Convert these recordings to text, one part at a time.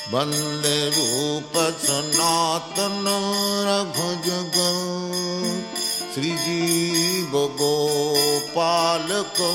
वंदे रूप सनातन रघुजग श्रीजीव गोपाल को।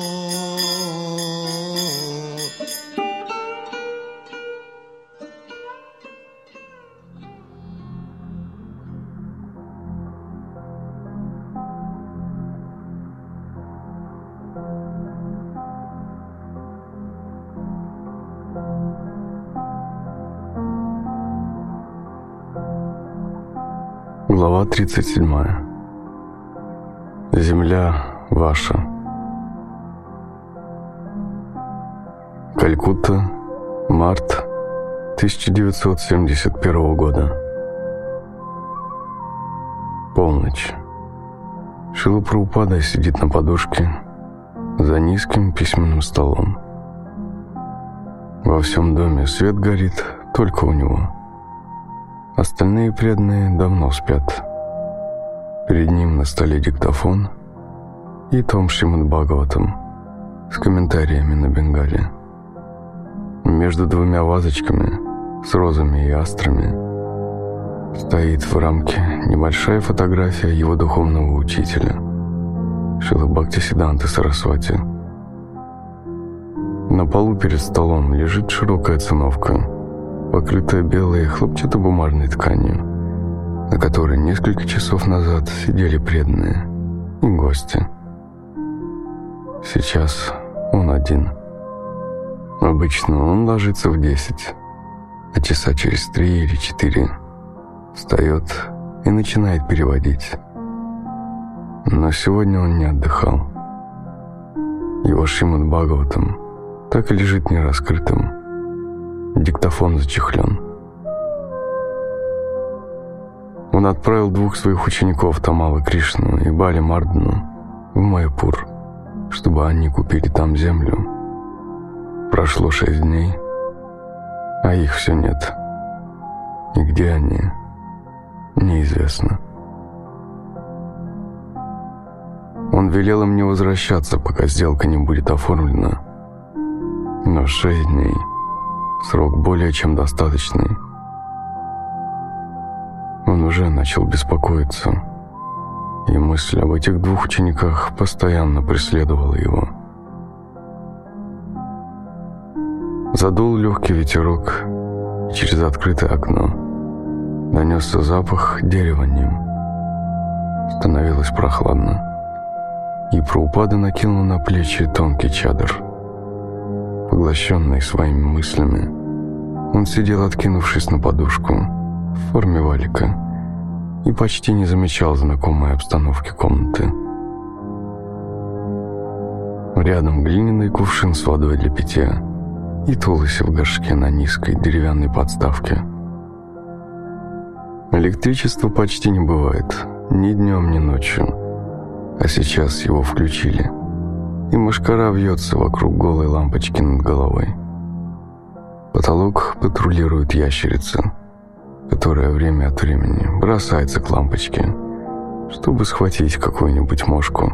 Глава 37. Земля ваша. Калькутта, март 1971 года. Полночь. Шрила Прабхупада сидит на подушке за низким письменным столом. Во всем доме свет горит только у него. Остальные преданные давно спят. Перед ним на столе диктофон и том Шримад-Бхагаватам с комментариями на бенгале. Между двумя вазочками с розами и астрами стоит в рамке небольшая фотография его духовного учителя Шрилы Бхактисиддханты Сарасвати. На полу перед столом лежит широкая циновка, покрытая белой хлопчатобумажной тканью, на которой несколько часов назад сидели преданные и гости. Сейчас он один. Обычно он ложится в 10, а часа через 3 или 4 встает и начинает переводить. Но сегодня он не отдыхал. Его Шримад-Бхагаватам так и лежит нераскрытым. Диктофон зачехлен. Он отправил 2 своих учеников, Тамала Кришну и Бали Мардану, в Майяпур, чтобы они купили там землю. Прошло 6 дней, а их все нет. И где они, неизвестно. Он велел им не возвращаться, пока сделка не будет оформлена. Но 6 дней — срок более чем достаточный. Он уже начал беспокоиться, и мысль об этих 2 учениках постоянно преследовала его. Задул легкий ветерок, и через открытое окно донесся запах дерева ним. Становилось прохладно, и Прабхупада накинул на плечи тонкий чадр. Поглощенный своими мыслями, он сидел, откинувшись на подушку в форме валика, и почти не замечал знакомой обстановки комнаты. Рядом глиняный кувшин с водой для питья и тулоси в горшке на низкой деревянной подставке. Электричества почти не бывает ни днем, ни ночью, а сейчас его включили, и мошкара вьется вокруг голой лампочки над головой. Потолок патрулирует ящерица, которая время от времени бросается к лампочке, чтобы схватить какую-нибудь мошку.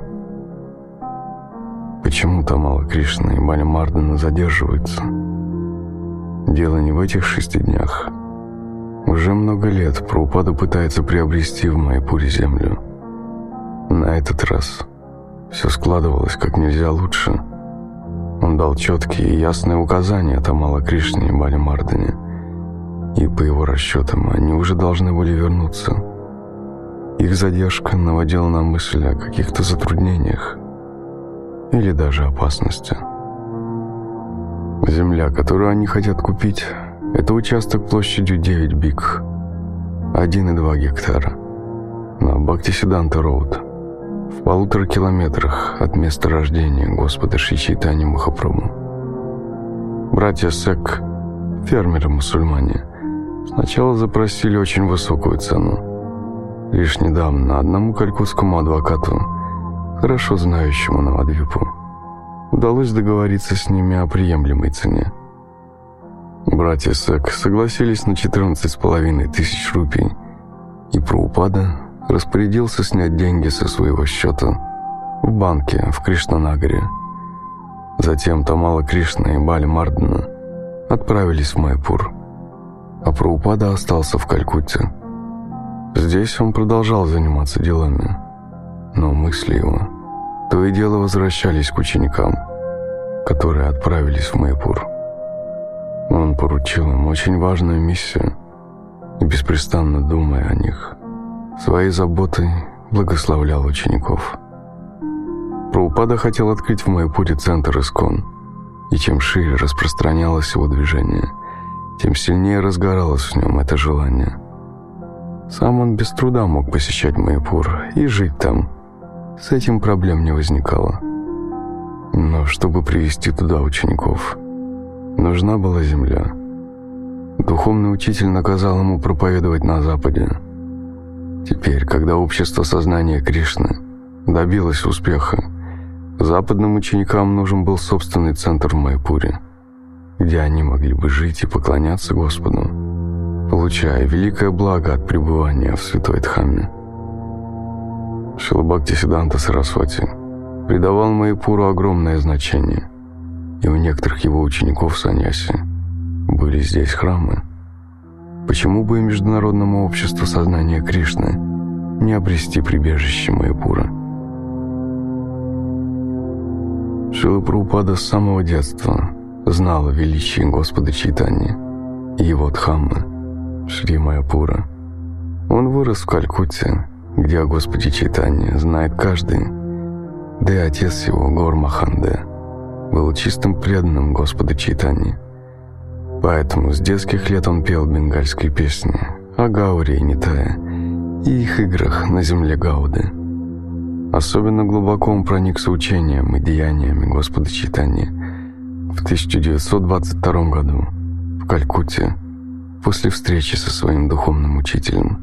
Почему Тамала Кришна и Бали Мардана задерживаются? Дело не в этих 6 днях. Уже много лет Прабхупада пытается приобрести в Майяпуре землю. На этот раз все складывалось как нельзя лучше. Он дал четкие и ясные указания Тамала Кришне и Бали Мардане, и по его расчетам они уже должны были вернуться. Их задержка наводила на мысль о каких-то затруднениях или даже опасности. Земля, которую они хотят купить, это участок площадью 9 бик, 1,2 гектара, на Бхактисиддханта-роуд, в 1,5 километрах от места рождения Господа Шри Чайтаньи Махапрабху. Братья Сек, фермеры-мусульмане, сначала запросили очень высокую цену. Лишь недавно одному калькутскому адвокату, хорошо знающему Навадвипу, удалось договориться с ними о приемлемой цене. Братья Сек согласились на 14,5 тысяч рупий, и Прабхупада распорядился снять деньги со своего счета в банке в Кришнанагаре. Затем Тамала Кришна и Бали Мардана отправились в Майяпур а Прабхупада остался в Калькутте. Здесь он продолжал заниматься делами, но мысли его то и дело возвращались к ученикам, которые отправились в Майяпур. Он поручил им очень важную миссию и, беспрестанно думая о них, своей заботой благословлял учеников. Прабхупада хотел открыть в Майяпуре центр ИСККОН, и чем шире распространялось его движение, тем сильнее разгоралось в нем это желание. Сам он без труда мог посещать Майяпур и жить там. С этим проблем не возникало. Но чтобы привести туда учеников, нужна была земля. Духовный учитель наказал ему проповедовать на Западе. Теперь, когда общество сознания Кришны добилось успеха, западным ученикам нужен был собственный центр в Майяпуре, где они могли бы жить и поклоняться Господу, получая великое благо от пребывания в святой Дхамме. Шрила Бхактисиддханта Сарасвати придавал Майяпуру огромное значение, и у некоторых его учеников-саньяси были здесь храмы. Почему бы и Международному обществу сознания Кришны не обрести прибежище Майяпура? Шрила Прабхупада с самого детства знал о величии Господа Чайтаньи и его Дхаммы, Шри Майяпура. Он вырос в Калькутте, где о Господе Чайтаньи знает каждый, да и отец его, Гаур Маханде, был чистым преданным Господа Чайтаньи. Поэтому с детских лет он пел бенгальские песни о Гауре и Нитае и их играх на земле Гауды. Особенно глубоко он проникся учением и деяниями Господа Чайтаньи в 1922 году в Калькутте после встречи со своим духовным учителем.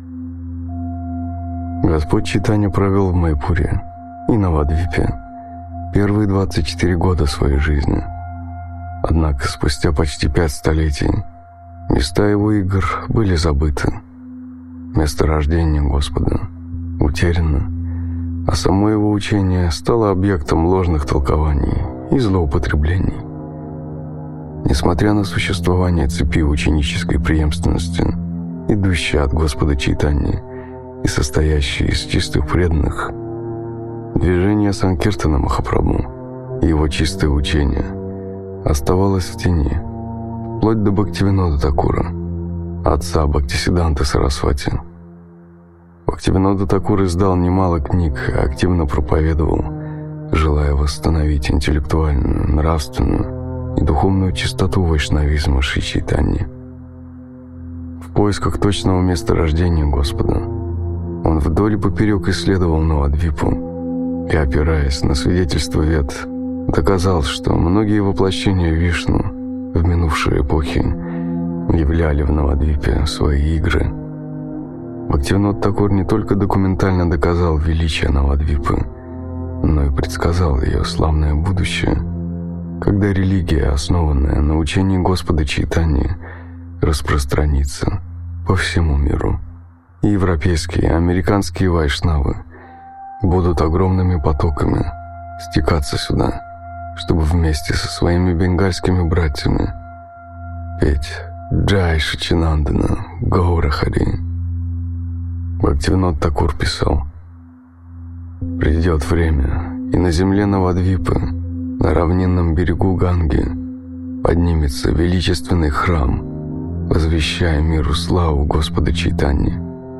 Господь Чайтанья провел в Майяпуре и Навадвипе первые 24 года своей жизни. Однако спустя почти 5 столетий места его игр были забыты. Место рождения Господа утеряно, а само его учение стало объектом ложных толкований и злоупотреблений. Несмотря на существование цепи ученической преемственности, идущей от Господа Чайтаньи и состоящей из чистых преданных, движение Санкиртана Махапрабху и его чистое учение оставалось в тени, вплоть до Бхактивинода Такура, отца Бхактисиддханты Сарасвати. Бхактивинода Такур издал немало книг и активно проповедовал, желая восстановить интеллектуальную, нравственную и духовную чистоту вайшнавизма Шри Чайтаньи. В поисках точного места рождения Господа он вдоль и поперек исследовал Навадвипу и, опираясь на свидетельства Вед, доказал, что многие воплощения Вишну в минувшие эпохи являли в Навадвипе свои игры. Бхактивинод Такур не только документально доказал величие Навадвипы, но и предсказал ее славное будущее, когда религия, основанная на учении Господа Чайтаньи, распространится по всему миру. И европейские, американские вайшнавы будут огромными потоками стекаться сюда, чтобы вместе со своими бенгальскими братьями петь «Джай Шачинандана, Гаура Хари». Бхактивинод Такур писал: «Придет время, и на земле Навадвипы, на равнинном берегу Ганги, поднимется величественный храм, возвещая миру славу Господа Чайтаньи».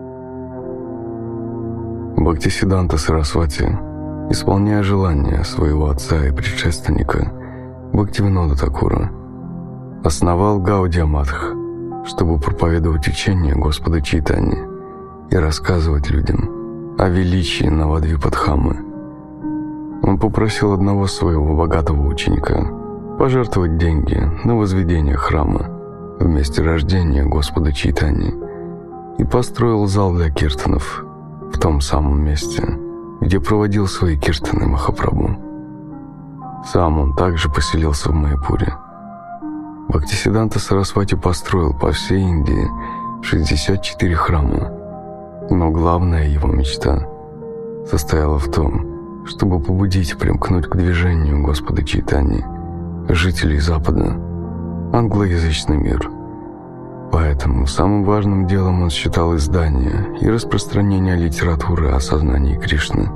Бхактисиддханта Сарасвати, исполняя желания своего отца и предшественника Бхактивинода Такура, основал Гаудия Матх, чтобы проповедовать учение Господа Чайтаньи и рассказывать людям о величии Навадвипа-Дхаммы. Он попросил одного своего богатого ученика пожертвовать деньги на возведение храма в месте рождения Господа Чайтаньи и построил зал для киртанов в том самом месте, где проводил свои киртаны Махапрабху. Сам он также поселился в Майяпуре. Бхактисиддханта Сарасвати построил по всей Индии 64 храма, но главная его мечта состояла в том, чтобы побудить и примкнуть к движению Господа Чайтаньи жителей Запада, англоязычный мир. поэтому самым важным делом он считал издание и распространение литературы о сознании Кришны.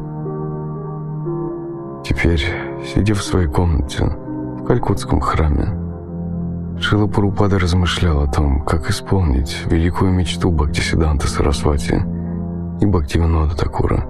Теперь, сидя в своей комнате в Калькутском храме, Шрила Прабхупада размышлял о том, как исполнить великую мечту Бхактисиддханты Сарасвати и Бхактивинода Такура.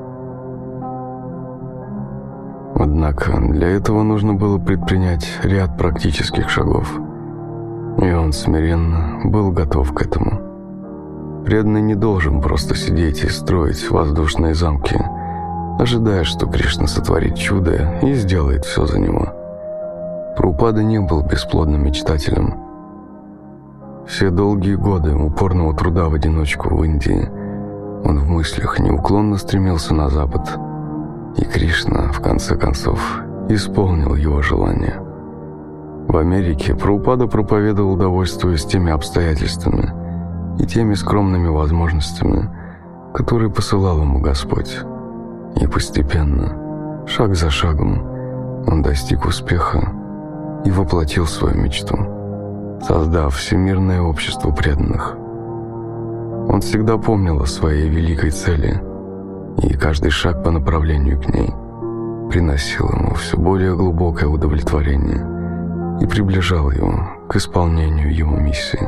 Однако для этого нужно было предпринять ряд практических шагов, и он смиренно был готов к этому. Преданный не должен просто сидеть и строить воздушные замки, ожидая, что Кришна сотворит чудо и сделает все за него. Прабхупада не был бесплодным мечтателем. Все долгие годы упорного труда в одиночку в Индии он в мыслях неуклонно стремился на запад, и Кришна, в конце концов, исполнил его желание. В Америке Прабхупада проповедовал, довольствуясь теми обстоятельствами и теми скромными возможностями, которые посылал ему Господь. И постепенно, шаг за шагом, он достиг успеха и воплотил свою мечту, создав Всемирное общество преданных. Он всегда помнил о своей великой цели, и каждый шаг по направлению к ней приносил ему все более глубокое удовлетворение и приближал его к исполнению его миссии.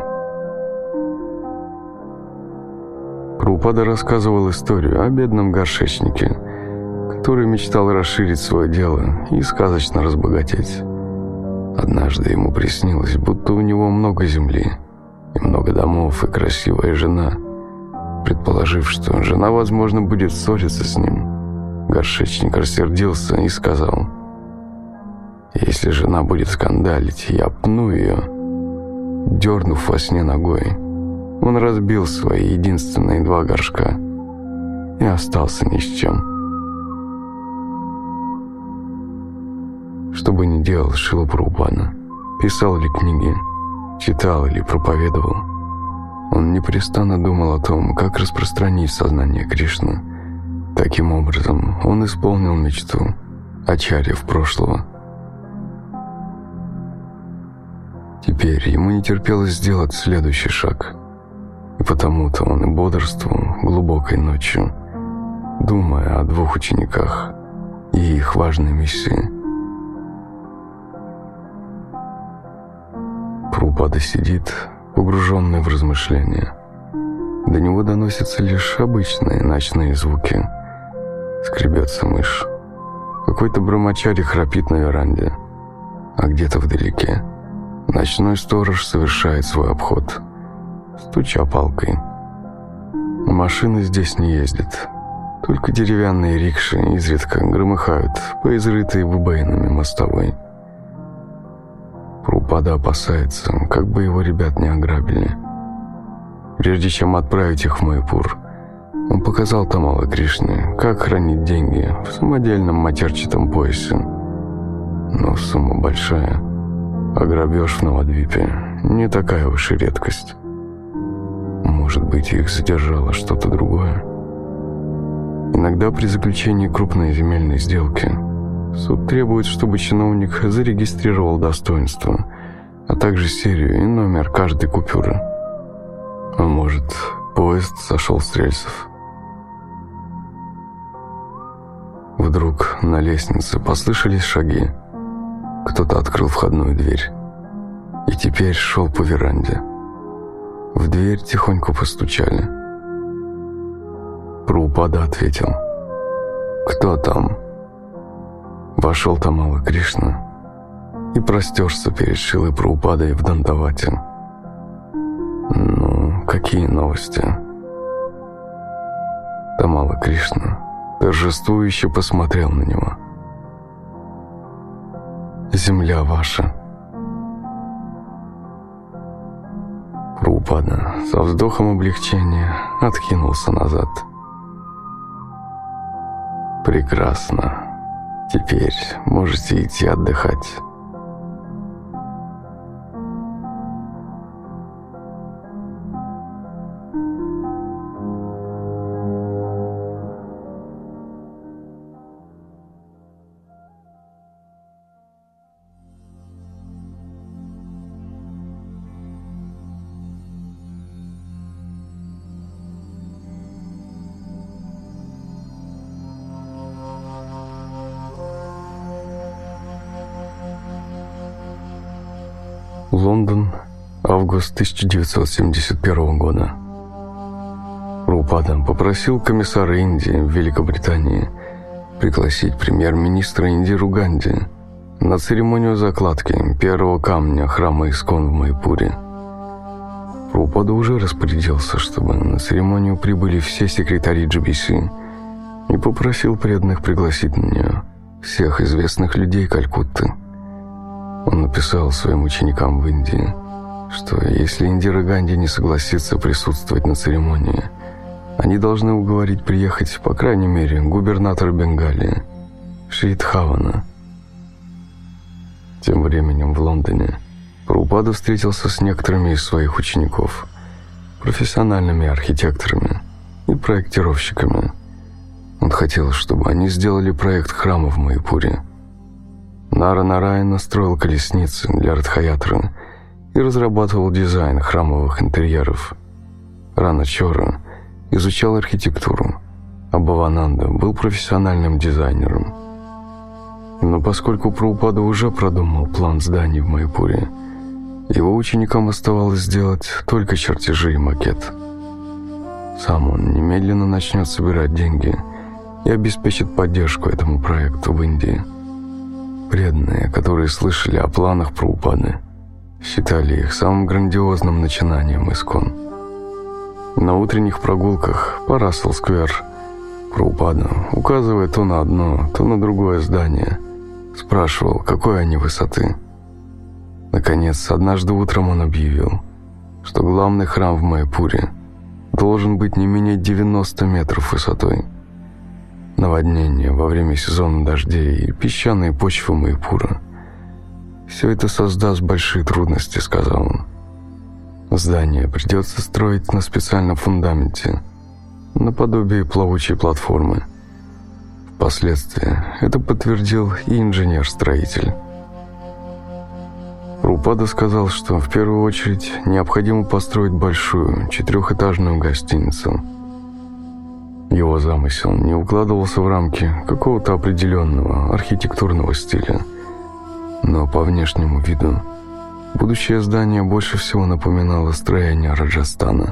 Прабхупада рассказывал историю о бедном горшечнике, который мечтал расширить свое дело и сказочно разбогатеть. Однажды ему приснилось, будто у него много земли, и много домов, и красивая жена. Предположив, что жена, возможно, будет ссориться с ним, горшечник рассердился и сказал: «Если жена будет скандалить, я пну ее». Дернув во сне ногой, он разбил свои единственные 2 горшка и остался ни с чем. Что бы ни делал Шрила Прабхупада, писал ли книги, читал или проповедовал, он непрестанно думал о том, как распространить сознание Кришны. Таким образом, он исполнил мечту ачарьев прошлого. Теперь ему не терпелось сделать следующий шаг, и потому-то он и бодрствовал глубокой ночью, думая о 2 учениках и их важной миссии. Прабхупада сидит, погруженный в размышления. До него доносятся лишь обычные ночные звуки. Скребется мышь. Какой-то брамачари храпит на веранде. А где-то вдалеке ночной сторож совершает свой обход, стуча палкой. Машины здесь не ездят. Только деревянные рикши изредка громыхают по изрытой выбоинами мостовой. Прабхупада опасается, как бы его ребят не ограбили. Прежде чем отправить их в Майпур, он показал Тамала Кришне, как хранить деньги в самодельном матерчатом поясе. Но сумма большая, а грабеж в Навадвипе не такая уж и редкость. Может быть, их задержало что-то другое. Иногда при заключении крупной земельной сделки суд требует, чтобы чиновник зарегистрировал достоинство, а также серию и номер каждой купюры. А может, поезд сошел с рельсов. Вдруг на лестнице послышались шаги. Кто-то открыл входную дверь и теперь шел по веранде. В дверь тихонько постучали. Прабхупада ответил: «Кто там?» Вошел Тамала Кришна и простерся перед Шрилой Прабхупадой в Дандавате. «Ну, какие новости?» Тамала Кришна торжествующе посмотрел на него. «Земля ваша». Прабхупада со вздохом облегчения откинулся назад. «Прекрасно. Теперь можете идти отдыхать». Лондон, август 1971 года. Прабхупада попросил комиссара Индии в Великобритании пригласить премьер-министра Индиру Ганди на церемонию закладки первого камня храма Искон в Майпуре. Прабхупада уже распорядился, чтобы на церемонию прибыли все секретари GBC и попросил преданных пригласить на нее всех известных людей Калькутты. Он написал своим ученикам в Индии, что если Индира Ганди не согласится присутствовать на церемонии, они должны уговорить приехать, по крайней мере, губернатора Бенгалии, Шрид Хавана. Тем временем в Лондоне Прабхупада встретился с некоторыми из своих учеников, профессиональными архитекторами и проектировщиками. Он хотел, чтобы они сделали проект храма в Майпуре. Нара Нараяна строил колесницы для Радхаятры и разрабатывал дизайн храмовых интерьеров. Рана Чора изучал архитектуру, а Бхавананда был профессиональным дизайнером. Но поскольку Прабхупада уже продумал план зданий в Майпуре, его ученикам оставалось сделать только чертежи и макет. Сам он немедленно начнет собирать деньги и обеспечит поддержку этому проекту в Индии. Преданные, которые слышали о планах Прабхупады, считали их самым грандиозным начинанием Искон. На утренних прогулках по Рассел-сквер Прабхупада, указывая то на одно, то на другое здание, спрашивал, какой они высоты. Наконец, однажды утром он объявил, что главный храм в Майпуре должен быть не менее 90 метров высотой. Наводнения во время сезона дождей и песчаные почвы Майпура — все это создаст большие трудности, сказал он. Здание придется строить на специальном фундаменте, наподобие плавучей платформы. Впоследствии это подтвердил и инженер-строитель. Прабхупада сказал, что в первую очередь необходимо построить большую 4-этажную гостиницу. Его замысел не укладывался в рамки какого-то определенного архитектурного стиля, но по внешнему виду будущее здание больше всего напоминало строение Раджастана.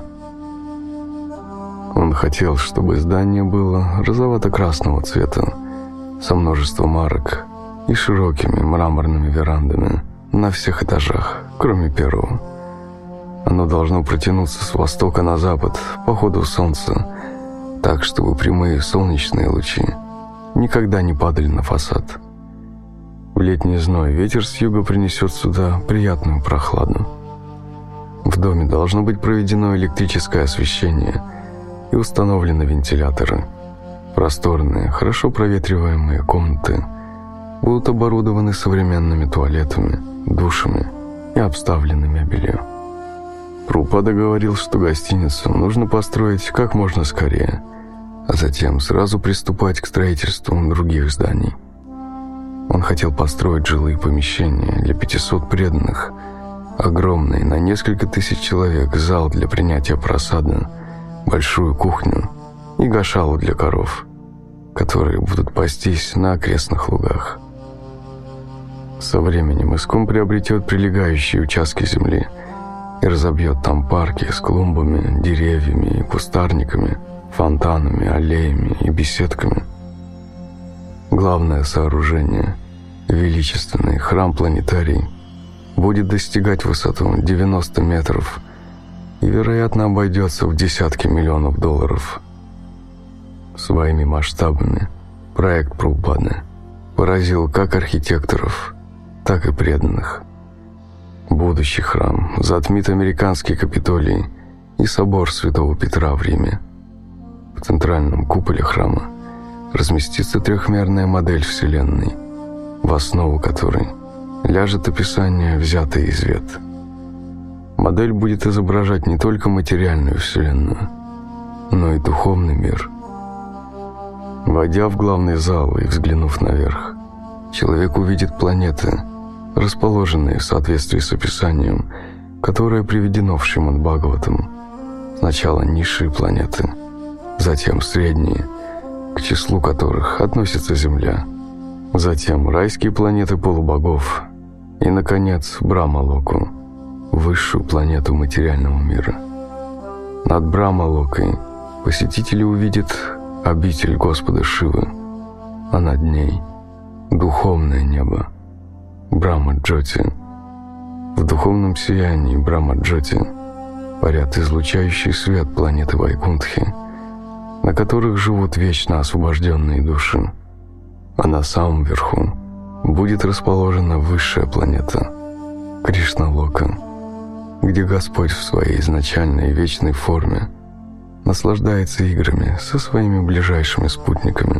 Он хотел, чтобы здание было розовато-красного цвета, со множеством арок и широкими мраморными верандами на всех этажах, кроме первого. Оно должно протянуться с востока на запад по ходу солнца, так, чтобы прямые солнечные лучи никогда не падали на фасад. В летний зной ветер с юга принесет сюда приятную прохладу. В доме должно быть проведено электрическое освещение и установлены вентиляторы. Просторные, хорошо проветриваемые комнаты будут оборудованы современными туалетами, душами и обставлены мебелью. Прабхупада говорил, что гостиницу нужно построить как можно скорее, а затем сразу приступать к строительству других зданий. Он хотел построить жилые помещения для 500 преданных, огромный на несколько тысяч человек зал для принятия просада, большую кухню и гошалу для коров, которые будут пастись на окрестных лугах. Со временем Искон приобретет прилегающие участки земли и разобьет там парки с клумбами, деревьями и кустарниками, фонтанами, аллеями и беседками. Главное сооружение, величественный храм-планетарий, будет достигать высоту 90 метров и, вероятно, обойдется в десятки миллионов долларов. Своими масштабами проект Прабхупады поразил как архитекторов, так и преданных. Будущий храм затмит американский Капитолий и собор Святого Петра в Риме. В центральном куполе храма разместится трехмерная модель Вселенной, в основу которой ляжет описание, взятое из Вед. Модель будет изображать не только материальную Вселенную, но и духовный мир. Войдя в главный зал и взглянув наверх, человек увидит планеты, расположенные в соответствии с описанием, которое приведено в Шримад Бхагаватам. Сначала низшие планеты, затем средние, к числу которых относится Земля, затем райские планеты полубогов и, наконец, Брахма-локу, высшую планету материального мира. Над Брахма-локой посетители увидят обитель Господа Шивы, а над ней – духовное небо Брахма-Джоти. В духовном сиянии Брахма-Джоти парят излучающий свет планеты Вайкунтхи, на которых живут вечно освобожденные души. А на самом верху будет расположена высшая планета Кришна-Лока, где Господь в своей изначальной вечной форме наслаждается играми со своими ближайшими спутниками.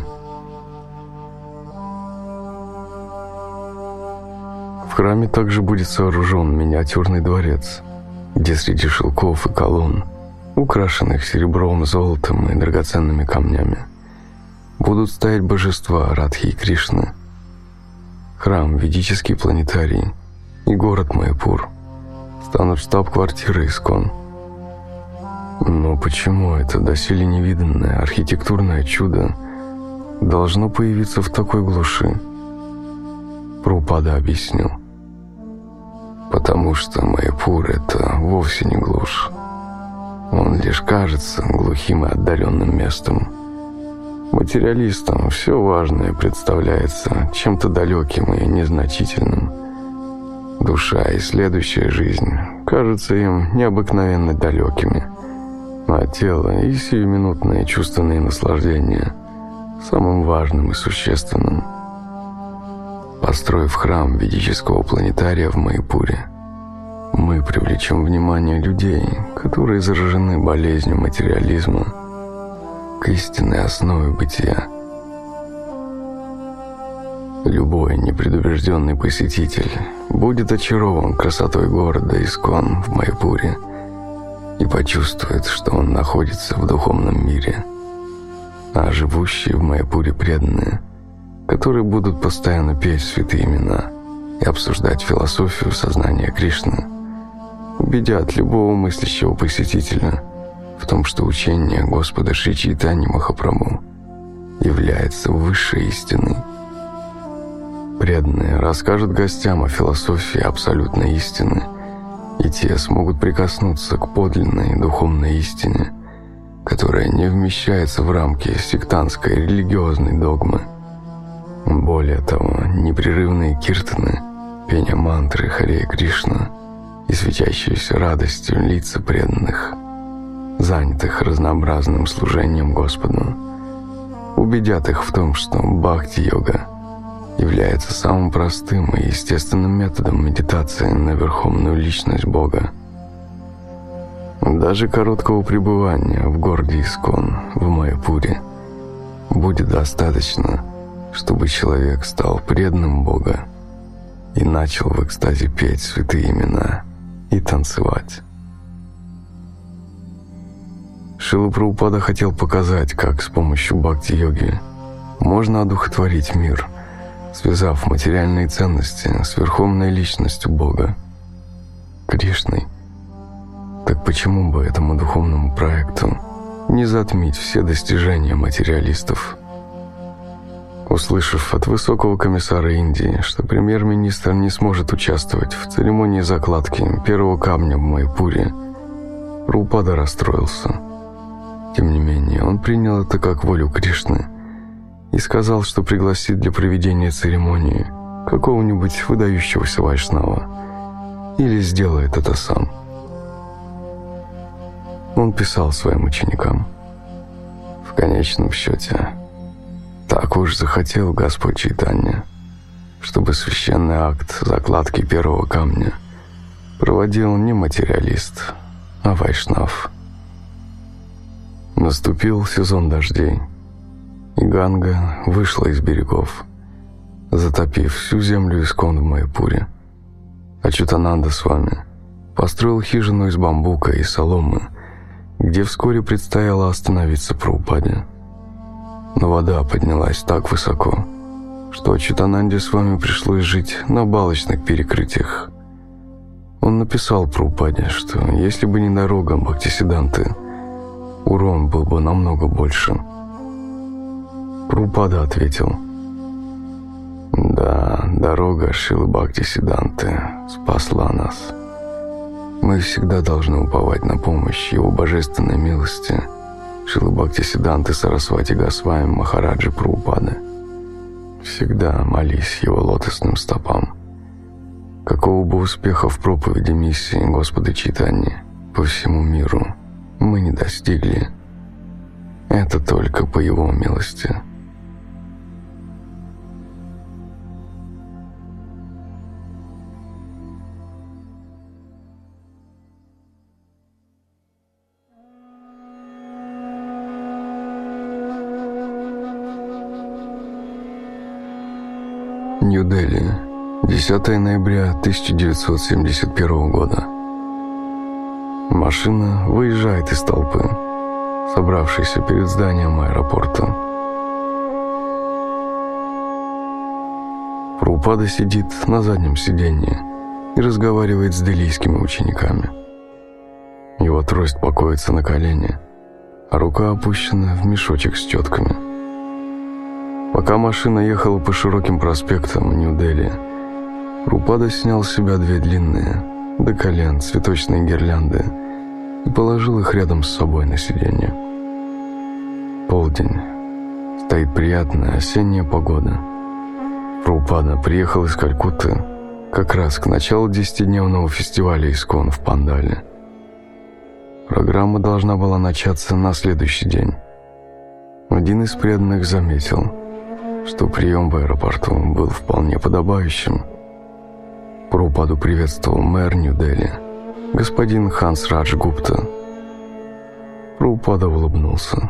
В храме также будет сооружен миниатюрный дворец, где среди шелков и колонн, украшенных серебром, золотом и драгоценными камнями, будут стоять божества Радхи и Кришны. Храм, ведический планетарий и город Майяпур станут штаб-квартирой ИСККОН. Но почему это доселе невиданное архитектурное чудо должно появиться в такой глуши? Прабхупада объяснил. Потому что Майяпур — это вовсе не глушь. Он лишь кажется глухим и отдаленным местом. Материалистам все важное представляется чем-то далеким и незначительным. Душа и следующая жизнь кажутся им необыкновенно далекими, а тело и сиюминутные чувственные наслаждения самым важным и существенным. Построив храм ведического планетария в Майяпуре, мы привлечем внимание людей, которые заражены болезнью материализма, к истинной основе бытия. Любой непредубежденный посетитель будет очарован красотой города ИСККОН в Майяпуре и почувствует, что он находится в духовном мире. А живущие в Майяпуре преданные, которые будут постоянно петь святые имена и обсуждать философию сознания Кришны, убедят любого мыслящего посетителя в том, что учение Господа Шри Чайтаньи Махапрабху является высшей истиной. Преданные расскажут гостям о философии абсолютной истины, и те смогут прикоснуться к подлинной духовной истине, которая не вмещается в рамки сектантской религиозной догмы. Более того, непрерывные киртаны, пение мантры Харе Кришна и светящиеся радостью лица преданных, занятых разнообразным служением Господу, убедят их в том, что бхакти-йога является самым простым и естественным методом медитации на верховную личность Бога. Даже короткого пребывания в городе ИСККОН в Майяпуре будет достаточно, чтобы человек стал преданным Бога и начал в экстазе петь святые имена и танцевать. Шрила Прабхупада хотел показать, как с помощью бхакти-йоги можно одухотворить мир, связав материальные ценности с верховной личностью Бога, Кришной. Так почему бы этому духовному проекту не затмить все достижения материалистов? Услышав от высокого комиссара Индии, что премьер-министр не сможет участвовать в церемонии закладки первого камня в Майяпуре, Прабхупада расстроился. Тем не менее, он принял это как волю Кришны и сказал, что пригласит для проведения церемонии какого-нибудь выдающегося вайшнава или сделает это сам. Он писал своим ученикам: «В конечном счете, так уж захотел Господь Чайтанья, чтобы священный акт закладки первого камня проводил не материалист, а вайшнав». Наступил сезон дождей, и Ганга вышла из берегов, затопив всю землю ИСККОН в Майяпуре. Ачютананда Свами построил хижину из бамбука и соломы, где вскоре предстояло остановиться Прабхупаде. Но вода поднялась так высоко, что Ачютананде Свами пришлось жить на балочных перекрытиях. Он написал Прабхупаде, что если бы не дорога Бхактисиданты, урон был бы намного больше. Прабхупада ответил: «Да, дорога Шрилы Бхактисиданты спасла нас. Мы всегда должны уповать на помощь Его божественной милости, Шрила Бхактисидданты Сарасвати Госвами Махараджи Прабхупады. Всегда молись Его лотосным стопам. Какого бы успеха в проповеди миссии Господа Чайтаньи по всему миру мы не достигли, это только по Его милости. Нью-Дели, 10 ноября 1971 года. Машина выезжает из толпы, собравшейся перед зданием аэропорта. Прабхупада сидит на заднем сиденье и разговаривает с делийскими учениками. Его трость покоится на колене, а рука опущена в мешочек с четками. Пока машина ехала по широким проспектам Нью-Дели, Прабхупада снял с себя 2 длинные, до колен, цветочные гирлянды и положил их рядом с собой на сиденье. Полдень. Стоит приятная осенняя погода. Прабхупада приехал из Калькутты как раз к началу 10-дневного фестиваля ИСККОН в Пандале. Программа должна была начаться на следующий день. Один из преданных заметил, что прием в аэропорту был вполне подобающим. Прабхупаду приветствовал мэр Нью-Дели, господин Ханс Радж Гупта. Прабхупада улыбнулся.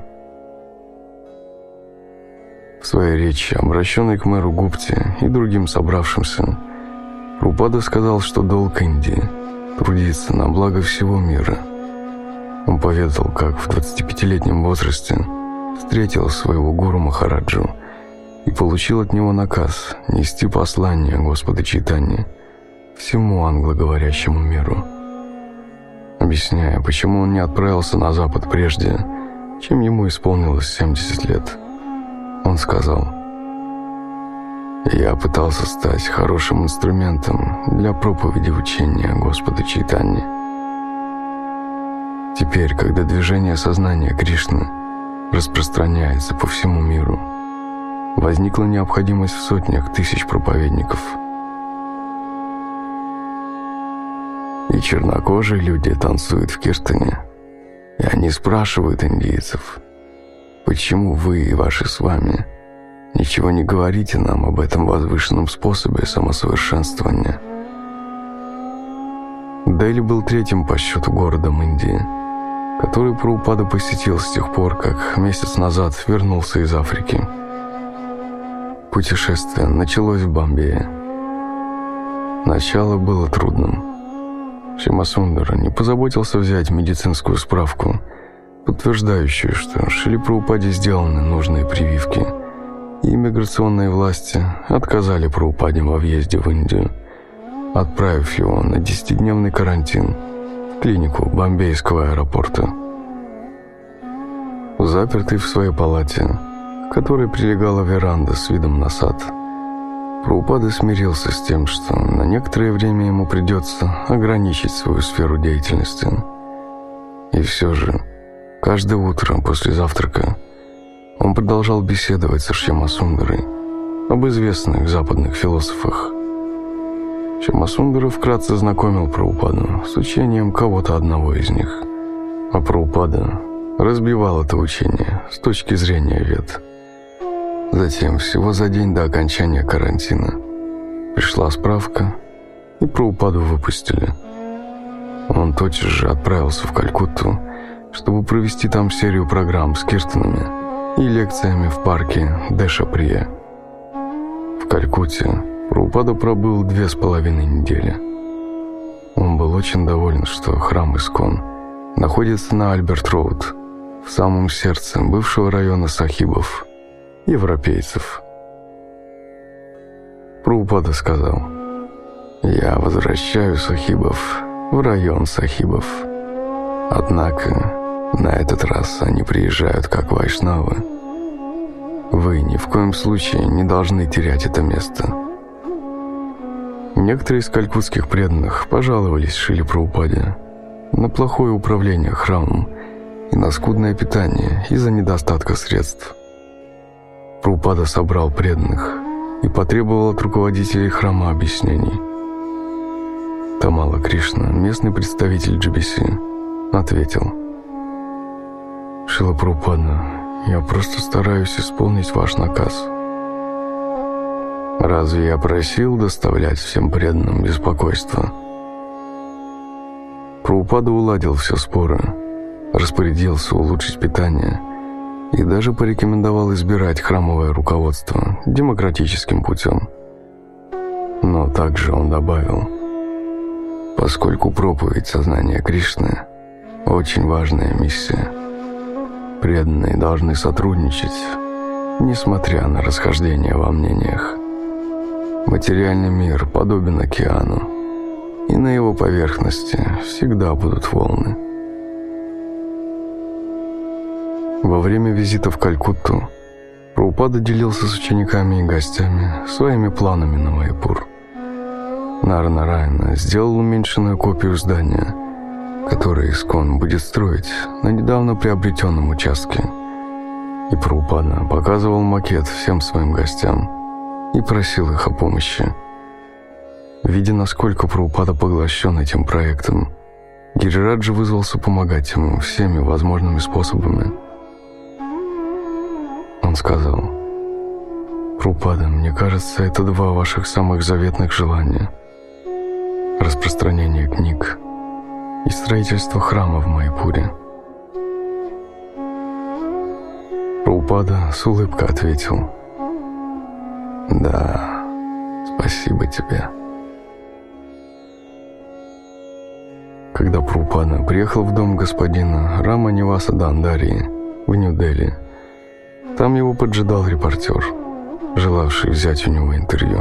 В своей речи, обращенной к мэру Гупте и другим собравшимся, Прабхупада сказал, что долг Индии – трудиться на благо всего мира. Он поведал, как в 25-летнем возрасте встретил своего гуру Махараджу и получил от него наказ нести послание Господа Чайтаньи всему англоговорящему миру. Объясняя, почему он не отправился на Запад прежде, чем ему исполнилось 70 лет, он сказал: «Я пытался стать хорошим инструментом для проповеди учения Господа Чайтаньи. Теперь, когда движение сознания Кришны распространяется по всему миру, возникла необходимость в сотнях тысяч проповедников. И чернокожие люди танцуют в киртане, и они спрашивают индийцев: почему вы и ваши с вами ничего не говорите нам об этом возвышенном способе самосовершенствования?» Дели был 3-м по счету городом Индии, который Прабхупада посетил с тех пор, как месяц назад вернулся из Африки. Путешествие началось в Бомбее. Начало было трудным. Шьямасундара не позаботился взять медицинскую справку, подтверждающую, что Шриле Прабхупаде сделаны нужные прививки, и иммиграционные власти отказали Прабхупаде во въезде в Индию, отправив его на 10-дневный карантин в клинику Бомбейского аэропорта. Запертый в своей палате, к которой прилегала веранда с видом на сад, Прабхупада смирился с тем, что на некоторое время ему придется ограничить свою сферу деятельности. И все же, каждое утро после завтрака он продолжал беседовать со Шьямасундарой об известных западных философах. Шьямасундара вкратце знакомил Прабхупаду с учением кого-то одного из них, а Прабхупада разбивал это учение с точки зрения вед. Затем, всего за день до окончания карантина, пришла справка, и Прабхупаду выпустили. Он тотчас же отправился в Калькутту, чтобы провести там серию программ с киртанами и лекциями в парке Дешаприя. В Калькутте Прабхупада пробыл 2,5 недели. Он был очень доволен, что храм ИСККОН находится на Альберт-Роуд, в самом сердце бывшего района сахибов, европейцев. Прабхупада сказал: «Я возвращаю сахибов в район сахибов. Однако на этот раз они приезжают как вайшнавы. Вы ни в коем случае не должны терять это место. Некоторые из калькутских преданных пожаловались Шриле Прабхупаде на плохое управление храмом и на скудное питание из-за недостатка средств. Прабхупада собрал преданных и потребовал от руководителей храма объяснений. Тамала Кришна, местный представитель GBC, ответил: «Шрила Прабхупада, я просто стараюсь исполнить ваш наказ. Разве я просил доставлять всем преданным беспокойство?» Прабхупада уладил все споры, распорядился улучшить питание и даже порекомендовал избирать храмовое руководство демократическим путем. Но также он добавил: поскольку проповедь сознания Кришны – очень важная миссия, преданные должны сотрудничать, несмотря на расхождения во мнениях. Материальный мир подобен океану, и на его поверхности всегда будут волны. Во время визита в Калькутту Прабхупада делился с учениками и гостями своими планами на Майяпур. Нара-Нараяна сделал уменьшенную копию здания, которое Искон будет строить на недавно приобретенном участке, и Прабхупада показывал макет всем своим гостям и просил их о помощи. Видя, насколько Прабхупада поглощен этим проектом, Гирираджа вызвался помогать ему всеми возможными способами. Он сказал: «Прабхупада, мне кажется, это два ваших самых заветных желания – распространение книг и строительство храма в Майяпуре». Прабхупада с улыбкой ответил: «Да, спасибо тебе». Когда Прабхупада приехал в дом господина Рама Ниваса Дандарии в Нью-Дели, там его поджидал репортер, желавший взять у него интервью.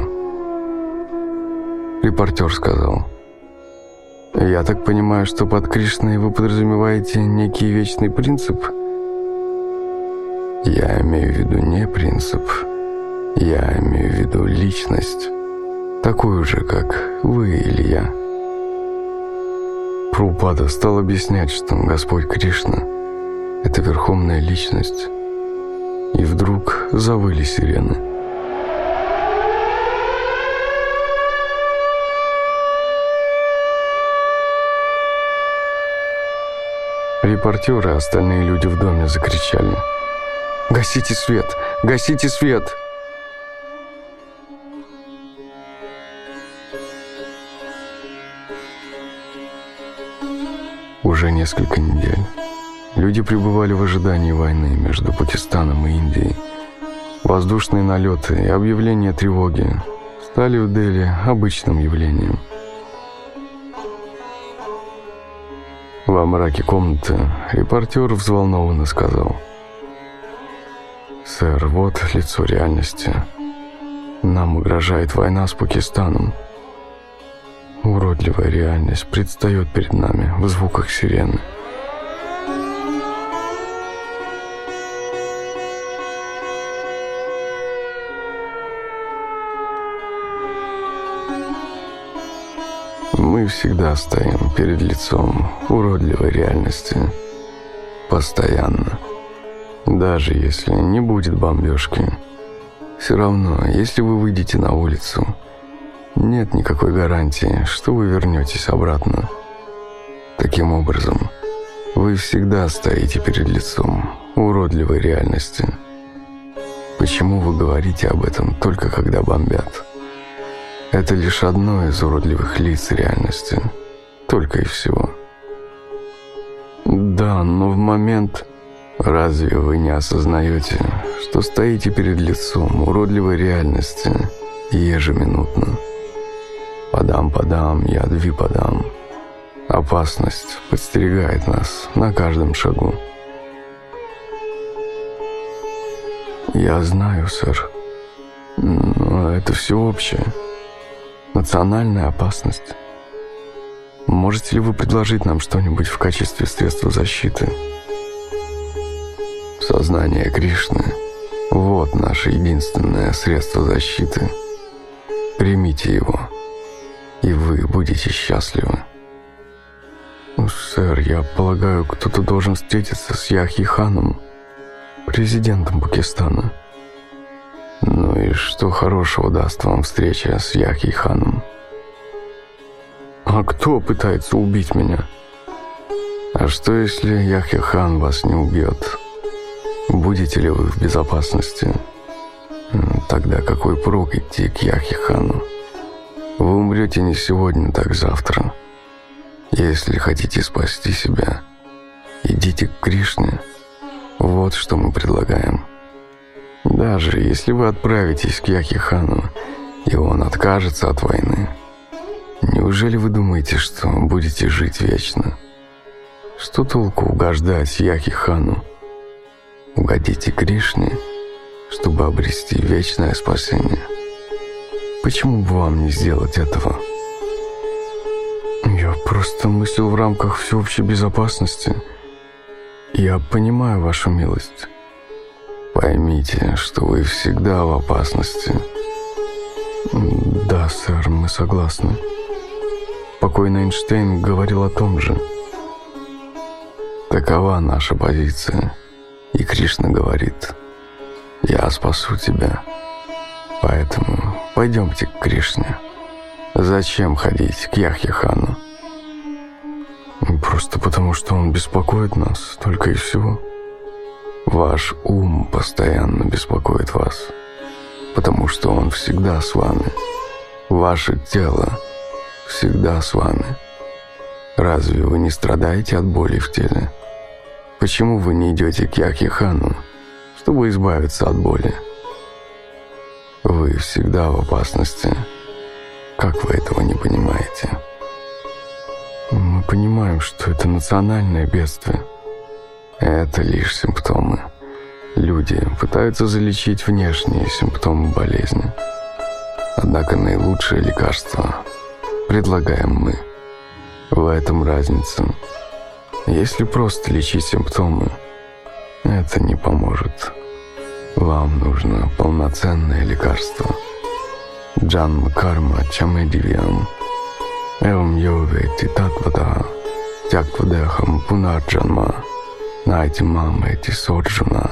Репортер сказал: «Я так понимаю, что под Кришной вы подразумеваете некий вечный принцип?» «Я имею в виду не принцип, я имею в виду личность, такую же, как вы или я». Прабхупада стал объяснять, что Господь Кришна – это верховная личность, и вдруг завыли сирены. Репортеры и остальные люди в доме закричали: «Гасите свет! Гасите свет!» Уже несколько недель люди пребывали в ожидании войны между Пакистаном и Индией. Воздушные налеты и объявления тревоги стали в Дели обычным явлением. Во мраке комнаты репортер взволнованно сказал: «Сэр, вот лицо реальности. Нам угрожает война с Пакистаном. Уродливая реальность предстает перед нами в звуках сирены». Мы всегда стоим перед лицом уродливой реальности. Постоянно. Даже если не будет бомбежки. Все равно, если вы выйдете на улицу, нет никакой гарантии, что вы вернетесь обратно. Таким образом, вы всегда стоите перед лицом уродливой реальности. Почему вы говорите об этом только когда бомбят? Это лишь одно из уродливых лиц реальности. Только и всего. Да, но в момент... Разве вы не осознаете, что стоите перед лицом уродливой реальности ежеминутно? Падам, я двипадам. Опасность подстерегает нас на каждом шагу. Я знаю, сэр, но это всеобщее. Национальная опасность. Можете ли вы предложить нам что-нибудь в качестве средства защиты? Сознание Кришны – вот наше единственное средство защиты. Примите его и вы будете счастливы. Сэр, я полагаю, кто-то должен встретиться с Яхьи-ханом, президентом Пакистана. Ну и что хорошего даст вам встреча с Яхьи-ханом? А кто пытается убить меня? А что, если Яхья-хан вас не убьет? Будете ли вы в безопасности? Тогда какой прок идти к Яхья-хану? Вы умрете не сегодня, так завтра. Если хотите спасти себя, идите к Кришне. Вот что мы предлагаем. Даже если вы отправитесь к Яхья-хану, и он откажется от войны, неужели вы думаете, что будете жить вечно? Что толку угождать Яхья-хану? Угодите Кришне, чтобы обрести вечное спасение. Почему бы вам не сделать этого? Я просто мыслил в рамках всеобщей безопасности. Я понимаю вашу милость. Поймите, что вы всегда в опасности. Да, сэр, мы согласны. Покойный Эйнштейн говорил о том же. Такова наша позиция. И Кришна говорит: «Я спасу тебя». Поэтому пойдемте к Кришне. Зачем ходить к Яхья-хану? Просто потому, что он беспокоит нас, только и всего. Ваш ум постоянно беспокоит вас, потому что он всегда с вами. Ваше тело всегда с вами. Разве вы не страдаете от боли в теле? Почему вы не идете к Яхья-хану, чтобы избавиться от боли? Вы всегда в опасности. Как вы этого не понимаете? Мы понимаем, что это национальное бедствие. Это лишь симптомы. Люди пытаются залечить внешние симптомы болезни. Однако наилучшее лекарство предлагаем мы. В этом разница. Если просто лечить симптомы, это не поможет. Вам нужно полноценное лекарство. Джанма карма чамедивиам эвам йовети татвада тяктвадехам пунарджанма найти мама эти соджуна.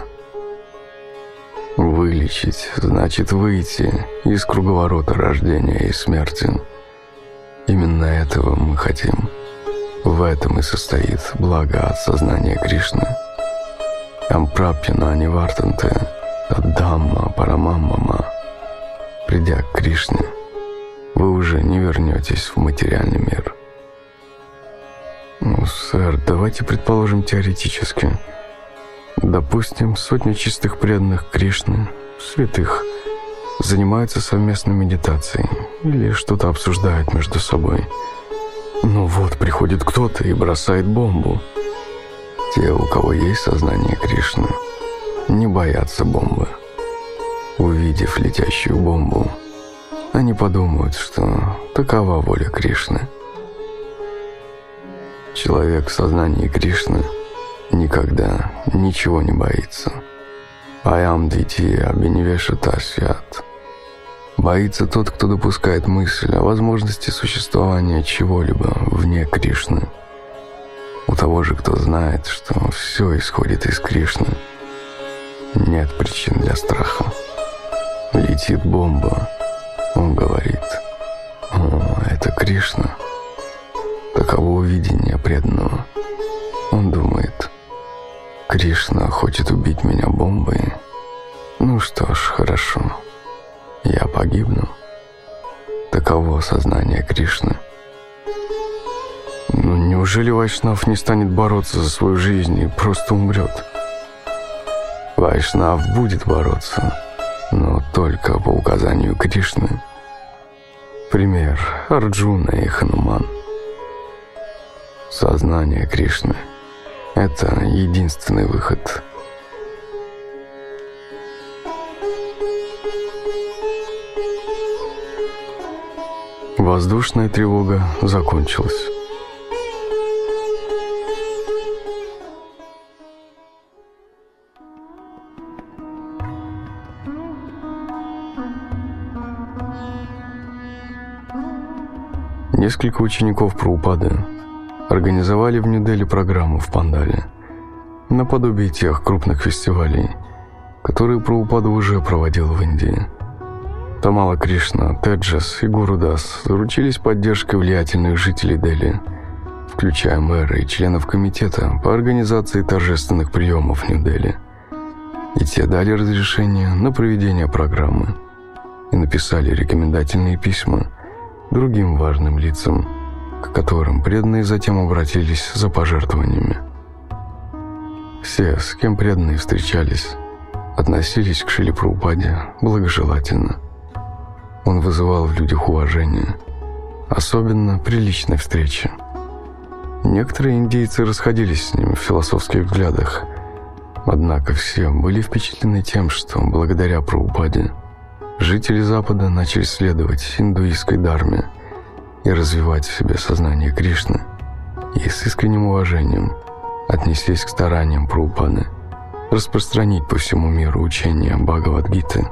Вылечить значит выйти из круговорота рождения и смерти. Именно этого мы хотим. В этом и состоит благо от сознания Кришны. Ампрапьяна нивартанте таддамма парамаммама. Придя к Кришне, вы уже не вернетесь в материальный мир. Сэр, давайте предположим теоретически. Допустим, сотни чистых преданных Кришны, святых, занимаются совместной медитацией или что-то обсуждают между собой. Но вот приходит кто-то и бросает бомбу. Те, у кого есть сознание Кришны, не боятся бомбы. Увидев летящую бомбу, они подумают, что такова воля Кришны. Человек в сознании Кришны никогда ничего не боится. Аям дити абинивеша тасьят. Боится тот, кто допускает мысль о возможности существования чего-либо вне Кришны. У того же, кто знает, что все исходит из Кришны, нет причин для страха. Летит бомба, он говорит: «О, это Кришна». Таково видение преданного. Он думает: Кришна хочет убить меня бомбой. Ну что ж, хорошо, я погибну. Таково сознание Кришны. Но неужели Вайшнав не станет бороться за свою жизнь и просто умрет? Вайшнав будет бороться, но только по указанию Кришны. Пример: Арджуна и Хануман. Сознание Кришны – это единственный выход. Воздушная тревога закончилась. Несколько учеников Прабхупады организовали в Нью-Дели программу в Пандале, наподобие тех крупных фестивалей, которые Прабхупада уже проводил в Индии. Тамала Кришна, Теджас и Гуру Дас заручились поддержкой влиятельных жителей Дели, включая мэра и членов комитета по организации торжественных приемов в Нью-Дели. И те дали разрешение на проведение программы и написали рекомендательные письма другим важным лицам, к которым преданные затем обратились за пожертвованиями. Все, с кем преданные встречались, относились к Шриле Прабхупаде благожелательно. Он вызывал в людях уважение, особенно при личной встрече. Некоторые индейцы расходились с ним в философских взглядах, однако все были впечатлены тем, что благодаря Прабхупаде жители Запада начали следовать индуистской дхарме и развивать в себе сознание Кришны, и с искренним уважением отнеслись к стараниям Прабхупады распространить по всему миру учение Бхагавад-гиты.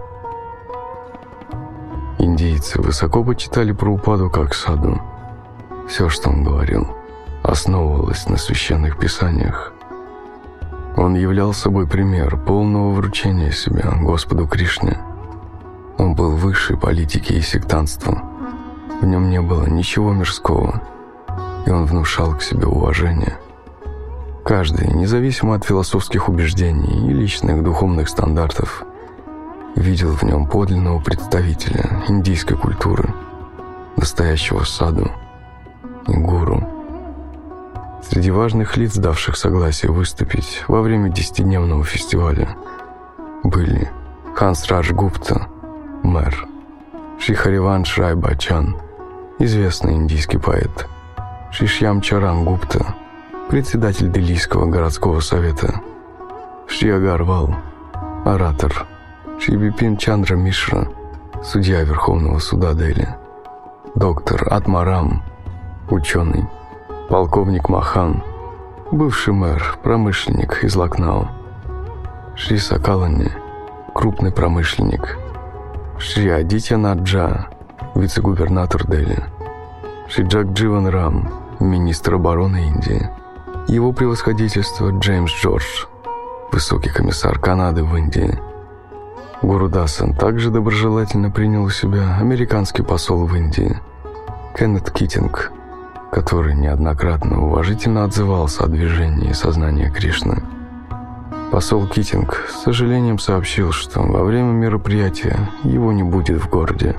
Индейцы высоко почитали Прабхупаду как саду. Все, что он говорил, основывалось на священных писаниях. Он являл собой пример полного вручения себя Господу Кришне. Он был выше политики и сектантства. В нем не было ничего мирского, и он внушал к себе уважение. Каждый, независимо от философских убеждений и личных духовных стандартов, видел в нем подлинного представителя индийской культуры, настоящего саду и гуру. Среди важных лиц, давших согласие выступить во время 10-дневного фестиваля, были Ханс Радж Гупта, мэр, Шри Хариванш Рай Баччан, известный индийский поэт, Шри Шьям Чаран Гупта, председатель Делийского городского совета, Шри Агарвал, оратор, Шри Бипин Чандра Мишра, судья Верховного суда Дели, доктор Атмарам, ученый, полковник Махан, бывший мэр, промышленник из Лакнау, Шри Сакалани, крупный промышленник, Шри Адитья Наджа, вице-губернатор Дели, Шри Джагдживан Рам, министр обороны Индии, его превосходительство Джеймс Джордж, высокий комиссар Канады в Индии. Гуру Дасан также доброжелательно принял у себя американский посол в Индии Кеннет Китинг, который неоднократно уважительно отзывался о движении сознания Кришны. Посол Китинг с сожалением сообщил, что во время мероприятия его не будет в городе.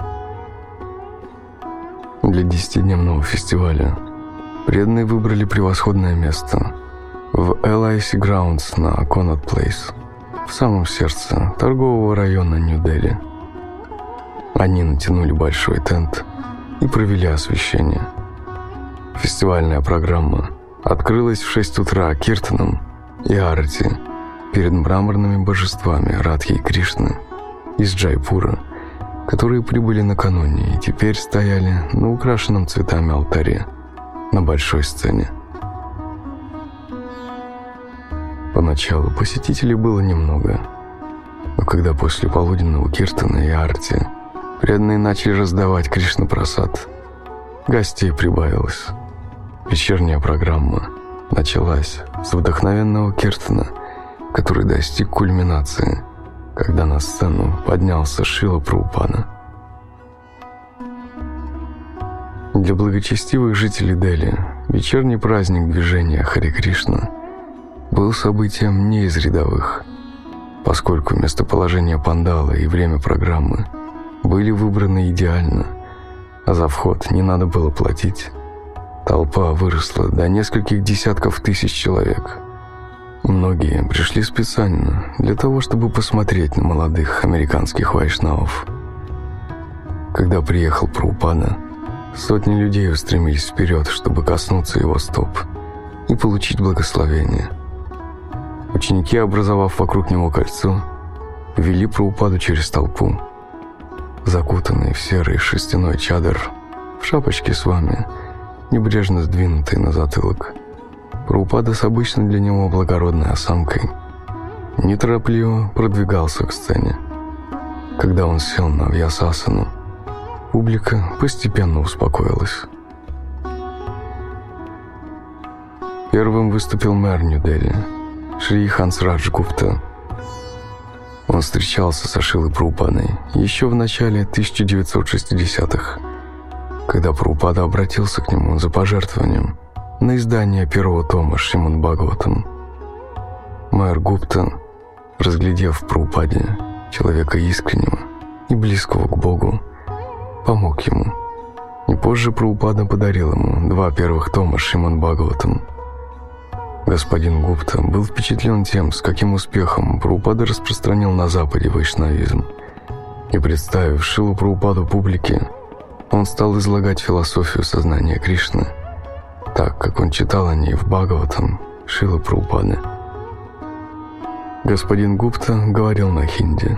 Для 10-дневного фестиваля преданные выбрали превосходное место в LIC Grounds на Connaught Place, в самом сердце торгового района Нью-Дели. Они натянули большой тент и провели освещение. Фестивальная программа открылась в 6 утра киртаном и арати перед мраморными божествами Радхи и Кришны из Джайпура, которые прибыли накануне и теперь стояли на украшенном цветами алтаре на большой сцене. Поначалу посетителей было немного, но когда после полуденного киртана и арти преданные начали раздавать Кришна-прасад, гостей прибавилось. Вечерняя программа началась с вдохновенного киртана, который достиг кульминации, когда на сцену поднялся Шрила Прабхупада. Для благочестивых жителей Дели вечерний праздник движения Харе Кришна был событием не из рядовых, поскольку местоположение пандалы и время программы были выбраны идеально, а за вход не надо было платить. Толпа выросла до нескольких десятков тысяч человек. Многие пришли специально для того, чтобы посмотреть на молодых американских вайшнавов. Когда приехал Прабхупада, сотни людей устремились вперед, чтобы коснуться его стоп и получить благословение. Ученики, образовав вокруг него кольцо, вели Прабхупаду через толпу. Закутанный в серый шерстяной чадр, в шапочке с вами, небрежно сдвинутый на затылок, Прабхупада с обычной для него благородной осанкой неторопливо продвигался к сцене. Когда он сел на вьясасану, публика постепенно успокоилась Первым выступил мэр Нью-Дели, Шри Хансрадж Гупта. Он встречался с Шрилой Прабхупадой еще в начале 1960-х, когда Прабхупада обратился к нему за пожертвованием на издание первого тома Шримад Бхагаватам. Мэр Гупта, разглядев в Прабхупаде человека искреннего и близкого к Богу, помог ему. И позже Прабхупада подарил ему 2 первых тома Шримад Бхагаватам. Господин Гупта был впечатлен тем, с каким успехом Прабхупада распространил на Западе вайшнавизм. И представив Шрилу Прабхупаду публике, он стал излагать философию сознания Кришны, так как он читал о ней в Бхагаватам Шрилы Прабхупады. Господин Гупта говорил на хинди.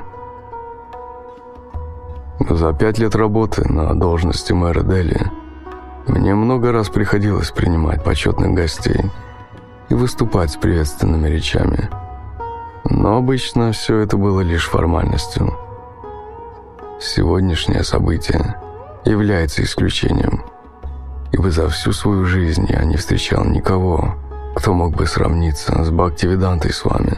За 5 лет работы на должности мэра Дели мне много раз приходилось принимать почетных гостей и выступать с приветственными речами. Но обычно все это было лишь формальностью. Сегодняшнее событие является исключением, ибо за всю свою жизнь я не встречал никого, кто мог бы сравниться с Бхактивидантой Свами.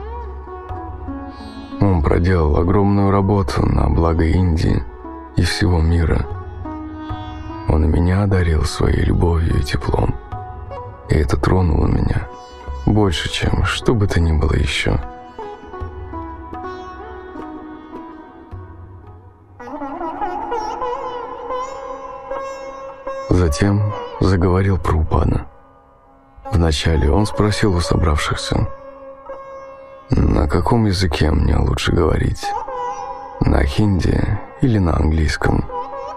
Он проделал огромную работу на благо Индии и всего мира. Он и меня одарил своей любовью и теплом. И это тронуло меня больше, чем что бы то ни было еще. Затем заговорил Прабхупада. Вначале он спросил у собравшихся: на каком языке мне лучше говорить? На хинди или на английском?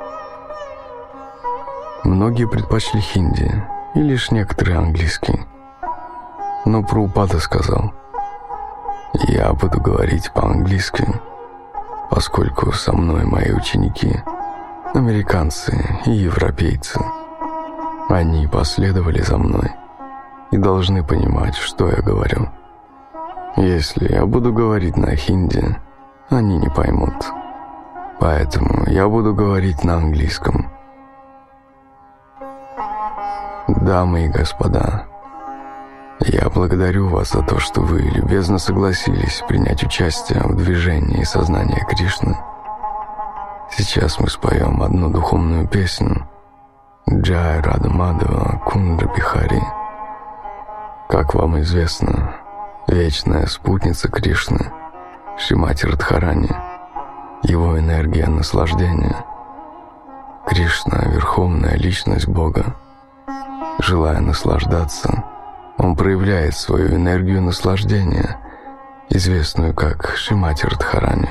Многие предпочли хинди, и лишь некоторые английский. Но Прабхупада сказал: я буду говорить по-английски, поскольку со мной мои ученики, американцы и европейцы. Они последовали за мной и должны понимать, что я говорю. Если я буду говорить на хинди, они не поймут. Поэтому я буду говорить на английском. Дамы и господа, я благодарю вас за то, что вы любезно согласились принять участие в движении сознания Кришны. Сейчас мы споем одну духовную песню «Джай Рада Мадхава Кундра Бихари». Как вам известно, вечная спутница Кришны, Шримати Радхарани, его энергия наслаждения. Кришна – верховная личность Бога. Желая наслаждаться, он проявляет свою энергию наслаждения, известную как Шримати Радхарани.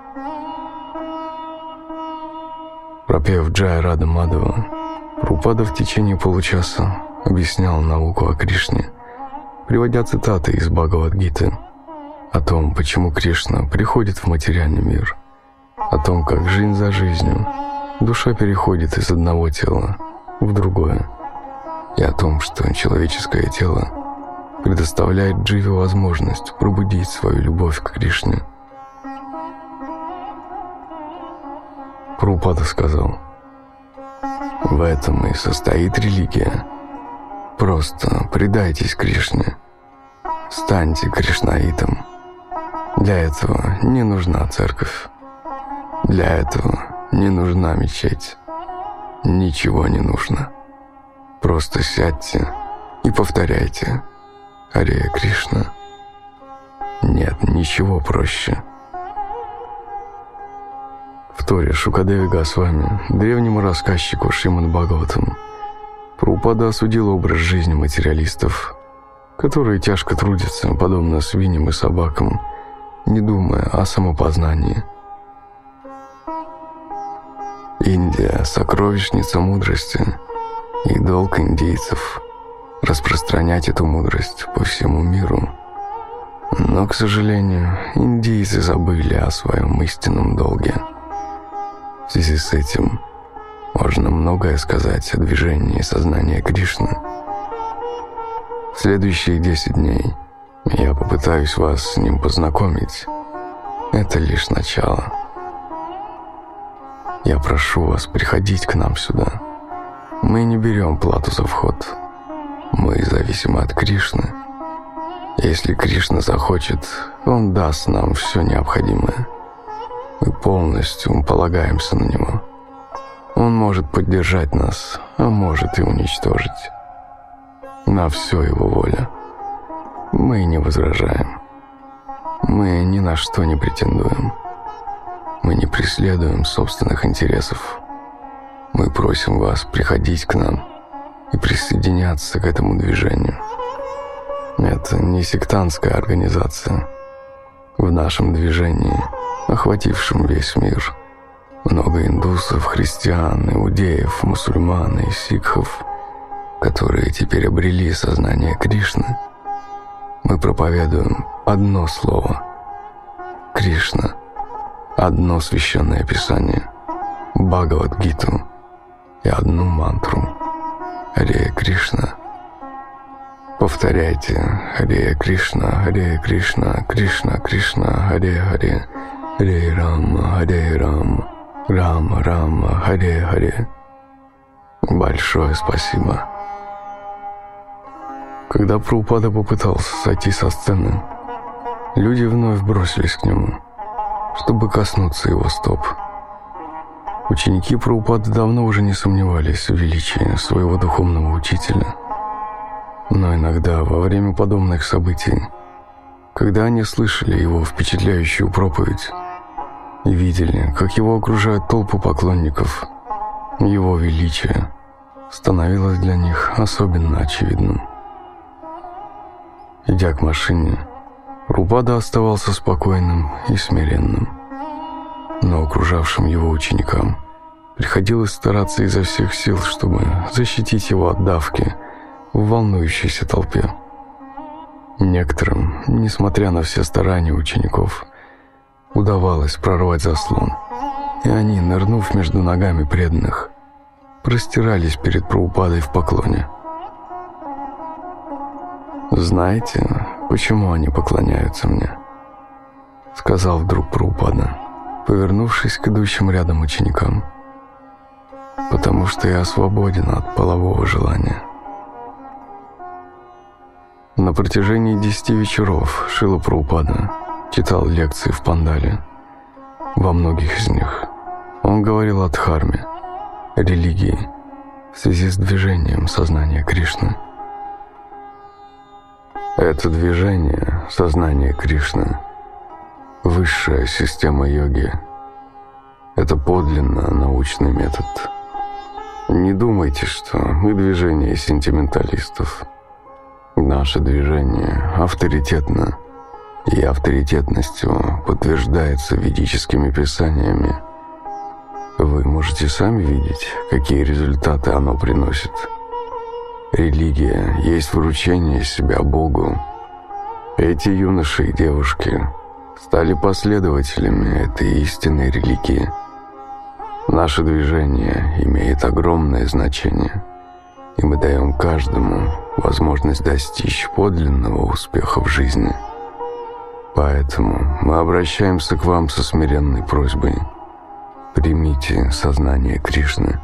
Пропев Джай Рада Мадхава, Прабхупада в течение получаса объяснял науку о Кришне, приводя цитаты из Бхагавад-гиты о том, почему Кришна приходит в материальный мир, о том, как жизнь за жизнью душа переходит из одного тела в другое, и о том, что человеческое тело предоставляет дживе возможность пробудить свою любовь к Кришне. Прабхупада сказал: в этом и состоит религия. Просто предайтесь Кришне, станьте кришнаитом. Для этого не нужна церковь, для этого не нужна мечеть, ничего не нужно. Просто сядьте и повторяйте «Харе Кришна». Нет ничего проще. В Торе Шукадеви Госвами, древнему рассказчику Шримад Бхагаватам, Прабхупада осудил образ жизни материалистов, которые тяжко трудятся, подобно свиньям и собакам, не думая о самопознании. Индия – сокровищница мудрости, и долг индейцев – распространять эту мудрость по всему миру. Но, к сожалению, индейцы забыли о своем истинном долге. В связи с этим можно многое сказать о движении сознания Кришны. В следующие 10 дней я попытаюсь вас с ним познакомить. Это лишь начало. Я прошу вас приходить к нам сюда. Мы не берем плату за вход. Мы зависимы от Кришны. Если Кришна захочет, Он даст нам все необходимое. Мы полностью полагаемся на Него. Он может поддержать нас, а может и уничтожить. На все Его воля. Мы не возражаем. Мы ни на что не претендуем. Мы не преследуем собственных интересов. Мы просим вас приходить к нам и присоединяться к этому движению. Это не сектантская организация. В нашем движении, охватившем весь мир, много индусов, христиан, иудеев, мусульман и сикхов, которые теперь обрели сознание Кришны. Мы проповедуем одно слово — Кришна, одно священное писание — Бхагавад-гиту и одну мантру — Харе Кришна. Повторяйте Харе Кришна, Кришна Кришна, Харе Харе, Харе Рама, Рама Рама, Харе Харе. Большое спасибо. Когда Прабхупада попытался сойти со сцены, люди вновь бросились к нему, чтобы коснуться его стоп. Ученики Прабхупады давно уже не сомневались в величии своего духовного учителя. Но иногда, во время подобных событий, когда они слышали его впечатляющую проповедь и видели, как его окружают толпы поклонников, его величие становилось для них особенно очевидным. Идя к машине, Прабхупада оставался спокойным и смиренным, но окружавшим его ученикам приходилось стараться изо всех сил, чтобы защитить его от давки в волнующейся толпе. Некоторым, несмотря на все старания учеников, удавалось прорвать заслон, и они, нырнув между ногами преданных, простирались перед Прабхупадой в поклоне. «Знаете, почему они поклоняются мне?» — сказал вдруг Прабхупада, повернувшись к идущим рядом ученикам. «Потому что я свободен от полового желания». На протяжении 10 вечеров Шрила Прабхупада читал лекции в Пандале. Во многих из них он говорил о дхарме, религии, в связи с движением сознания Кришны. Это движение сознания Кришны — высшая система йоги. Это подлинно научный метод. Не думайте, что мы движение сентименталистов. Наше движение авторитетно, и авторитетностью подтверждается ведическими писаниями. Вы можете сами видеть, какие результаты оно приносит. Религия есть вручение себя Богу. Эти юноши и девушки стали последователями этой истинной религии. Наше движение имеет огромное значение, и мы даем каждому возможность достичь подлинного успеха в жизни. Поэтому мы обращаемся к вам со смиренной просьбой: примите сознание Кришны.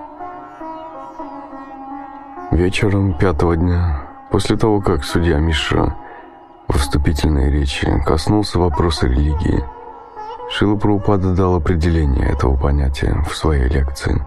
Вечером 5-го дня, после того, как судья Мишра в вступительной речи коснулся вопроса религии, Шрила Прабхупада дал определение этого понятия в своей лекции.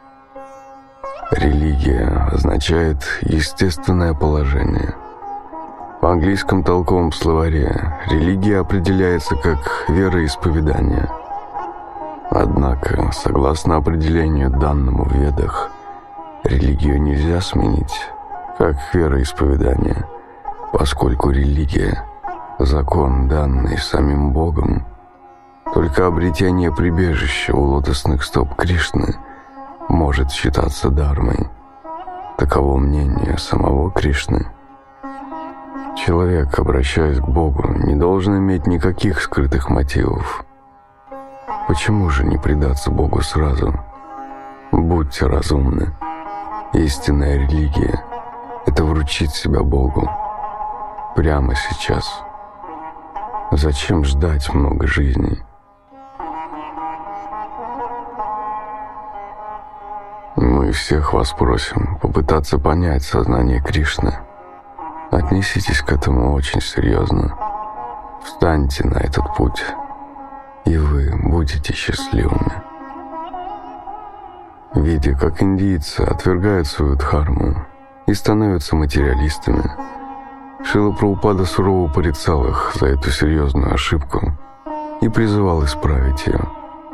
Религия означает естественное положение. В английском толковом словаре религия определяется как вероисповедание. Однако, согласно определению данному в Ведах, религию нельзя сменить, как вероисповедание, поскольку религия — закон, данный самим Богом. Только обретение прибежища у лотосных стоп Кришны может считаться дхармой. Таково мнение самого Кришны. Человек, обращаясь к Богу, не должен иметь никаких скрытых мотивов. Почему же не предаться Богу сразу? Будьте разумны. Истинная религия — это вручить себя Богу прямо сейчас. Зачем ждать много жизней? Мы всех вас просим попытаться понять сознание Кришны. Отнеситесь к этому очень серьезно. Встаньте на этот путь, и вы будете счастливыми. Видя, как индийцы отвергают свою дхарму и становятся материалистами, Шрила Прабхупада сурово порицал их за эту серьезную ошибку и призывал исправить ее.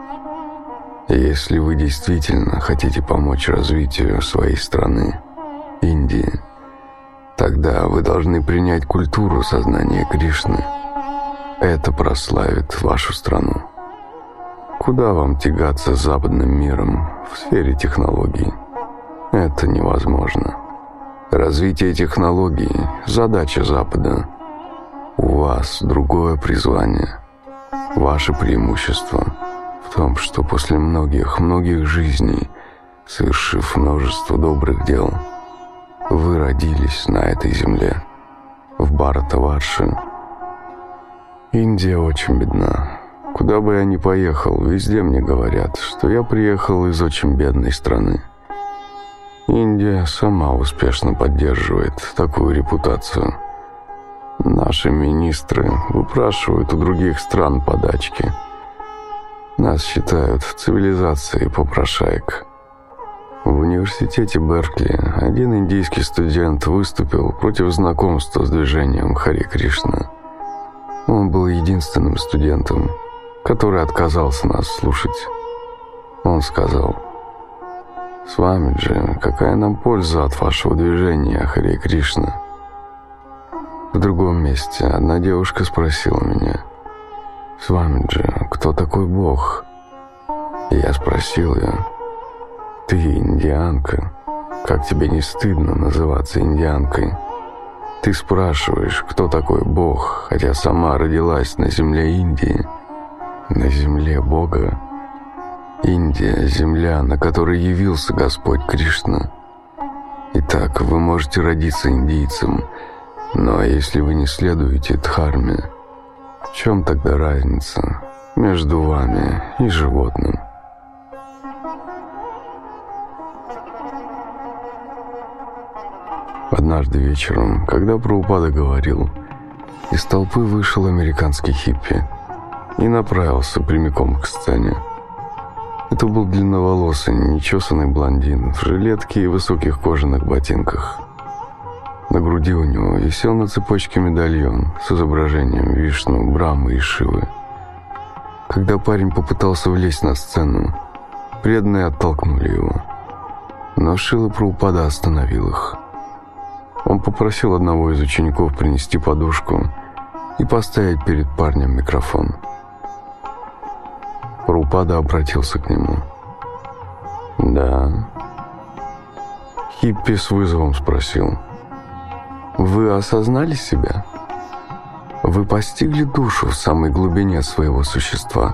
Если вы действительно хотите помочь развитию своей страны, Индии, тогда вы должны принять культуру сознания Кришны. Это прославит вашу страну. Куда вам тягаться с западным миром в сфере технологий? Это невозможно. Развитие технологий – задача Запада. У вас другое призвание. Ваше преимущество в том, что после многих жизней, совершив множество добрых дел, вы родились на этой земле, в Бхаратаварше. Индия очень бедна. Куда бы я ни поехал, везде мне говорят, что я приехал из очень бедной страны. Индия сама успешно поддерживает такую репутацию. Наши министры выпрашивают у других стран подачки. Нас считают цивилизацией попрошаек. В университете Беркли один индийский студент выступил против знакомства с движением Харе Кришна. Он был единственным студентом, который отказался нас слушать. Он сказал: «Свамиджи, какая нам польза от вашего движения Харе Кришна?» В другом месте одна девушка спросила меня: «Свамиджи, кто такой Бог?» И я спросил ее: «Ты индианка. Как тебе не стыдно называться индианкой? Ты спрашиваешь, кто такой Бог, хотя сама родилась на земле Индии, на земле Бога. Индия – земля, на которой явился Господь Кришна. Итак, вы можете родиться индийцем, но если вы не следуете дхарме, в чем тогда разница между вами и животным?» Однажды вечером, когда Прабхупада говорил, из толпы вышел американский хиппи и направился прямиком к сцене. Это был длинноволосый, нечесанный блондин в жилетке и высоких кожаных ботинках. На груди у него висел на цепочке медальон с изображением Вишну, Брамы и Шивы. Когда парень попытался влезть на сцену, преданные оттолкнули его. Но Шрила Прабхупада остановил их. Он попросил одного из учеников принести подушку и поставить перед парнем микрофон. Прабхупада обратился к нему. «Да». Хиппи с вызовом спросил: «Вы осознали себя? Вы постигли душу в самой глубине своего существа?»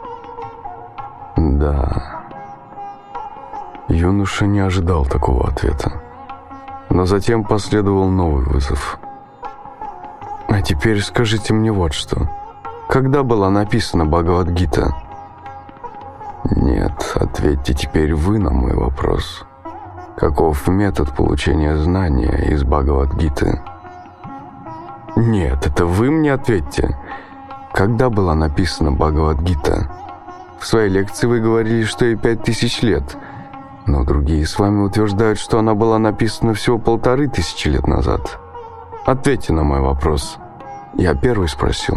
«Да». Юноша не ожидал такого ответа. Но затем последовал новый вызов. «А теперь скажите мне вот что. Когда была написана Бхагавад-гита?» «Нет, ответьте теперь вы на мой вопрос. Каков метод получения знания из Бхагавад-гиты?» «Нет, это вы мне ответьте. Когда была написана Бхагавад-гита? В своей лекции вы говорили, что ей 5000 лет. Но другие с вами утверждают, что она была написана всего 1500 лет назад. Ответьте на мой вопрос. Я первый спросил».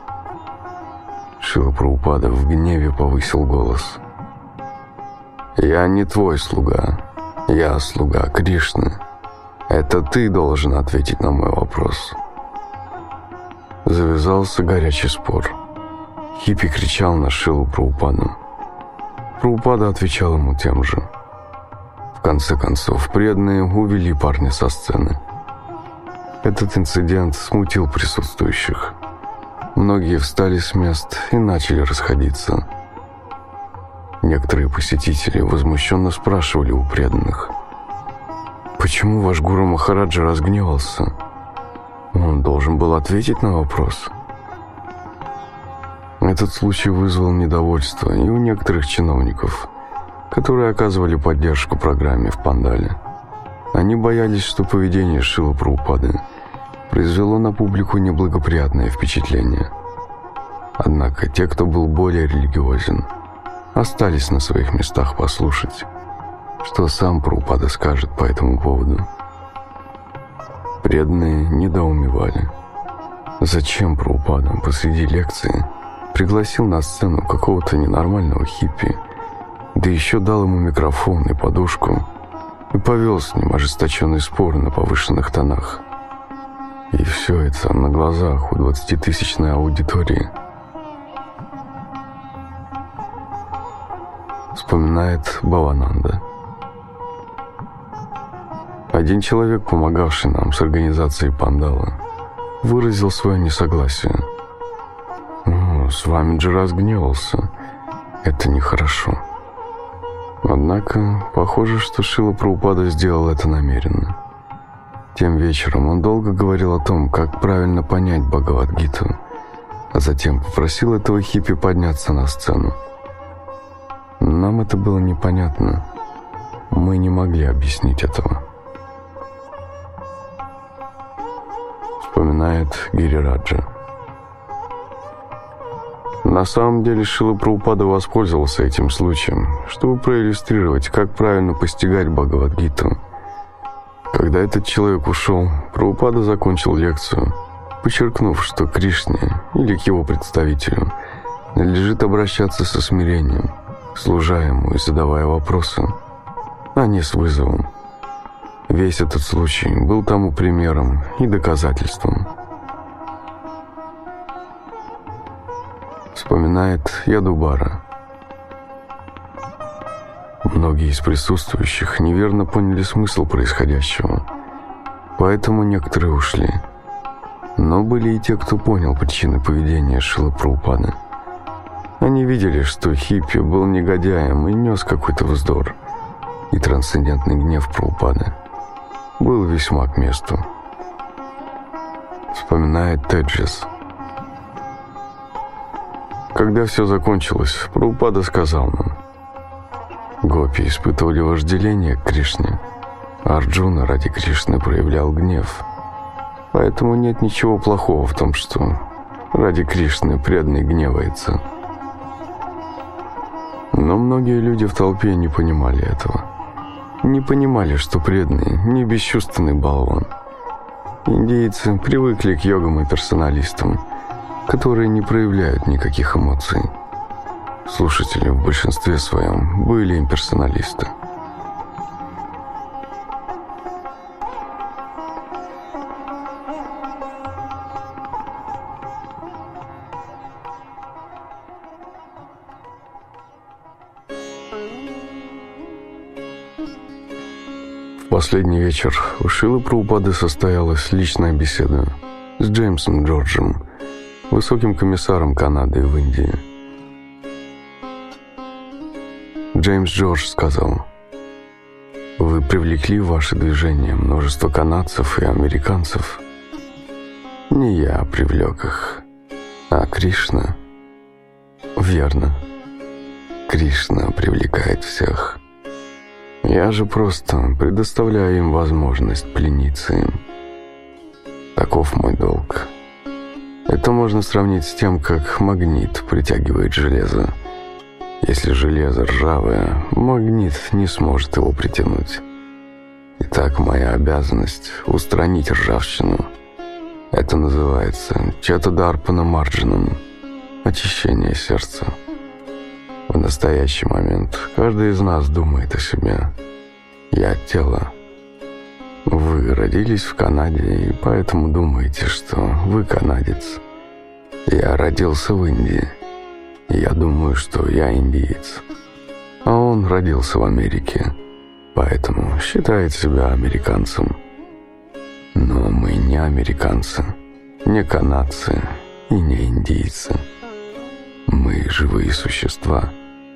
Шрила Прабхупада в гневе повысил голос. «Я не твой слуга. Я слуга Кришны. Это ты должен ответить на мой вопрос». Завязался горячий спор. Хиппи кричал на Шрилу Прабхупаду. Прабхупада отвечал ему тем же. В конце концов, преданные увели парня со сцены. Этот инцидент смутил присутствующих. Многие встали с мест и начали расходиться. Некоторые посетители возмущенно спрашивали у преданных: «Почему ваш гуру Махараджа разгневался? Он должен был ответить на вопрос». Этот случай вызвал недовольство и у некоторых чиновников, которые оказывали поддержку программе в Пандале. Они боялись, что поведение Шрилы Прабхупады произвело на публику неблагоприятное впечатление. Однако те, кто был более религиозен, остались на своих местах послушать, что сам Прабхупада скажет по этому поводу. Преданные недоумевали. Зачем Прабхупада посреди лекции пригласил на сцену какого-то ненормального хиппи, да еще дал ему микрофон и подушку и повел с ним ожесточенный спор на повышенных тонах. И все это на глазах у 20-тысячной аудитории. Вспоминает Бхавананда. Один человек, помогавший нам с организацией Пандала, выразил свое несогласие. Свамиджи разгневался. Это нехорошо. Однако, похоже, что Шрила Прабхупада сделал это намеренно. Тем вечером он долго говорил о том, как правильно понять Бхагавад-гиту, а затем попросил этого хиппи подняться на сцену. Нам это было непонятно. Мы не могли объяснить этого. Вспоминает Гирираджа. На самом деле Шрила Прабхупада воспользовался этим случаем, чтобы проиллюстрировать, как правильно постигать Бхагавад-гиту. Когда этот человек ушел, Прабхупада закончил лекцию, подчеркнув, что к Кришне или к его представителю надлежит обращаться со смирением, служа ему и задавая вопросы, а не с вызовом. Весь этот случай был тому примером и доказательством. Вспоминает Ядубара. Многие из присутствующих неверно поняли смысл происходящего, поэтому некоторые ушли. Но были и те, кто понял причины поведения Шрилы Прабхупады. Они видели, что хиппи был негодяем и нес какой-то вздор, и трансцендентный гнев Прабхупады был весьма к месту. Вспоминает Теджес. Когда все закончилось, Прабхупада сказал нам: гопи испытывали вожделение к Кришне, а Арджуна ради Кришны проявлял гнев. Поэтому нет ничего плохого в том, что ради Кришны преданный гневается. Но многие люди в толпе не понимали этого. Не понимали, что преданный не бесчувственный болван. Индийцы привыкли к йогам и персоналистам, которые не проявляют никаких эмоций. Слушатели в большинстве своем были имперсоналисты. В последний вечер у Шрилы Прабхупады состоялась личная беседа с Джеймсом Джорджем, высоким комиссаром Канады в Индии. Джеймс Джордж сказал: «Вы привлекли в ваше движение множество канадцев и американцев. Не я привлек их, а Кришна». «Верно. Кришна привлекает всех. Я же просто предоставляю им возможность плениться им. Таков мой долг. Это можно сравнить с тем, как магнит притягивает железо. Если железо ржавое, магнит не сможет его притянуть. Итак, моя обязанность — устранить ржавчину. Это называется Четадарпана Марджанам — очищение сердца. В настоящий момент каждый из нас думает о себе. Я — тело. Вы родились в Канаде и поэтому думаете, что вы канадец. Я родился в Индии. Я думаю, что я индиец. А он родился в Америке, поэтому считает себя американцем. Но мы не американцы, не канадцы и не индийцы. Мы живые существа.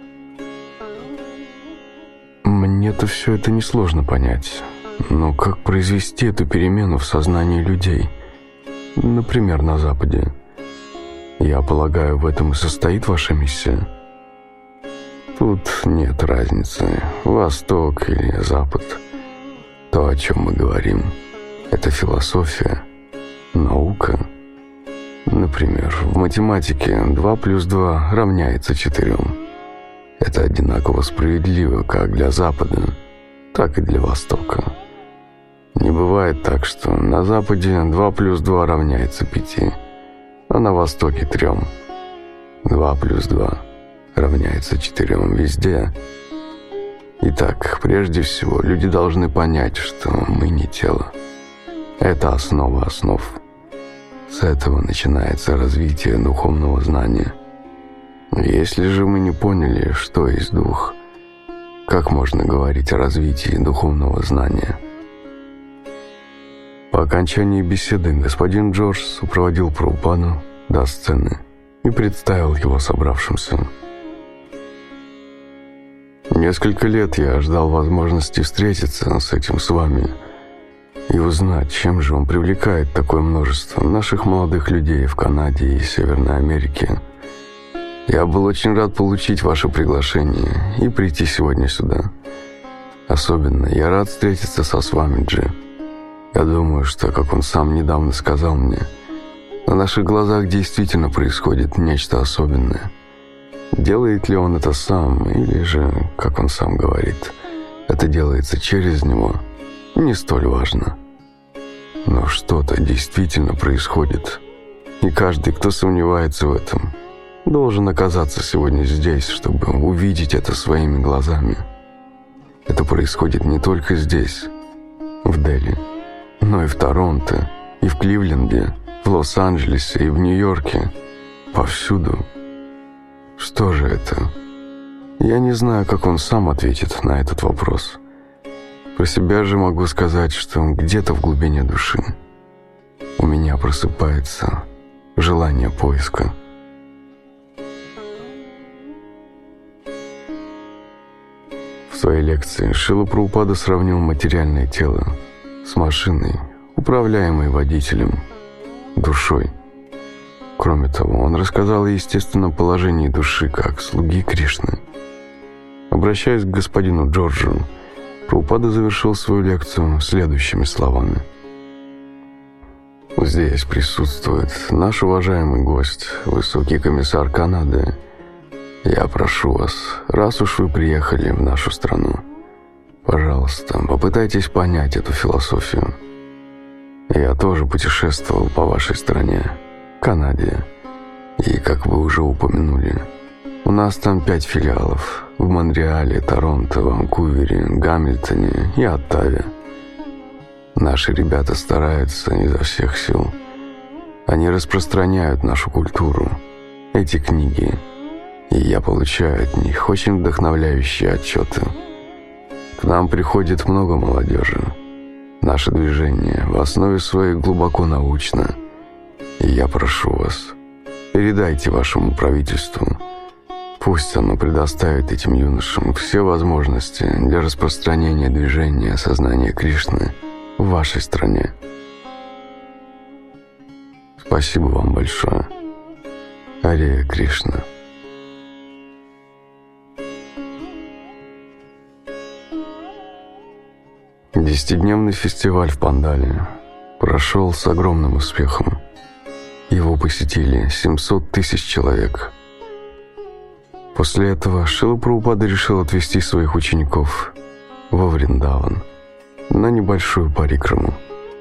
Мне-то все это несложно понять. Но как произвести эту перемену в сознании людей? Например, на Западе. Я полагаю, в этом и состоит ваша миссия. Тут нет разницы, Восток или Запад. То, о чем мы говорим, это философия, наука. Например, в математике 2 плюс 2 равняется 4. Это одинаково справедливо как для Запада, так и для Востока. Не бывает так, что на Западе 2 плюс 2 равняется 5, а на Востоке 3. 2 плюс 2 равняется 4 везде. Итак, прежде всего, люди должны понять, что мы не тело. Это основа основ. С этого начинается развитие духовного знания. Если же мы не поняли, что есть дух, как можно говорить о развитии духовного знания? По окончании беседы господин Джордж сопроводил Прабхупаду до сцены и представил его собравшимся. Несколько лет я ждал возможности встретиться с этим с вами и узнать, чем же он привлекает такое множество наших молодых людей в Канаде и Северной Америке. Я был очень рад получить ваше приглашение и прийти сегодня сюда. Особенно я рад встретиться со Свамиджи. Я думаю, что, как он сам недавно сказал мне, на наших глазах действительно происходит нечто особенное. Делает ли он это сам, или же, как он сам говорит, это делается через него, не столь важно. Но что-то действительно происходит, и каждый, кто сомневается в этом, должен оказаться сегодня здесь, чтобы увидеть это своими глазами. Это происходит не только здесь, в Дели, но и в Торонто, и в Кливленде, в Лос-Анджелесе, и в Нью-Йорке, повсюду. Что же это? Я не знаю, как он сам ответит на этот вопрос. Про себя же могу сказать, что где-то в глубине души у меня просыпается желание поиска. В своей лекции Шрила Прабхупада сравнил материальное тело с машиной, управляемой водителем, душой. Кроме того, он рассказал о естественном положении души как слуги Кришны. Обращаясь к господину Джорджу, Прабхупада завершил свою лекцию следующими словами. «Здесь присутствует наш уважаемый гость, высокий комиссар Канады. Я прошу вас, раз уж вы приехали в нашу страну, пожалуйста, попытайтесь понять эту философию. Я тоже путешествовал по вашей стране, Канаде, и, как вы уже упомянули, у нас там 5 филиалов в Монреале, Торонто, Ванкувере, Гамильтоне и Оттаве. Наши ребята стараются изо всех сил. Они распространяют нашу культуру, эти книги, и я получаю от них очень вдохновляющие отчеты. К нам приходит много молодежи. Наше движение в основе своей глубоко научно. И я прошу вас, передайте вашему правительству. Пусть оно предоставит этим юношам все возможности для распространения движения сознания Кришны в вашей стране. Спасибо вам большое. Харе Кришна. Десятидневный фестиваль в Пандале прошел с огромным успехом. Его посетили 700 тысяч человек. После этого Шрила Прабхупада решил отвезти своих учеников во Вриндаван на небольшую парикраму.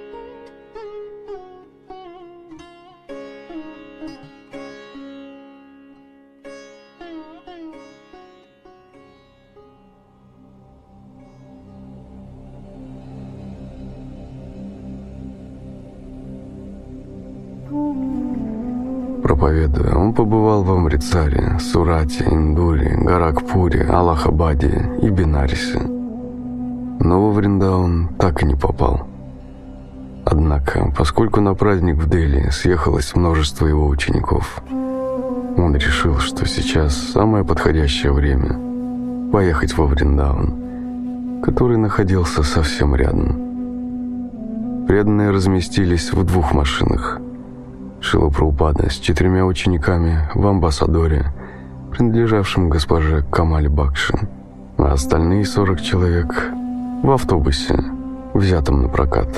Проповедуя, он побывал в Амритсаре, Сурате, Индуре, Горакхпуре, Аллахабаде и Бенарисе. Но во Вриндаван так и не попал. Однако, поскольку на праздник в Дели съехалось множество его учеников, он решил, что сейчас самое подходящее время поехать во Вриндаван, который находился совсем рядом. Преданные разместились в 2 машинах. Шрила Прабхупада с 4 учениками в Амбассадоре принадлежавшем госпоже Камале Бакши, а остальные 40 человек в автобусе, взятом на прокат.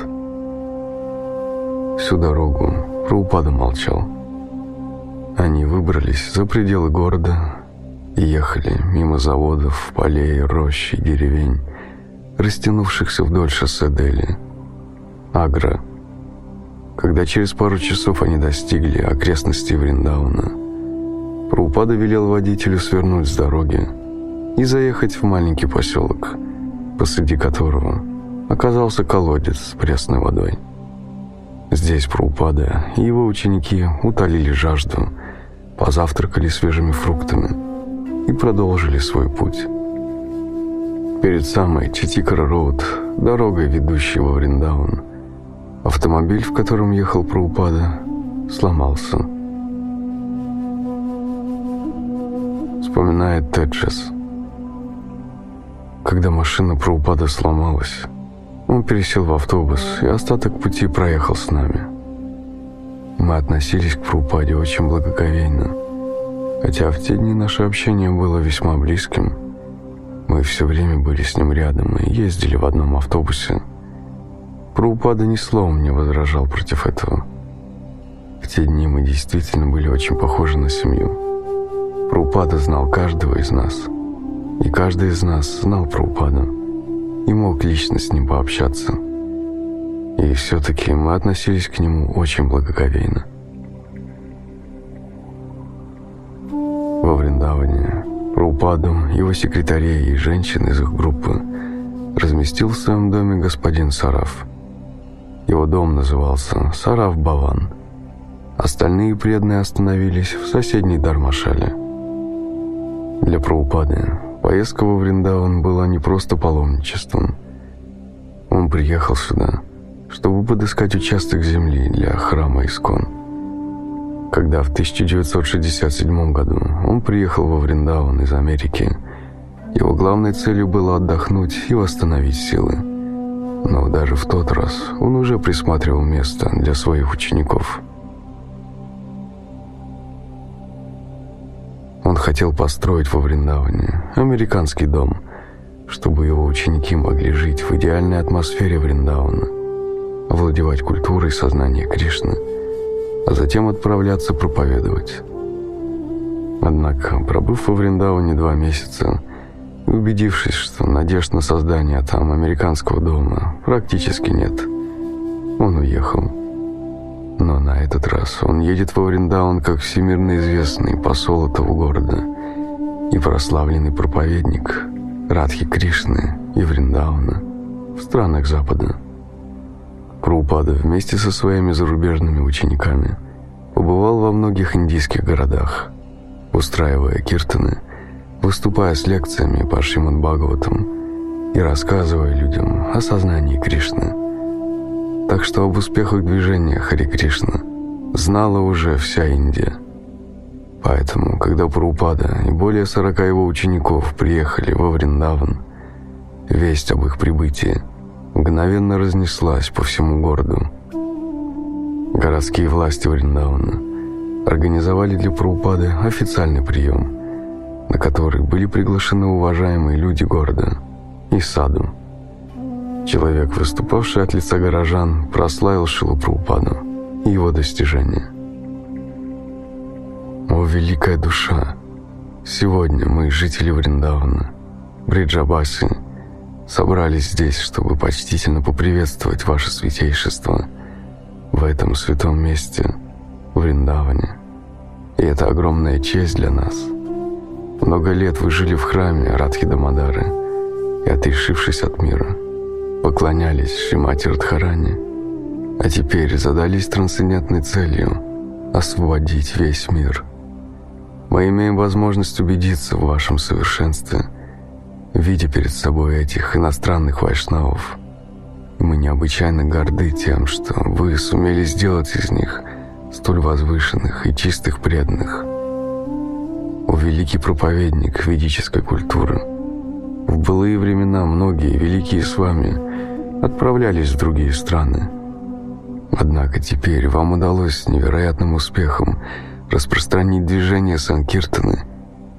Всю дорогу Прабхупада молчал. Они выбрались за пределы города и ехали мимо заводов, полей, рощ и деревень, растянувшихся вдоль шоссе Дели, Агра. Когда через пару часов они достигли окрестностей Вриндауна, Прабхупада велел водителю свернуть с дороги и заехать в маленький поселок, посреди которого оказался колодец с пресной водой. Здесь Прабхупада и его ученики утолили жажду, позавтракали свежими фруктами и продолжили свой путь. Перед самой Читикара-роуд, дорогой, ведущей во Вриндаун, автомобиль, в котором ехал Прабхупада, сломался. Вспоминает Теджес. Когда машина Прабхупады сломалась, он пересел в автобус и остаток пути проехал с нами. Мы относились к Прабхупаде очень благоговейно, хотя в те дни наше общение было весьма близким. Мы все время были с ним рядом и ездили в одном автобусе. Прабхупада ни словом не возражал против этого. В те дни мы действительно были очень похожи на семью. Прабхупада знал каждого из нас, и каждый из нас знал Прабхупаду и мог лично с ним пообщаться. И все-таки мы относились к нему очень благоговейно. Во Вриндаване Прабхупаду, его секретарей и женщин из их группы разместил в своем доме господин Сараф. Его дом назывался Сараф Баван. Остальные преданные остановились в соседней Дармашале. Для Прабхупады поездка во Вриндаван была не просто паломничеством. Он приехал сюда, чтобы подыскать участок земли для храма Искон. Когда в 1967 году он приехал во Вриндаван из Америки, его главной целью было отдохнуть и восстановить силы. Но даже в тот раз он уже присматривал место для своих учеников. Он хотел построить во Вриндаване американский дом, чтобы его ученики могли жить в идеальной атмосфере Вриндавана, овладевать культурой сознания Кришны, а затем отправляться проповедовать. Однако, пробыв во Вриндаване 2 месяца и убедившись, что надежд на создание там американского дома практически нет, он уехал. Но на этот раз он едет во Вриндаван как всемирно известный посол этого города и прославленный проповедник Радхи Кришны и Вриндавана в странах Запада. Прабхупада вместе со своими зарубежными учениками побывал во многих индийских городах, устраивая киртаны, выступая с лекциями по Шримад-Бхагаватам и рассказывая людям о сознании Кришны. Так что об успехах движения Хари Кришна знала уже вся Индия. Поэтому, когда Прабхупада и более 40 его учеников приехали во Вриндаван, весть об их прибытии мгновенно разнеслась по всему городу. Городские власти Вриндавана организовали для Прабхупады официальный прием, на который были приглашены уважаемые люди города и саду. Человек, выступавший от лица горожан, прославил Шрилу Прабхупаду и его достижения. «О, великая душа! Сегодня мы, жители Вриндавана, Бриджабаси, собрались здесь, чтобы почтительно поприветствовать ваше святейшество в этом святом месте, Вриндаване. И это огромная честь для нас. Много лет вы жили в храме Радхи Дамодары и, отрешившись от мира, поклонялись Шримати Радхарани, а теперь задались трансцендентной целью освободить весь мир. Мы имеем возможность убедиться в вашем совершенстве, видя перед собой этих иностранных вайшнавов. Мы необычайно горды тем, что вы сумели сделать из них столь возвышенных и чистых преданных. О, великий проповедник ведической культуры! В былые времена многие великие с вами отправлялись в другие страны. Однако теперь вам удалось с невероятным успехом распространить движение Санкиртаны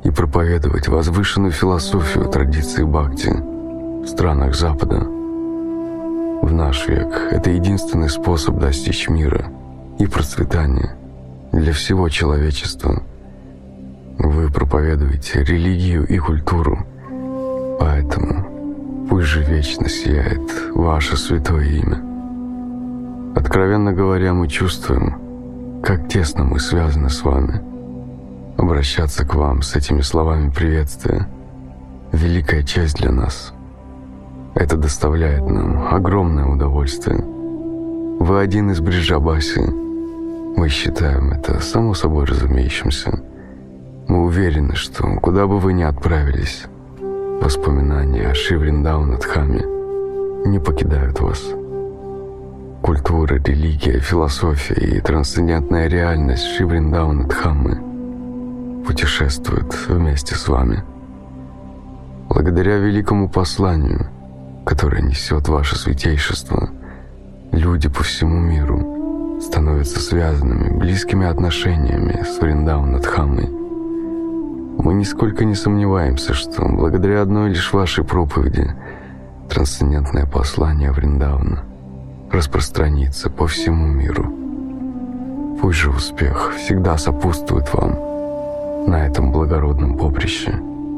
и проповедовать возвышенную философию традиции бхакти в странах Запада. В наш век это единственный способ достичь мира и процветания для всего человечества. Вы проповедуете религию и культуру, поэтому пусть же вечно сияет ваше святое имя. Откровенно говоря, мы чувствуем, как тесно мы связаны с вами. Обращаться к вам с этими словами приветствия – великая честь для нас. Это доставляет нам огромное удовольствие. Вы один из Бриджабаси. Мы считаем это само собой разумеющимся. Мы уверены, что куда бы вы ни отправились, воспоминания о Шри Вриндавана-Дхаме не покидают вас. Культура, религия, философия и трансцендентная реальность Шри Вриндавана-Дхаммы путешествуют вместе с вами. Благодаря великому посланию, которое несет ваше святейшество, люди по всему миру становятся связанными близкими отношениями с Вриндавана-Дхаммой. Мы нисколько не сомневаемся, что благодаря одной лишь вашей проповеди трансцендентное послание Вриндавана распространится по всему миру. Пусть же успех всегда сопутствует вам на этом благородном поприще.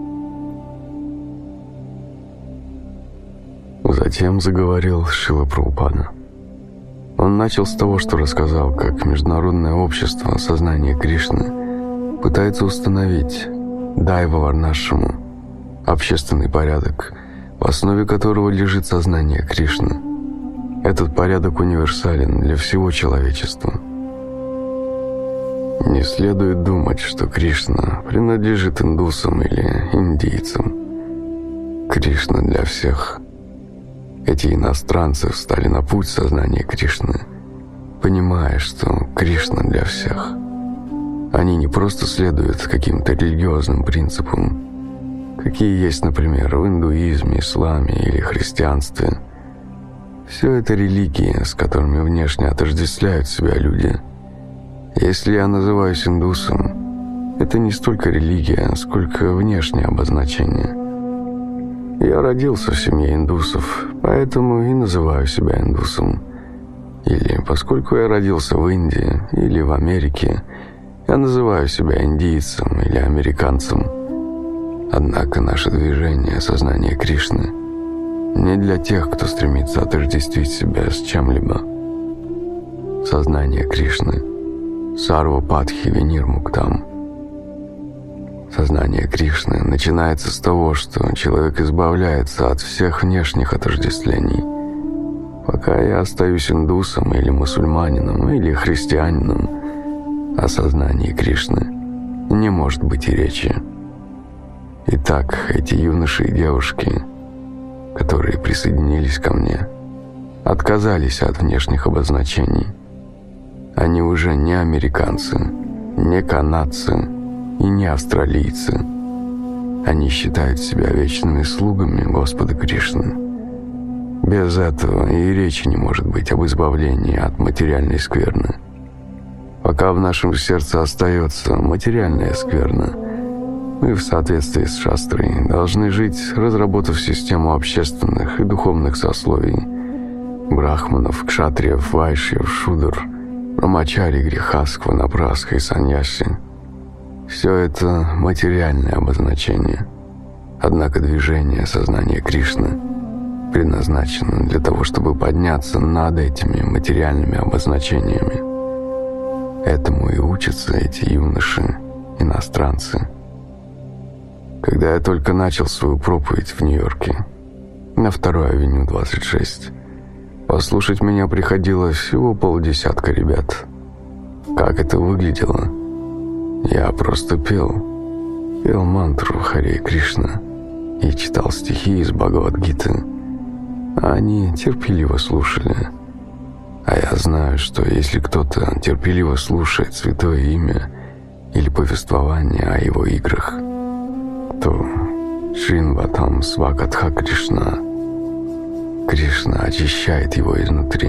Затем заговорил Шрила Прабхупада. Он начал с того, что рассказал, как Международное общество сознания Кришны пытается установить Дайва Варнашраму, общественный порядок, в основе которого лежит сознание Кришны. Этот порядок универсален для всего человечества. Не следует думать, что Кришна принадлежит индусам или индийцам. Кришна для всех. Эти иностранцы встали на путь сознания Кришны, понимая, что Кришна для всех. Они не просто следуют каким-то религиозным принципам, какие есть, например, в индуизме, исламе или христианстве. Все это религии, с которыми внешне отождествляют себя люди. Если я называюсь индусом, это не столько религия, сколько внешнее обозначение. Я родился в семье индусов, поэтому и называю себя индусом. Или, поскольку я родился в Индии или в Америке, я называю себя индийцем или американцем. Однако наше движение сознания Кришны не для тех, кто стремится отождествить себя с чем-либо. Сознание Кришны Сарва Падхи Винирмуктам. Сознание Кришны начинается с того, что человек избавляется от всех внешних отождествлений. Пока я остаюсь индусом или мусульманином или христианином, о сознании Кришны не может быть и речи. Итак, эти юноши и девушки, которые присоединились ко мне, отказались от внешних обозначений. Они уже не американцы, не канадцы и не австралийцы. Они считают себя вечными слугами Господа Кришны. Без этого и речи не может быть об избавлении от материальной скверны. Пока в нашем сердце остается материальная скверна, мы в соответствии с шастрой должны жить, разработав систему общественных и духовных сословий: брахманов, кшатриев, вайшьев, шудр, брамачари, грехаск, ванапрасха и саньяси. Все это материальное обозначение. Однако движение сознания Кришны предназначено для того, чтобы подняться над этими материальными обозначениями. Этому и учатся эти юноши, иностранцы. Когда я только начал свою проповедь в Нью-Йорке, на 2-й авеню 26, послушать меня приходило всего полдесятка ребят. Как это выглядело? Я просто пел мантру Харе Кришна и читал стихи из Бхагавад-гиты. Они терпеливо слушали. А я знаю, что если кто-то терпеливо слушает святое имя или повествование о его играх, то Шринватам Свакатха Кришна, Кришна очищает его изнутри.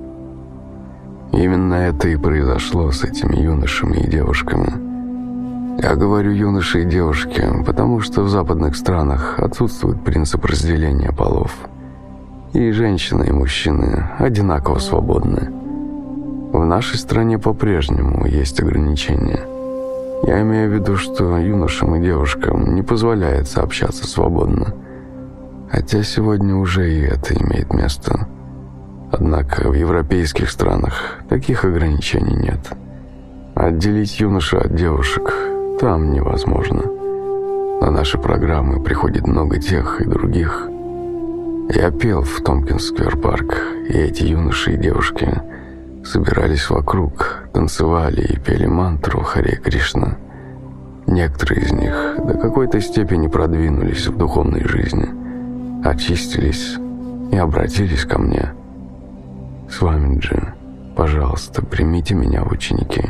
Именно это и произошло с этими юношами и девушками. Я говорю юноши и девушки, потому что в западных странах отсутствует принцип разделения полов. И женщины, и мужчины одинаково свободны. В нашей стране по-прежнему есть ограничения. Я имею в виду, что юношам и девушкам не позволяется общаться свободно. Хотя сегодня уже и это имеет место. Однако в европейских странах таких ограничений нет. Отделить юношу от девушек там невозможно. На наши программы приходит много тех и других. Я пел в Томпкинс-сквер-парк, и эти юноши и девушки собирались вокруг, танцевали и пели мантру Харе Кришна. Некоторые из них до какой-то степени продвинулись в духовной жизни, очистились и обратились ко мне. Свамиджи, пожалуйста, примите меня в ученики.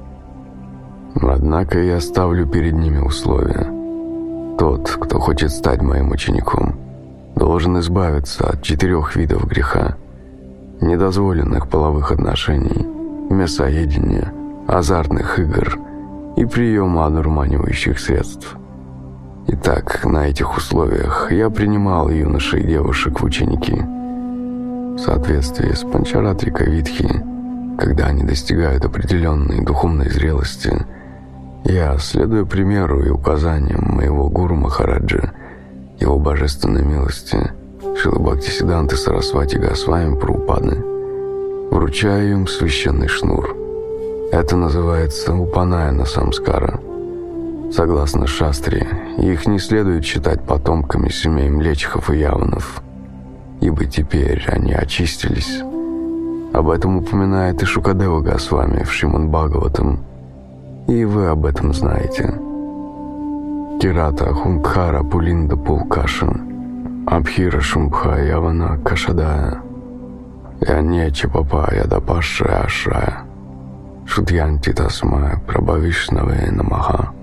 Однако я ставлю перед ними условия. Тот, кто хочет стать моим учеником, должен избавиться от 4 видов греха: недозволенных половых отношений, мясоедения, азартных игр и приема одурманивающих средств. Итак, на этих условиях я принимал юношей и девушек в ученики. В соответствии с Панчаратрика Витхи, когда они достигают определенной духовной зрелости, я, следуя примеру и указаниям моего гуру Махараджа, его божественной милости, Шрилы Бхактисиддханты Сарасвати Госвами Прабхупады, вручаю им священный шнур. Это называется Упанаяна Самскара. Согласно Шастре, их не следует считать потомками семей Млечхов и Яванов, ибо теперь они очистились. Об этом упоминает и Шукадева Госвами в Шримад Бхагаватам, и вы об этом знаете. Кирата Хункхара Пулинда Пулкашин, Абхира Шумбха Явана Кашадая, Янеча Папа Ядапашая Ашая, Шудьянти Тасмая Прабхавишнаве Намаха.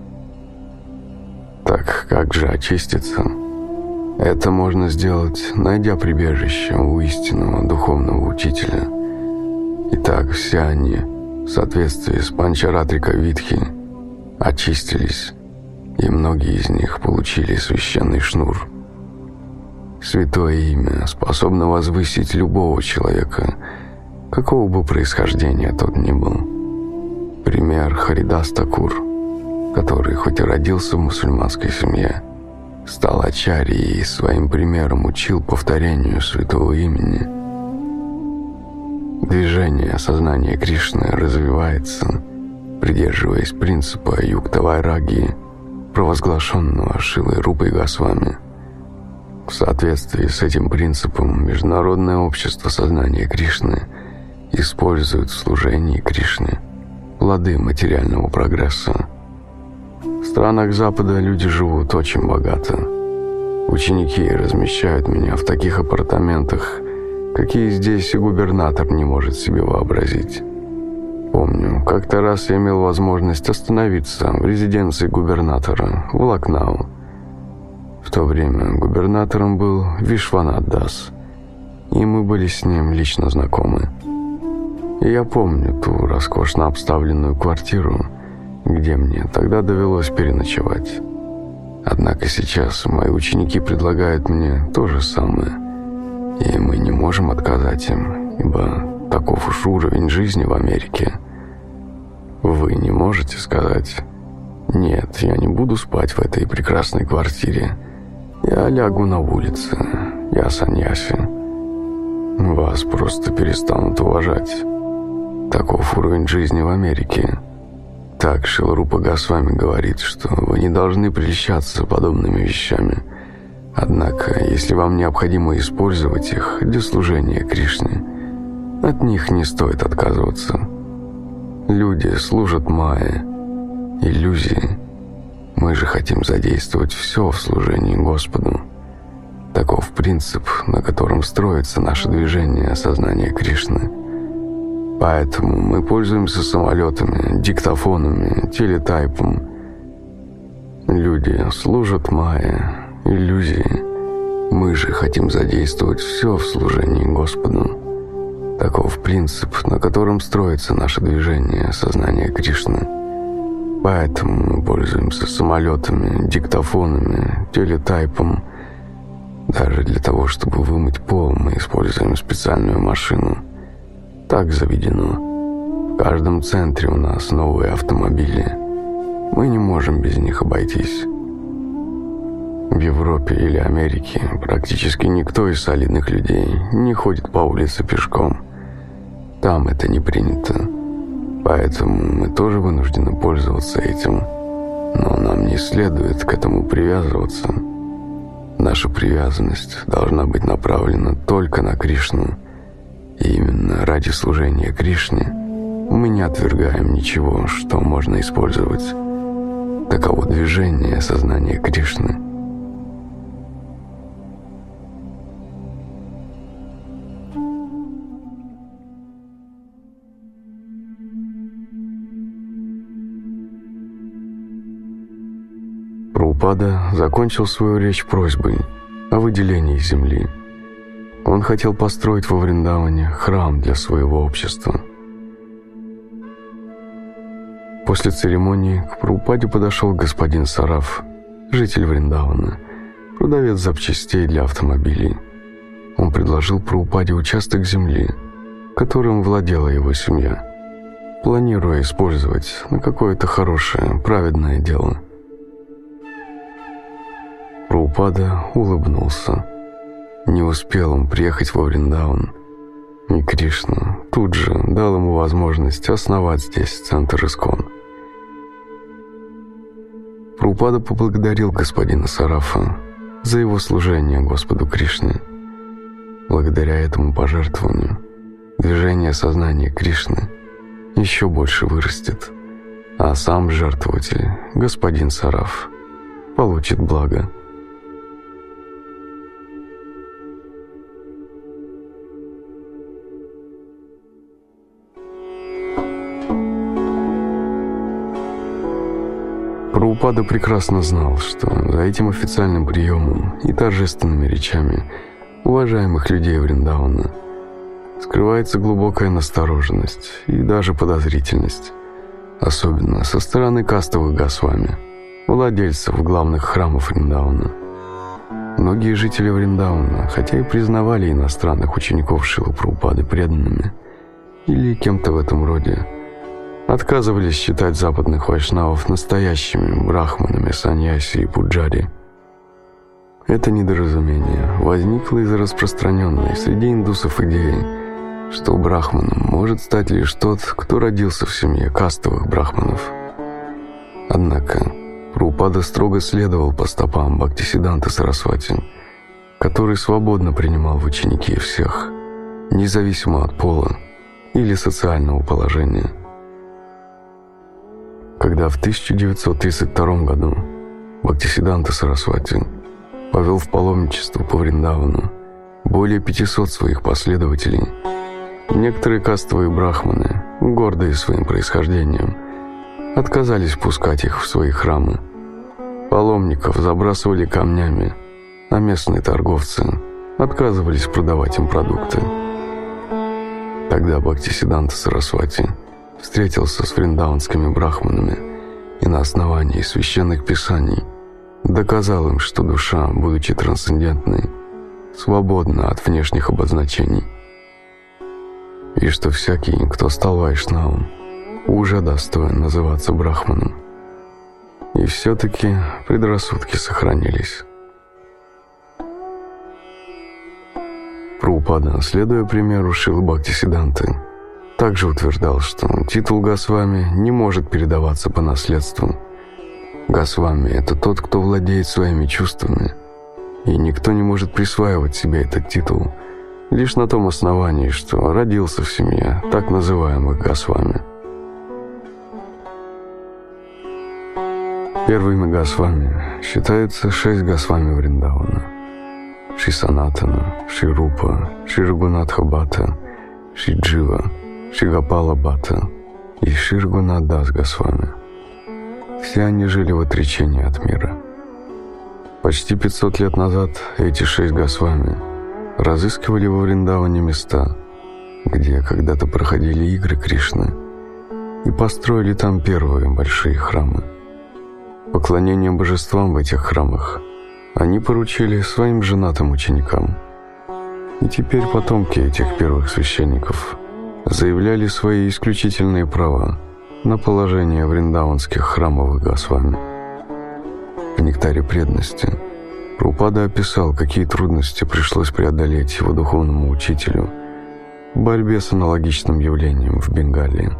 Так как же очиститься? Это можно сделать, найдя прибежище у истинного духовного учителя. Итак, все они, в соответствии с Панчаратрика Витхи, очистились, и многие из них получили священный шнур. Святое имя способно возвысить любого человека, какого бы происхождения тот ни был. Пример Харидас Такур, который хоть и родился в мусульманской семье, стал ачарьей и своим примером учил повторению святого имени. Движение сознания Кришны развивается, придерживаясь принципа Юкта-Вайрагии, провозглашенного Шрилой Рупой Госвами. В соответствии с этим принципом Международное общество сознания Кришны использует в служении Кришне плоды материального прогресса. В странах Запада люди живут очень богато. Ученики размещают меня в таких апартаментах, какие здесь и губернатор не может себе вообразить. Помню, как-то раз я имел возможность остановиться в резиденции губернатора в Лакнау. В то время губернатором был Вишванат Дас, и мы были с ним лично знакомы. И я помню ту роскошно обставленную квартиру, где мне тогда довелось переночевать. Однако сейчас мои ученики предлагают мне то же самое, и мы не можем отказать им, ибо таков уж уровень жизни в Америке. Вы не можете сказать: «Нет, я не буду спать в этой прекрасной квартире. Я лягу на улице, я саньяси». Вас просто перестанут уважать. Таков уровень жизни в Америке. Так Шрила Рупа Госвами говорит, что вы не должны прельщаться подобными вещами. Однако, если вам необходимо использовать их для служения Кришне, от них не стоит отказываться. Люди служат Майе, иллюзии. Мы же хотим задействовать все в служении Господу. Таков принцип, на котором строится наше движение сознания Кришны. Поэтому мы пользуемся самолетами, диктофонами, телетайпом. Люди служат Майе, иллюзии. Мы же хотим задействовать все в служении Господу. Таков принцип, на котором строится наше движение сознания Кришны. Поэтому мы пользуемся самолетами, диктофонами, телетайпом. Даже для того, чтобы вымыть пол, мы используем специальную машину. Так заведено. В каждом центре у нас новые автомобили. Мы не можем без них обойтись. В Европе или Америке практически никто из солидных людей не ходит по улице пешком. Там это не принято. Поэтому мы тоже вынуждены пользоваться этим. Но нам не следует к этому привязываться. Наша привязанность должна быть направлена только на Кришну. И именно ради служения Кришне мы не отвергаем ничего, что можно использовать. Таково движение сознания Кришны. Прабхупада закончил свою речь просьбой о выделении земли. Он хотел построить во Вриндаване храм для своего общества. После церемонии к Прабхупаде подошел господин Сараф, житель Вриндавана, продавец запчастей для автомобилей. Он предложил Прабхупаде участок земли, которым владела его семья, планируя использовать на какое-то хорошее, праведное дело. Прабхупада улыбнулся. Не успел он приехать во Вриндаван, и Кришна тут же дал ему возможность основать здесь центр Искон. Прабхупада поблагодарил господина Сарафа за его служение Господу Кришне. Благодаря этому пожертвованию движение сознания Кришны еще больше вырастет, а сам жертвователь, господин Сараф, получит благо. Прабхупада прекрасно знал, что за этим официальным приемом и торжественными речами уважаемых людей Вриндавана скрывается глубокая настороженность и даже подозрительность, особенно со стороны кастовых Госвами, владельцев главных храмов Вриндавана. Многие жители Вриндавана, хотя и признавали иностранных учеников Шрилы Прабхупады преданными или кем-то в этом роде, отказывались считать западных вайшнавов настоящими брахманами, саньяси и пуджари. Это недоразумение возникло из-за распространенной среди индусов идеи, что брахманом может стать лишь тот, кто родился в семье кастовых брахманов. Однако Прабхупада строго следовал по стопам Бхактисиддханты Сарасвати, который свободно принимал в ученики всех, независимо от пола или социального положения. Когда в 1932 году Бхактисиддханта Сарасвати повел в паломничество по Вриндавану более 500 своих последователей, некоторые кастовые брахманы, гордые своим происхождением, отказались пускать их в свои храмы. Паломников забрасывали камнями, а местные торговцы отказывались продавать им продукты. Тогда Бхактисиддханта Сарасвати встретился с вриндаванскими брахманами и на основании священных писаний доказал им, что душа, будучи трансцендентной, свободна от внешних обозначений, и что всякий, кто стал вайшнавом, уже достоин называться брахманом. И все-таки предрассудки сохранились. Прабхупада, следуя примеру Шрилы Бхактисиддханты, также утверждал, что титул Госвами не может передаваться по наследству. Госвами – это тот, кто владеет своими чувствами, и никто не может присваивать себе этот титул лишь на том основании, что родился в семье так называемых Госвами. Первыми Госвами считаются 6 Госвами Вриндавана: Шри Санатана, Шри Рупа, Шри Рагунатха Бхатта, Шри Джива, Шри Гопала Бхатта и Шри Рагунат Дас Госвами. Все они жили в отречении от мира. Почти 500 лет назад эти 6 Госвами разыскивали во Вриндаване места, где когда-то проходили игры Кришны, и построили там первые большие храмы. Поклонение божествам в этих храмах они поручили своим женатым ученикам. И теперь потомки этих первых священников заявляли свои исключительные права на положение вриндаванских храмовых Госвами. В «Нектаре преданности» Прабхупада описал, какие трудности пришлось преодолеть его духовному учителю в борьбе с аналогичным явлением в Бенгалии.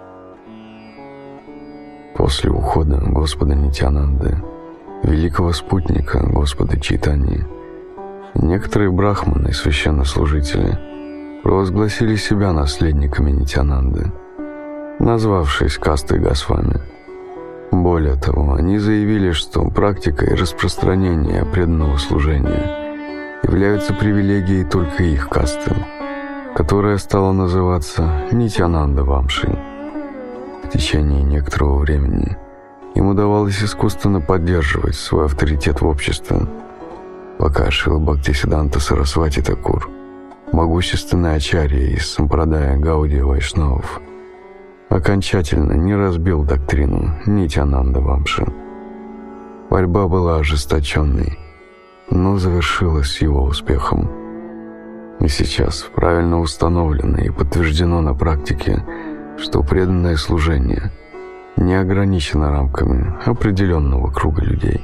После ухода Господа Нитьянанды, великого спутника Господа Чайтаньи, некоторые брахманы и священнослужители провозгласили себя наследниками Нитьянанды, назвавшись кастой Госвами. Более того, они заявили, что практика и распространение преданного служения являются привилегией только их касты, которая стала называться Нитьянанда Вамши. В течение некоторого времени им удавалось искусственно поддерживать свой авторитет в обществе, пока Шрила Бхактисиддханта Сарасвати Такур, могущественный ачарья из сампрадая Гаудия Вайшнавов, окончательно не разбил доктрину Нитьянанда Вамши. Борьба была ожесточенной, но завершилась его успехом. И сейчас правильно установлено и подтверждено на практике, что преданное служение не ограничено рамками определенного круга людей.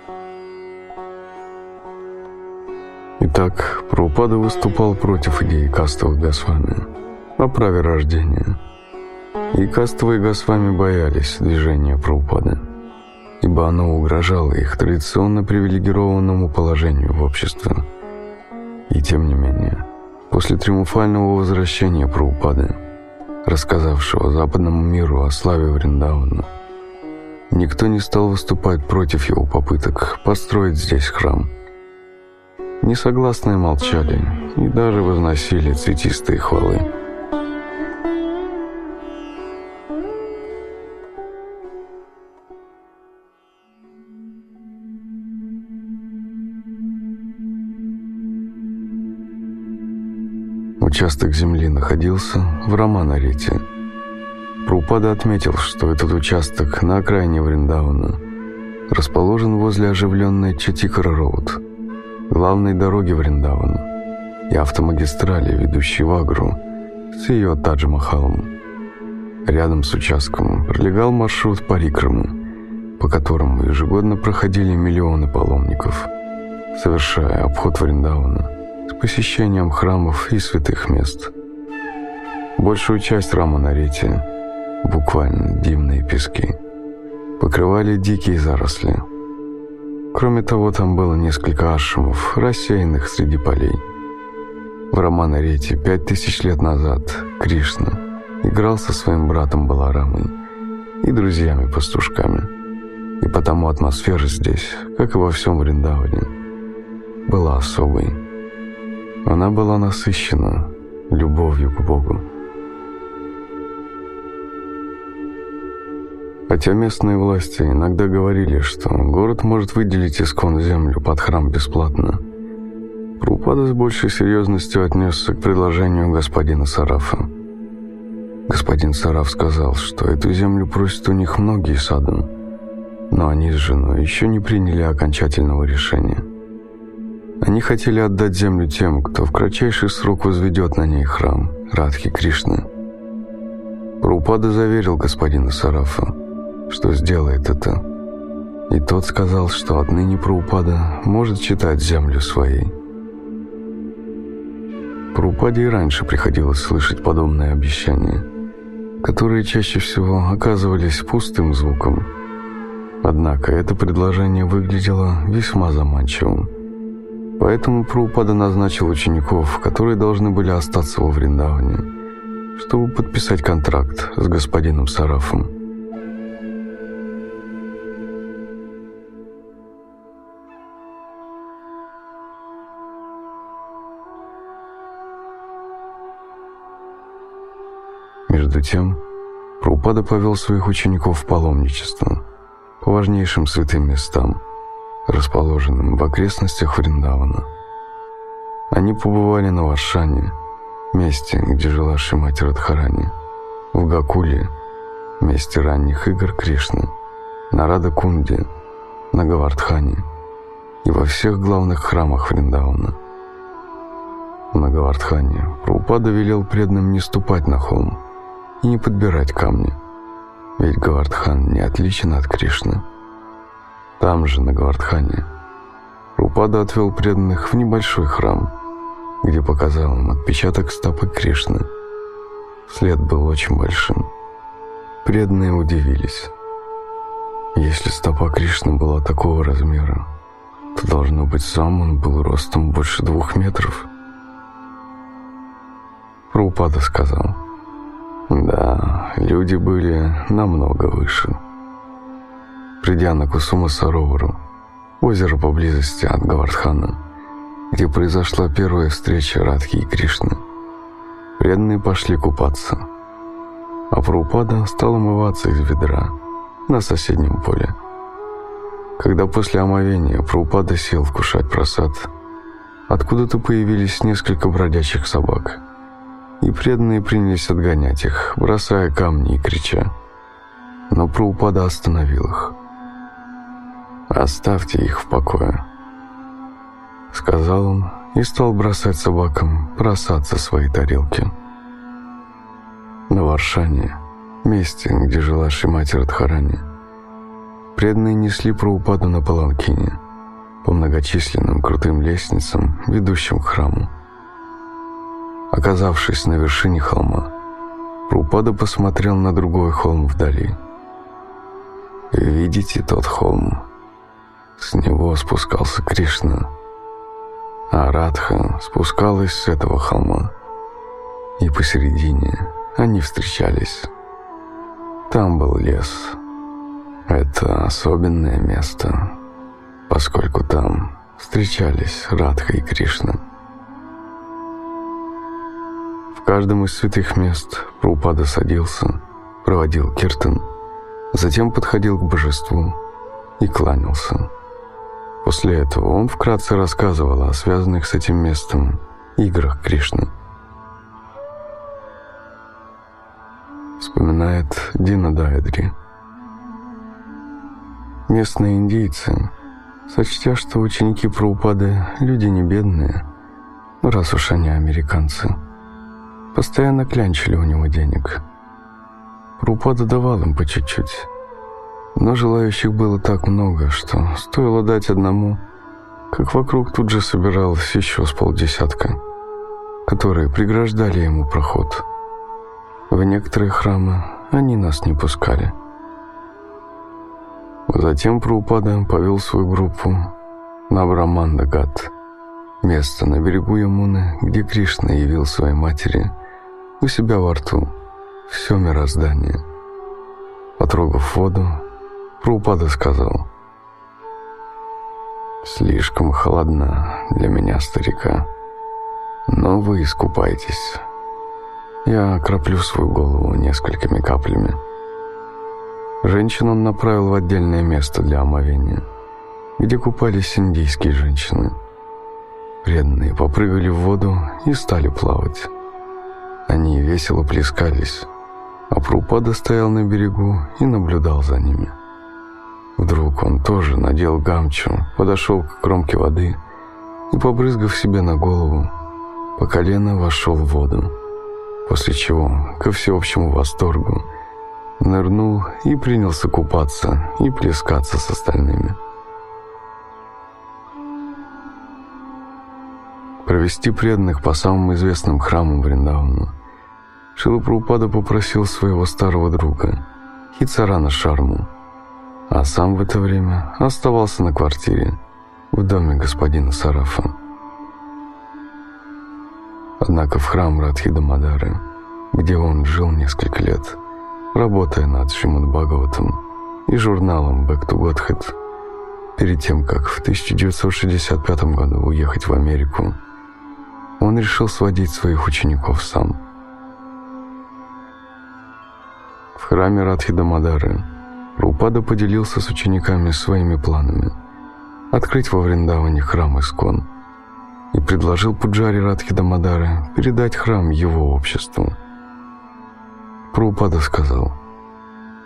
Итак, Прабхупада выступал против идеи кастовых Госвами о праве рождения. И кастовые Госвами боялись движения Прабхупады, ибо оно угрожало их традиционно привилегированному положению в обществе. И тем не менее, после триумфального возвращения Прабхупады, рассказавшего западному миру о славе Вриндавана, никто не стал выступать против его попыток построить здесь храм. Несогласные молчали и даже возносили цветистые хвалы. Участок земли находился в Раманарите. Прабхупада отметил, что этот участок на окраине Вриндавана расположен возле оживленной Чатикара-роуд, главной дороги Вриндавана, и автомагистрали, ведущей в Агру с ее Тадж-Махалом. Рядом с участком пролегал маршрут Парикрамы, по которому ежегодно проходили миллионы паломников, совершая обход Вриндавана с посещением храмов и святых мест. Большую часть Раманарити, буквально дивные пески, покрывали дикие заросли. Кроме того, там было несколько ашрамов, рассеянных среди полей. В Раманарите 5000 лет назад Кришна играл со своим братом Баларамой и друзьями-пастушками, и потому атмосфера здесь, как и во всем Вриндаване, была особой. Она была насыщена любовью к Богу. Хотя местные власти иногда говорили, что город может выделить исконно землю под храм бесплатно, Прабхупада с большей серьезностью отнесся к предложению господина Сарафа. Господин Сараф сказал, что эту землю просят у них многие саду, но они с женой еще не приняли окончательного решения. Они хотели отдать землю тем, кто в кратчайший срок возведет на ней храм Радхи Кришны. Прабхупада заверил господина Сарафа, что сделает это, и тот сказал, что отныне Прабхупада может считать землю своей. Прабхупаде и раньше приходилось слышать подобные обещания, которые чаще всего оказывались пустым звуком. Однако это предложение выглядело весьма заманчивым. Поэтому Прабхупада назначил учеников, которые должны были остаться во Вриндаване, чтобы подписать контракт с господином Сарафом. Между тем, Прабхупада повел своих учеников в паломничество по важнейшим святым местам, расположенным в окрестностях Вриндавана. Они побывали на Варшане, месте, где жила Шримати Радхарани, в Гакуле, месте ранних игр Кришны, на Рада-Кунде, на Говардхане и во всех главных храмах Вриндавана. На Говардхане Прабхупада велел преданным не ступать на холм и не подбирать камни, ведь Говардхан не отличен от Кришны. Там же, на Говардхане, Прабхупада отвел преданных в небольшой храм, где показал им отпечаток стопы Кришны. След был очень большим. Преданные удивились. Если стопа Кришны была такого размера, то, должно быть, сам он был ростом больше 2 метров. Прабхупада сказал: да, люди были намного выше. Придя на Кусума-Саровару, озеро поблизости от Говардхана, где произошла первая встреча Радхи и Кришны, преданные пошли купаться, а Прабхупада стал омываться из ведра на соседнем поле. Когда после омовения Прабхупада сел вкушать прасад, откуда-то появились несколько бродячих собак, и преданные принялись отгонять их, бросая камни и крича. Но Прабхупада остановил их. «Оставьте их в покое», — сказал он и стал бросать собакам прасад со своей тарелки. На Варшане, месте, где жила Шримати Радхарани, преданные несли Прабхупаду на паланкине по многочисленным крутым лестницам, ведущим к храму. Оказавшись на вершине холма, Прабхупада посмотрел на другой холм вдали. «Видите тот холм? С него спускался Кришна, а Радха спускалась с этого холма, и посередине они встречались. Там был лес. Это особенное место, поскольку там встречались Радха и Кришна». В каждом из святых мест Прабхупада садился, проводил киртан, затем подходил к божеству и кланялся. После этого он вкратце рассказывал о связанных с этим местом играх Кришны. Вспоминает Динадайдри. Местные индейцы, сочтя, что ученики Прабхупады люди не бедные, раз уж они американцы, постоянно клянчили у него денег. Прабхупада давал им по чуть-чуть, но желающих было так много, что стоило дать одному, как вокруг тут же собиралось еще с полдесятка, которые преграждали ему проход. В некоторые храмы они нас не пускали. Затем Прабхупада повел свою группу на Брамандагат, место на берегу Ямуны, где Кришна явил своей матери у себя во рту все мироздание. Потрогав воду, Прабхупада сказал: «Слишком холодна для меня, старика, но вы искупайтесь. Я окроплю свою голову несколькими каплями». Женщин он направил в отдельное место для омовения, где купались индийские женщины. Преданные попрыгали в воду и стали плавать. Они весело плескались, а Прабхупада стоял на берегу и наблюдал за ними. Вдруг он тоже надел гамчу, подошел к кромке воды и, побрызгав себе на голову, по колено вошел в воду, после чего, ко всеобщему восторгу, нырнул и принялся купаться и плескаться с остальными. Провести преданных по самым известным храмам Вриндавана Шрила Прабхупада попросил своего старого друга Хицарана Шарму, а сам в это время оставался на квартире в доме господина Сарафа. Однако в храм Радхи Дамодары, где он жил несколько лет, работая над Шримад-Бхагаватом и журналом Back to Godhead, перед тем, как в 1965 году уехать в Америку, он решил сводить своих учеников сам. В храме Радхи Дамодары Прабхупада поделился с учениками своими планами открыть во Вриндаване храм Искон и предложил Пуджари Радхи Дамодары передать храм его обществу. Прабхупада сказал: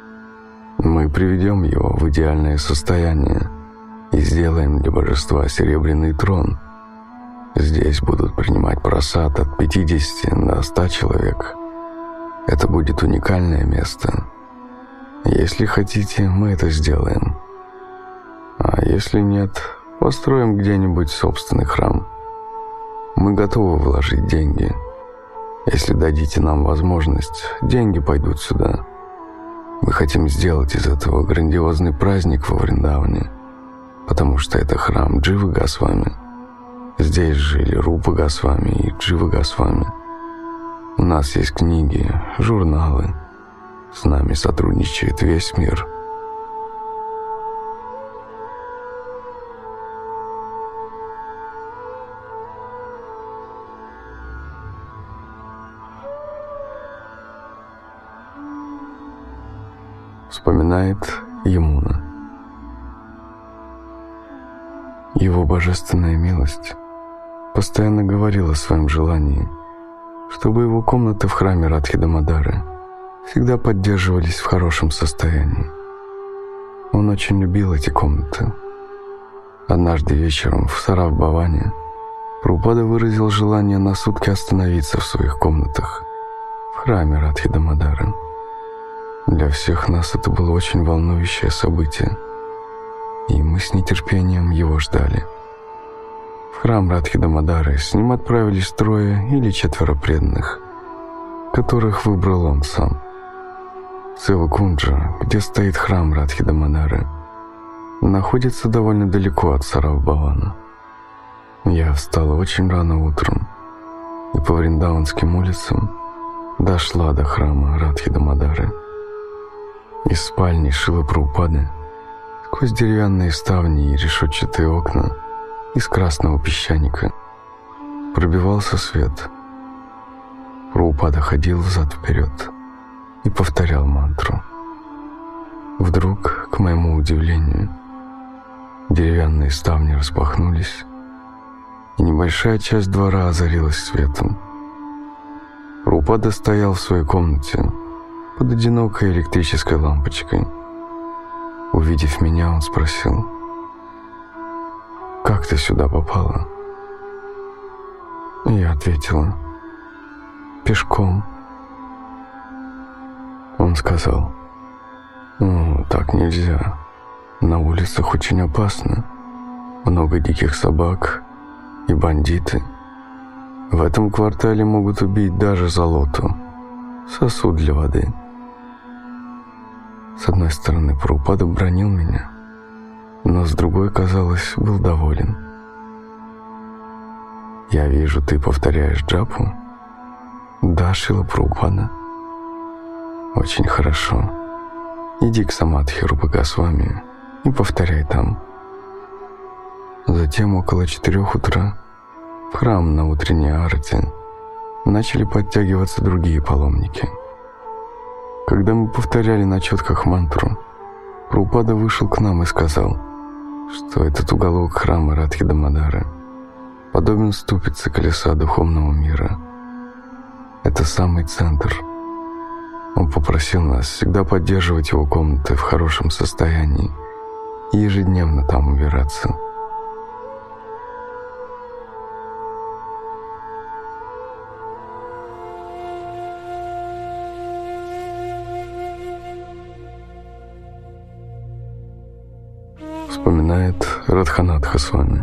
Мы приведем его в идеальное состояние и сделаем для божества серебряный трон. Здесь будут принимать просад от 50 до 100 человек. Это будет уникальное место. Если хотите, мы это сделаем. А если нет, построим где-нибудь собственный храм. Мы готовы вложить деньги. Если дадите нам возможность, деньги пойдут сюда. Мы хотим сделать из этого грандиозный праздник во Вриндаване, потому что это храм Дживы Госвами. Здесь жили Рупа Госвами и Джива Госвами. У нас есть книги, журналы. С нами сотрудничает весь мир. Вспоминает Ямуна. Его божественная милость постоянно говорила о своем желании, чтобы его комнаты в храме Радхи-Дамодары всегда поддерживались в хорошем состоянии. Он очень любил эти комнаты. Однажды вечером в Сарав-Бхаване Прабхупада выразил желание на сутки остановиться в своих комнатах в храме Радхи-Дамодары. Для всех нас это было очень волнующее событие, и мы с нетерпением его ждали. В храм Радхи-Дамодары с ним отправились 3 или 4 преданных, которых выбрал он сам. Севакунджа, где стоит храм Радхи-Дамодары, находится довольно далеко от Сарав-Бхавана. Я встала очень рано утром и по Вриндаванским улицам дошла до храма Радхи-Дамодары. Из спальни Шилы Прабхупады сквозь деревянные ставни и решетчатые окна из красного песчаника пробивался свет. Прабхупада ходил взад-вперед и повторял мантру. Вдруг, к моему удивлению, деревянные ставни распахнулись, и небольшая часть двора озарилась светом. Прабхупада стоял в своей комнате под одинокой электрической лампочкой. Увидев меня, он спросил: «Как ты сюда попала?» И я ответила: «Пешком». Он сказал: «Ну, так нельзя. На улицах очень опасно. Много диких собак и бандиты. В этом квартале могут убить даже за лоту, сосуд для воды». С одной стороны, Прабхупада бранил меня, но с другой, казалось, был доволен. «Я вижу, ты повторяешь джапу?» «Да, Шрила Прабхупада». «Очень хорошо. Иди к самадхи Рупы Госвами и повторяй там». Затем около 4 утра в храм на утренней арати начали подтягиваться другие паломники. Когда мы повторяли на четках мантру, Прабхупада вышел к нам и сказал, что этот уголок храма Радхи-Дамодары подобен ступице колеса духовного мира. Это самый центр. Он попросил нас всегда поддерживать его комнаты в хорошем состоянии и ежедневно там убираться. Вспоминает Радханатха Свами.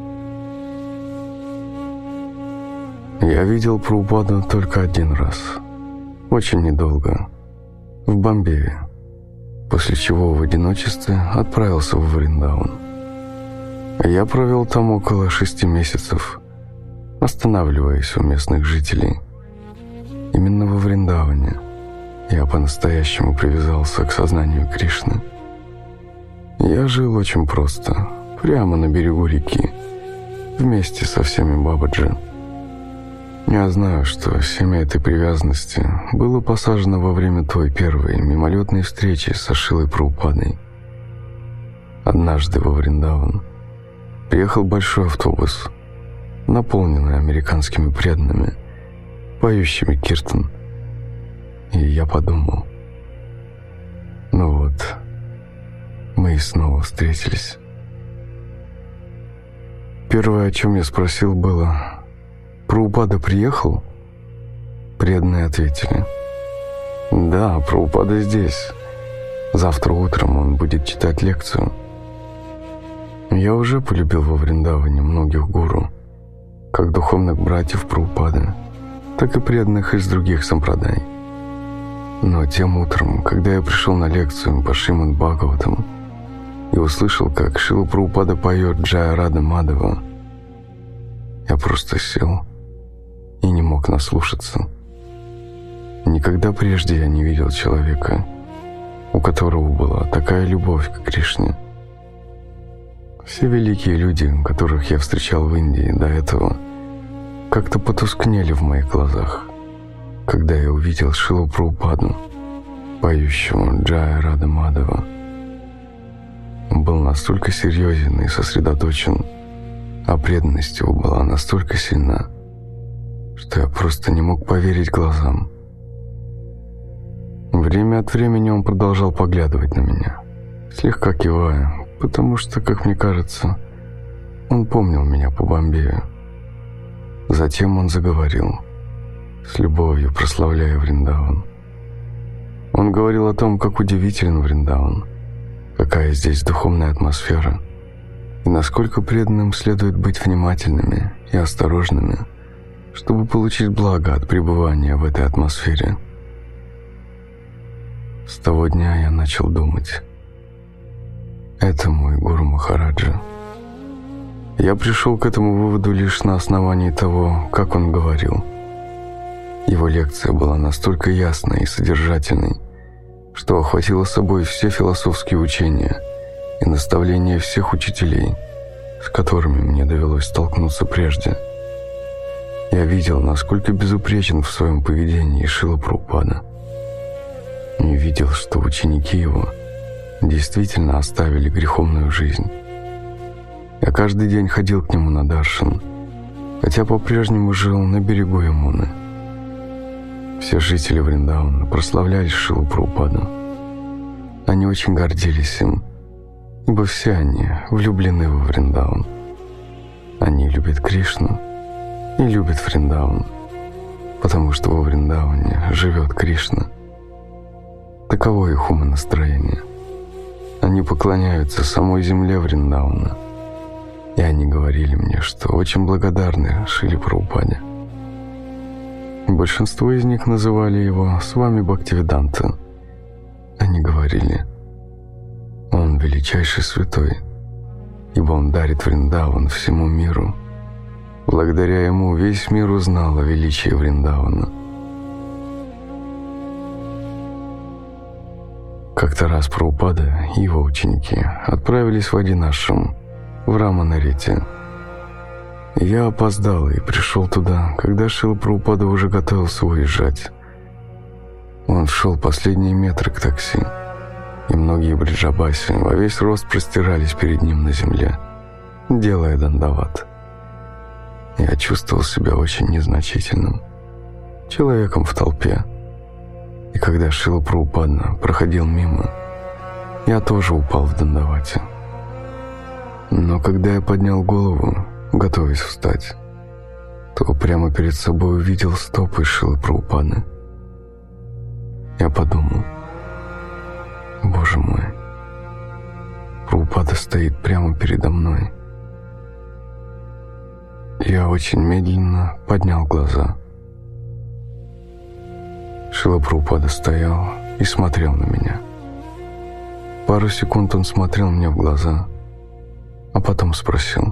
Я видел Прабхупаду только один раз, очень недолго, в Бомбее, после чего в одиночестве отправился в Вриндаван. Я провел там около 6 месяцев, останавливаясь у местных жителей. Именно во Вриндаване я по-настоящему привязался к сознанию Кришны. Я жил очень просто, прямо на берегу реки, вместе со всеми бабаджи. Я знаю, что семя этой привязанности было посажено во время той первой мимолетной встречи со Шрилой Прабхупадой. Однажды во Вриндаван приехал большой автобус, наполненный американскими преданными, поющими киртан. И я подумал, ну вот, мы снова встретились. Первое, о чем я спросил, было: «Прабхупада приехал?» Преданные ответили: «Да, Прабхупада здесь. Завтра утром он будет читать лекцию». Я уже полюбил во Вриндаване многих гуру, как духовных братьев Прабхупады, так и преданных из других сампрадай. Но тем утром, когда я пришел на лекцию по Шримад Бхагаватам и услышал, как Шрила Прабхупада поет Джая Рада Мадхава, я просто сел и не мог наслушаться. Никогда прежде я не видел человека, у которого была такая любовь к Кришне. Все великие люди, которых я встречал в Индии до этого, как-то потускнели в моих глазах, когда я увидел Шрилу Прабхупаду, поющего Джая Рада Мадхава. Он был настолько серьезен и сосредоточен, а преданность его была настолько сильна, что я просто не мог поверить глазам. Время от времени он продолжал поглядывать на меня, слегка кивая, потому что, как мне кажется, он помнил меня по Бомбею. Затем он заговорил, с любовью прославляя Вриндаван. Он говорил о том, как удивителен Вриндаван, какая здесь духовная атмосфера, и насколько преданным следует быть внимательными и осторожными, чтобы получить благо от пребывания в этой атмосфере. С того дня я начал думать: это мой Гуру Махараджа. Я пришел к этому выводу лишь на основании того, как он говорил. Его лекция была настолько ясной и содержательной, что охватила собой все философские учения и наставления всех учителей, с которыми мне довелось столкнуться прежде. Я видел, насколько безупречен в своем поведении Шрила Прабхупада, и видел, что ученики его действительно оставили греховную жизнь. Я каждый день ходил к нему на даршан, хотя по-прежнему жил на берегу Ямуны. Все жители Вриндавана прославляли Шрилу Прабхупаду. Они очень гордились им, ибо все они влюблены во Вриндаван. Они любят Кришну и любят Вриндаван, потому что во Вриндаване живет Кришна. Таково их умонастроение. Они поклоняются самой земле Вриндавана, и они говорили мне, что очень благодарны Шриле Прабхупаде. Большинство из них называли его Свами Бхактивиданта. Они говорили: он величайший святой, ибо он дарит Вриндаван всему миру. Благодаря ему весь мир узнал о величии Вриндавана. Как-то раз Прабхупада и его ученики отправились в один ашрам в Раманарите. Я опоздал и пришел туда, когда Шрила Прабхупада уже готовился уезжать. Он шел последние метры к такси, и многие бриджабаси во весь рост простирались перед ним на земле, делая дандават. Я чувствовал себя очень незначительным, человеком в толпе. И когда Шрила Прабхупада проходил мимо, я тоже упал в дандавате. Но когда я поднял голову, готовясь встать, то прямо перед собой увидел стопы Шрилы Прабхупады. Я подумал: боже мой, Прабхупада стоит прямо передо мной. Я очень медленно поднял глаза. Шрила Прабхупада стоял и смотрел на меня. Пару секунд он смотрел мне в глаза, а потом спросил: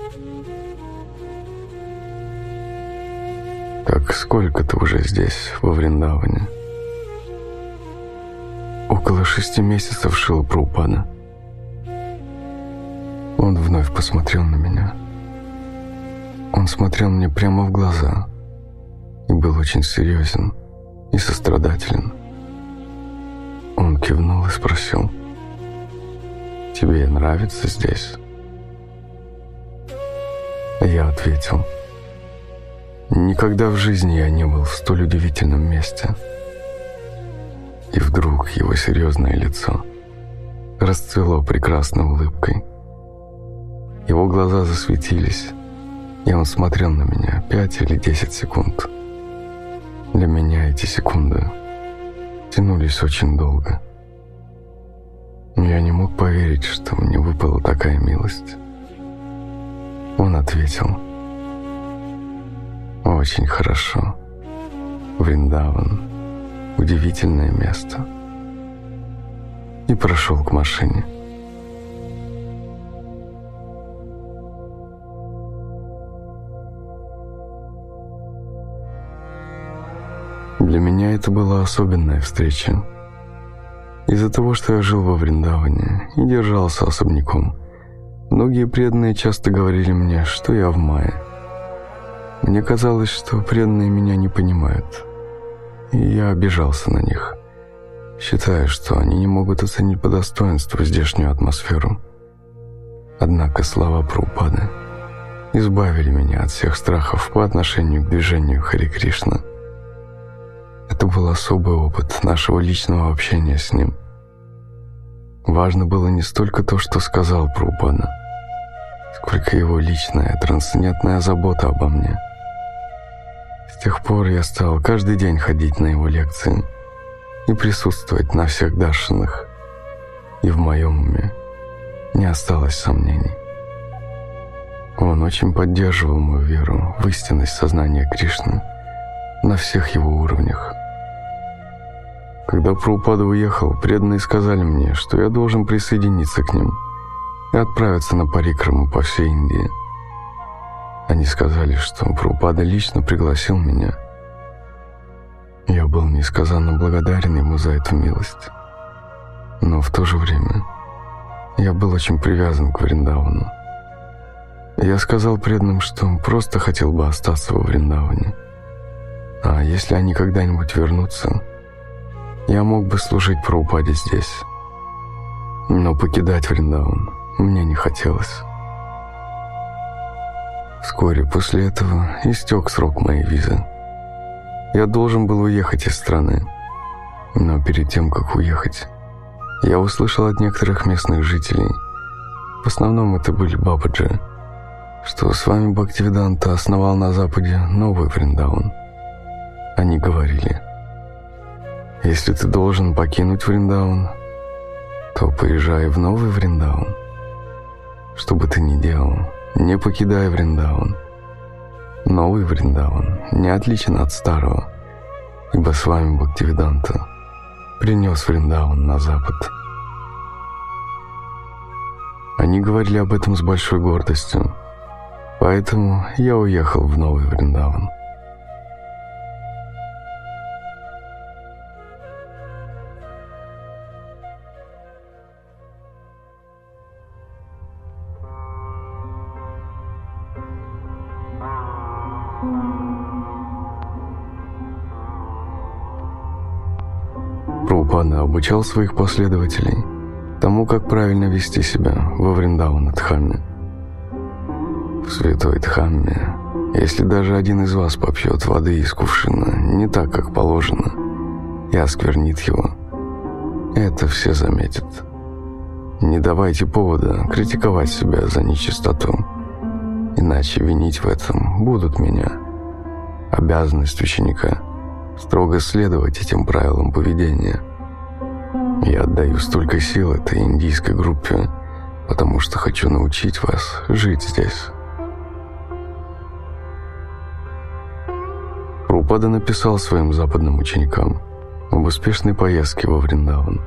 «Так сколько ты уже здесь, во Вриндаване?» «Около 6 месяцев, Шрила Прабхупада». Он вновь посмотрел на меня. Он смотрел мне прямо в глаза и был очень серьезен и сострадателен. Он кивнул и спросил: «Тебе нравится здесь?» Я ответил: «Никогда в жизни я не был в столь удивительном месте». И вдруг его серьезное лицо расцвело прекрасной улыбкой. Его глаза засветились, и он смотрел на меня 5 или 10 секунд. Для меня эти секунды тянулись очень долго. Я не мог поверить, что мне выпала такая милость. Он ответил: «Очень хорошо. Вриндаван — удивительное место». И прошел к машине. Для меня это была особенная встреча. Из-за того, что я жил во Вриндаване и держался особняком, многие преданные часто говорили мне, что я в мае. Мне казалось, что преданные меня не понимают, и я обижался на них, считая, что они не могут оценить по достоинству здешнюю атмосферу. Однако слова Прабхупады избавили меня от всех страхов по отношению к движению Харе Кришна. Это был особый опыт нашего личного общения с ним. Важно было не столько то, что сказал Прабхупада, сколько его личная, трансцендентная забота обо мне. С тех пор я стал каждый день ходить на его лекции и присутствовать на всех даршанах, и в моем уме не осталось сомнений. Он очень поддерживал мою веру в истинность сознания Кришны на всех его уровнях. Когда Прабхупада уехал, преданные сказали мне, что я должен присоединиться к ним и отправиться на парикраму по всей Индии. Они сказали, что Прабхупада лично пригласил меня. Я был несказанно благодарен ему за эту милость. Но в то же время я был очень привязан к Вриндавану. Я сказал преданным, что просто хотел бы остаться во Вриндаване. А если они когда-нибудь вернутся, я мог бы служить Прабхупаде здесь. Но покидать Вриндаван мне не хотелось. Вскоре после этого истек срок моей визы. Я должен был уехать из страны. Но перед тем, как уехать, я услышал от некоторых местных жителей, в основном это были Бабаджи, что Свами Бхактивиданта основал на Западе новый Вриндаван. Они говорили: если ты должен покинуть Вриндаван, то поезжай в новый Вриндаван. Что бы ты ни делал, не покидай Вриндаван. Новый Вриндаван не отличен от старого, ибо Свами Бхактивиданта принес Вриндаван на Запад. Они говорили об этом с большой гордостью, поэтому я уехал в новый Вриндаван. Прабхупада обучал своих последователей тому, как правильно вести себя во Вриндавана-дхамме. В святой дхамме, если даже один из вас попьет воды из кувшина не так, как положено, и осквернит его, это все заметят. Не давайте повода критиковать себя за нечистоту, иначе винить в этом будут меня. Обязанность ученика — строго следовать этим правилам поведения. Я отдаю столько сил этой индийской группе, потому что хочу научить вас жить здесь. Прабхупада написал своим западным ученикам об успешной поездке во Вриндаван.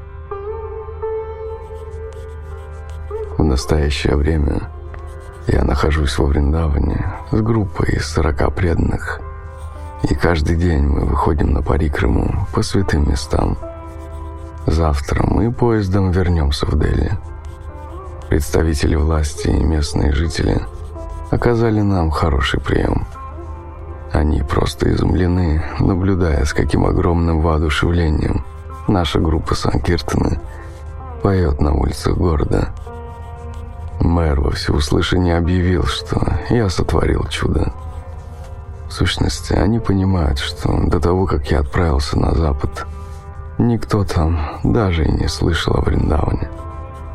В настоящее время я нахожусь во Вриндаване с группой из 40 преданных, и каждый день мы выходим на парикраму по святым местам. Завтра мы поездом вернемся в Дели. Представители власти и местные жители оказали нам хороший прием. Они просто изумлены, наблюдая, с каким огромным воодушевлением наша группа Санкиртаны поет на улицах города. Мэр во всеуслышание объявил, что я сотворил чудо. В сущности, они понимают, что до того, как я отправился на запад, никто там даже и не слышал о Вриндаване.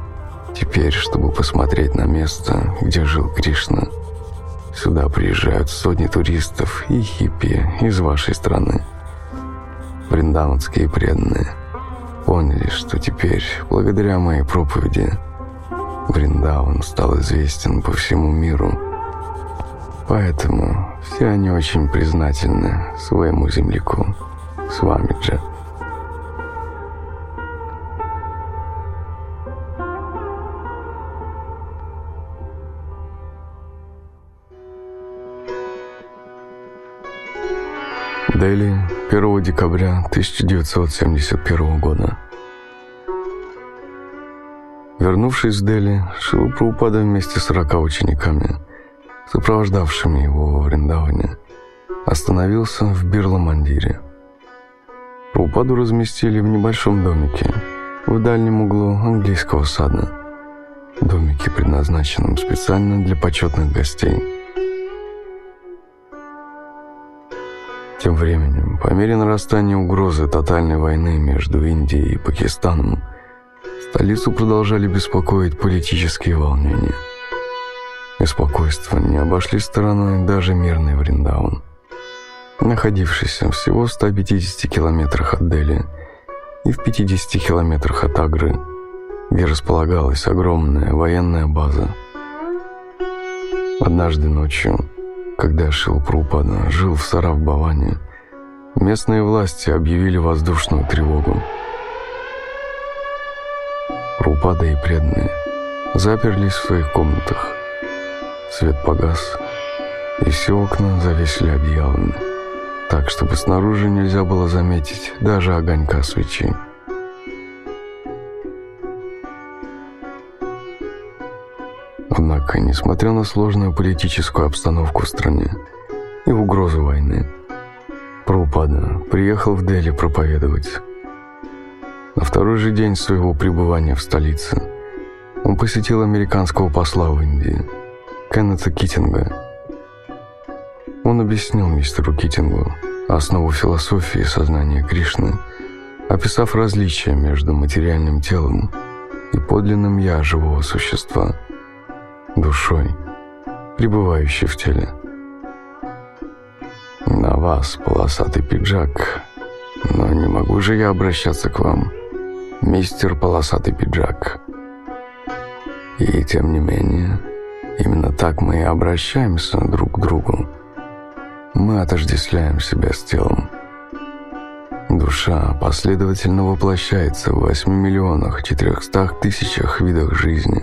Теперь, чтобы посмотреть на место, где жил Кришна, сюда приезжают сотни туристов и хиппи из вашей страны. Вриндаванские преданные поняли, что теперь, благодаря моей проповеди, Вриндаван стал известен по всему миру. Поэтому все они очень признательны своему земляку, Свамиджи. Дели, 1 декабря 1971 года. Вернувшись в Дели, Шрила Прабхупада вместе с 40 учениками, сопровождавшими его во Вриндаване, остановился в Бирла-мандире. Прабхупаду разместили в небольшом домике в дальнем углу английского сада, домике, предназначенном специально для почетных гостей. Тем временем, по мере нарастания угрозы тотальной войны между Индией и Пакистаном, столицу продолжали беспокоить политические волнения. Беспокойства не обошли стороной даже мирный Вриндаван, находившийся всего в 150 километрах от Дели и в 50 километрах от Агры, где располагалась огромная военная база. Однажды ночью, когда Шрила Прабхупада жил в Саравбхаване, местные власти объявили воздушную тревогу. Прабхупада и преданные заперлись в своих комнатах. Свет погас, и все окна завесили одеялами, так, чтобы снаружи нельзя было заметить даже огонька свечи. Однако, несмотря на сложную политическую обстановку в стране и угрозу войны, Прабхупада приехал в Дели проповедовать. На второй же день своего пребывания в столице он посетил американского посла в Индии, Кеннета Китинга. Он объяснил мистеру Китингу основу философии сознания Кришны, описав различия между материальным телом и подлинным «я» живого существа, душой, пребывающей в теле. На вас полосатый пиджак, но не могу же я обращаться к вам, мистер полосатый пиджак. И тем не менее, именно так мы и обращаемся друг к другу. Мы отождествляем себя с телом. Душа последовательно воплощается в 8 миллионах 400 тысячах видах жизни.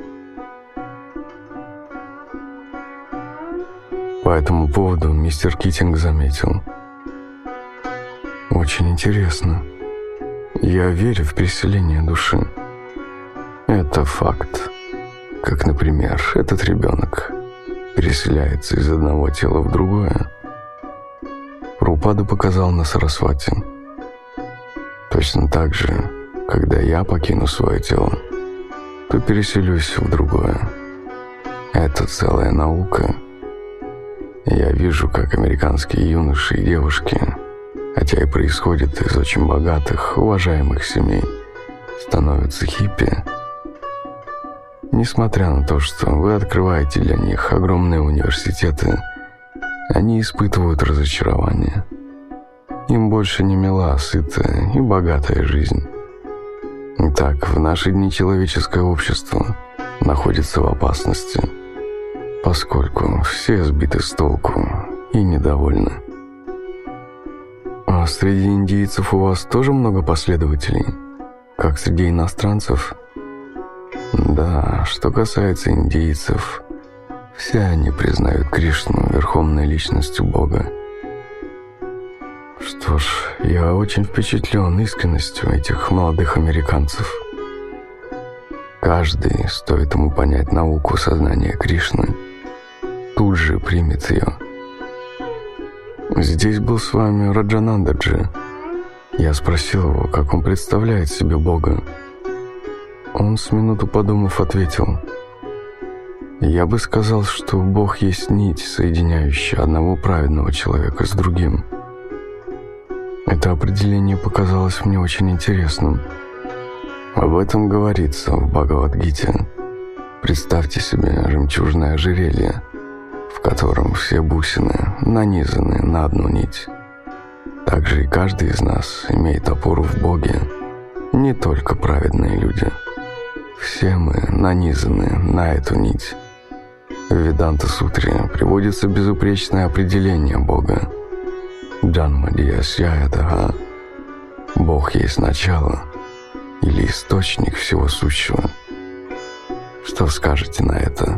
По этому поводу мистер Китинг заметил: «Очень интересно. Я верю в переселение души. Это факт. Как, например, этот ребенок переселяется из одного тела в другое». Прабхупада показал на Сарасвати. «Точно так же, когда я покину свое тело, то переселюсь в другое. Это целая наука. Я вижу, как американские юноши и девушки, хотя и происходят из очень богатых, уважаемых семей, становятся хиппи. Несмотря на то, что вы открываете для них огромные университеты, они испытывают разочарование. Им больше не мила, сытая и богатая жизнь. Итак, в наши дни человеческое общество находится в опасности, поскольку все сбиты с толку и недовольны. А среди индийцев у вас тоже много последователей, как среди иностранцев? Да, что касается индийцев, все они признают Кришну верховной личностью Бога. Что ж, я очень впечатлен искренностью этих молодых американцев. Каждый, стоит ему понять науку сознания Кришны, тут же примет ее. Здесь был с вами Раджанандаджи. Я спросил его, как он представляет себе Бога. Он, с минуту подумав, ответил: «Я бы сказал, что Бог есть нить, соединяющая одного праведного человека с другим». Это определение показалось мне очень интересным. Об этом говорится в Бхагавад-гите. Представьте себе жемчужное ожерелье, в котором все бусины нанизаны на одну нить. Также и каждый из нас имеет опору в Боге, не только праведные люди. Все мы нанизаны на эту нить. В Веданта-сутре приводится безупречное определение Бога. Джанмадьясьяятаха. Бог есть начало или источник всего сущего. Что скажете на это?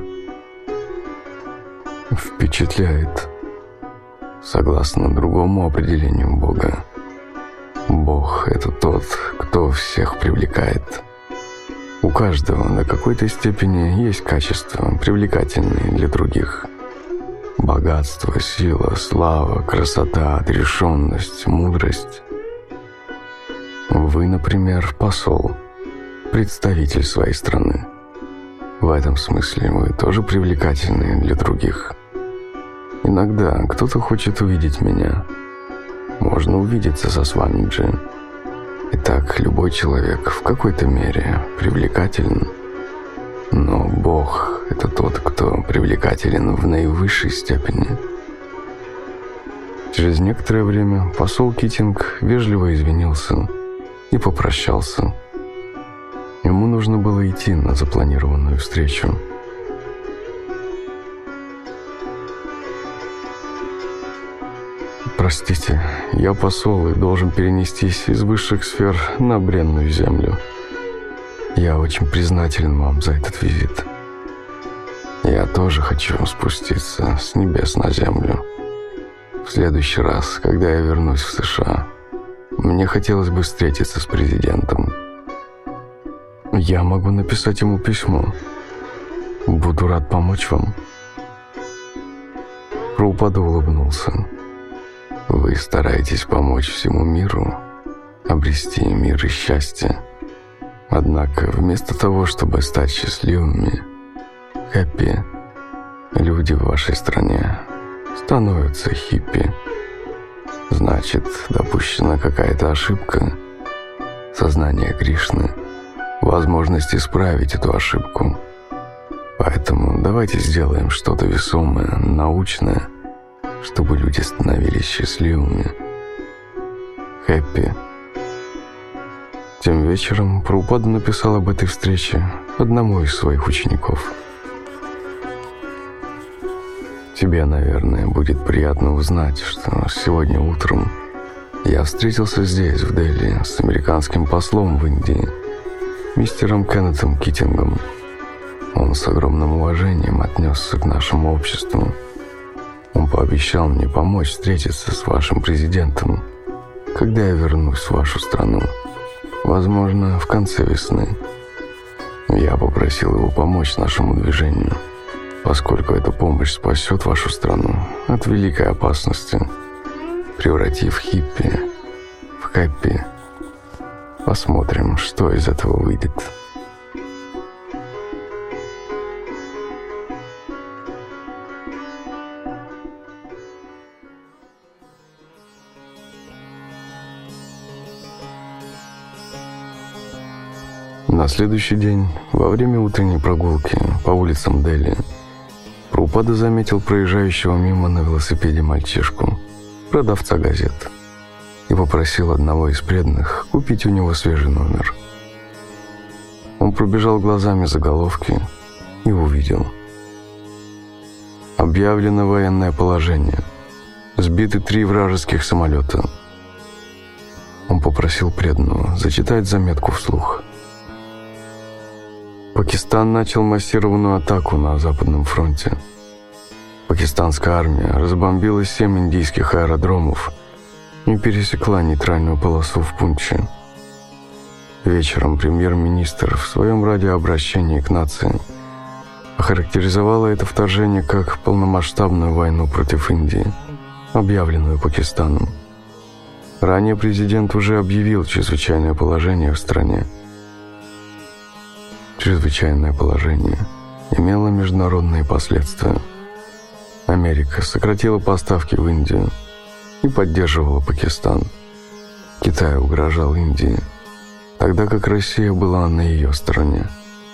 Впечатляет. Согласно другому определению Бога, Бог — это тот, кто всех привлекает. У каждого до какой-то степени есть качества, привлекательные для других. Богатство, сила, слава, красота, отрешенность, мудрость. Вы, например, посол, представитель своей страны. В этом смысле вы тоже привлекательны для других. Иногда кто-то хочет увидеть меня. Можно увидеться со Свамиджи. Итак, любой человек в какой-то мере привлекателен. Но Бог — это тот, кто привлекателен в наивысшей степени. Через некоторое время посол Китинг вежливо извинился и попрощался. Ему нужно было идти на запланированную встречу. Простите, я посол и должен перенестись из высших сфер на бренную землю. Я очень признателен вам за этот визит. Я тоже хочу спуститься с небес на землю. В следующий раз, когда я вернусь в США, мне хотелось бы встретиться с президентом. Я могу написать ему письмо. Буду рад помочь вам. Прабхупада улыбнулся. Вы стараетесь помочь всему миру, обрести мир и счастье. Однако вместо того, чтобы стать счастливыми, хэппи, люди в вашей стране становятся хиппи. Значит, допущена какая-то ошибка. Сознание Кришны, возможность исправить эту ошибку. Поэтому давайте сделаем что-то весомое, научное, чтобы люди становились счастливыми. Хэппи. Тем вечером Прабхупада написал об этой встрече одному из своих учеников. Тебе, наверное, будет приятно узнать, что сегодня утром я встретился здесь, в Дели, с американским послом в Индии, мистером Кеннетом Китингом. Он с огромным уважением отнесся к нашему обществу. Он пообещал мне помочь встретиться с вашим президентом, когда я вернусь в вашу страну, возможно, в конце весны. Я попросил его помочь нашему движению, поскольку эта помощь спасет вашу страну от великой опасности, превратив хиппи в хэппи. Посмотрим, что из этого выйдет. На следующий день, во время утренней прогулки по улицам Дели, Прабхупада заметил проезжающего мимо на велосипеде мальчишку, продавца газет, и попросил одного из преданных купить у него свежий номер. Он пробежал глазами заголовки и увидел: объявлено военное положение, сбиты 3 вражеских самолета. Он попросил преданного зачитать заметку вслух. Пакистан начал массированную атаку на Западном фронте. Пакистанская армия разбомбила 7 индийских аэродромов и пересекла нейтральную полосу в Пунче. Вечером премьер-министр в своем радиообращении к нации охарактеризовала это вторжение как полномасштабную войну против Индии, объявленную Пакистаном. Ранее президент уже объявил чрезвычайное положение в стране. Чрезвычайное положение имело международные последствия. Америка сократила поставки в Индию и поддерживала Пакистан. Китай угрожал Индии, тогда как Россия была на ее стороне.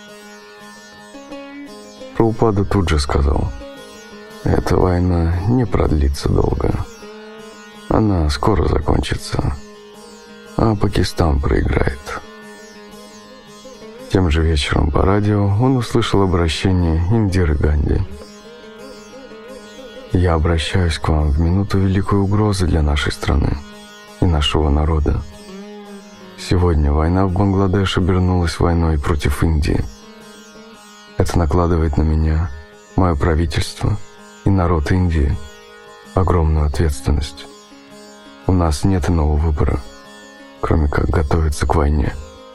Прабхупада тут же сказал: «Эта война не продлится долго. Она скоро закончится, а Пакистан проиграет». Тем же вечером по радио он услышал обращение Индиры Ганди: «Я обращаюсь к вам в минуту великой угрозы для нашей страны и нашего народа. Сегодня война в Бангладеш обернулась войной против Индии. Это накладывает на меня, мое правительство и народ Индии огромную ответственность. У нас нет иного выбора, кроме как готовиться к войне».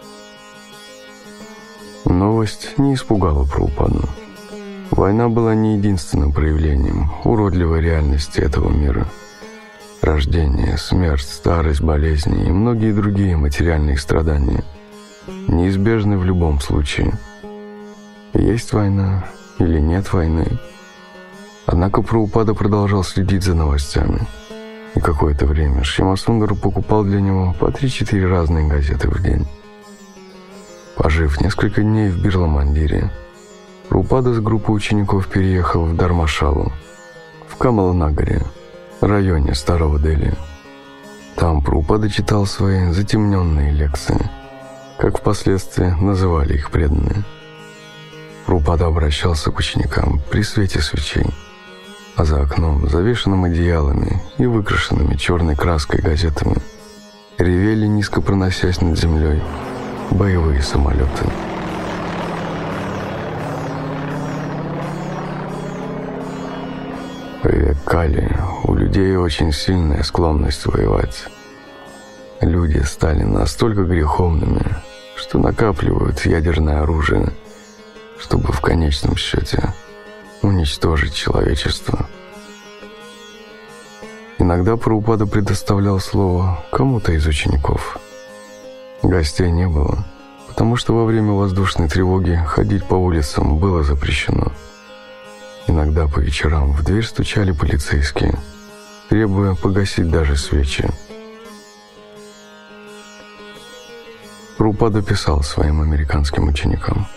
Новость не испугала Прабхупаду. Война была не единственным проявлением уродливой реальности этого мира. Рождение, смерть, старость, болезни и многие другие материальные страдания неизбежны в любом случае. Есть война или нет войны. Однако Прабхупада продолжал следить за новостями, и какое-то время Шьямасундар покупал для него по 3-4 разные газеты в день. Пожив несколько дней в Бирла-Мандире, Прабхупада с группой учеников переехал в Дармашалу, в Камала-Нагаре, районе Старого Дели. Там Прабхупада читал свои затемненные лекции, как впоследствии называли их преданные. Прабхупада обращался к ученикам при свете свечей, а за окном, завешенным одеялами и выкрашенными черной краской газетами, ревели, низко проносясь над землей, боевые самолеты. В век Кали у людей очень сильная склонность воевать. Люди стали настолько греховными, что накапливают ядерное оружие, чтобы в конечном счете уничтожить человечество. Иногда Прабхупада предоставлял слово кому-то из учеников. Гостей не было, потому что во время воздушной тревоги ходить по улицам было запрещено. Иногда по вечерам в дверь стучали полицейские, требуя погасить даже свечи. Прабхупада писал своим американским ученикам: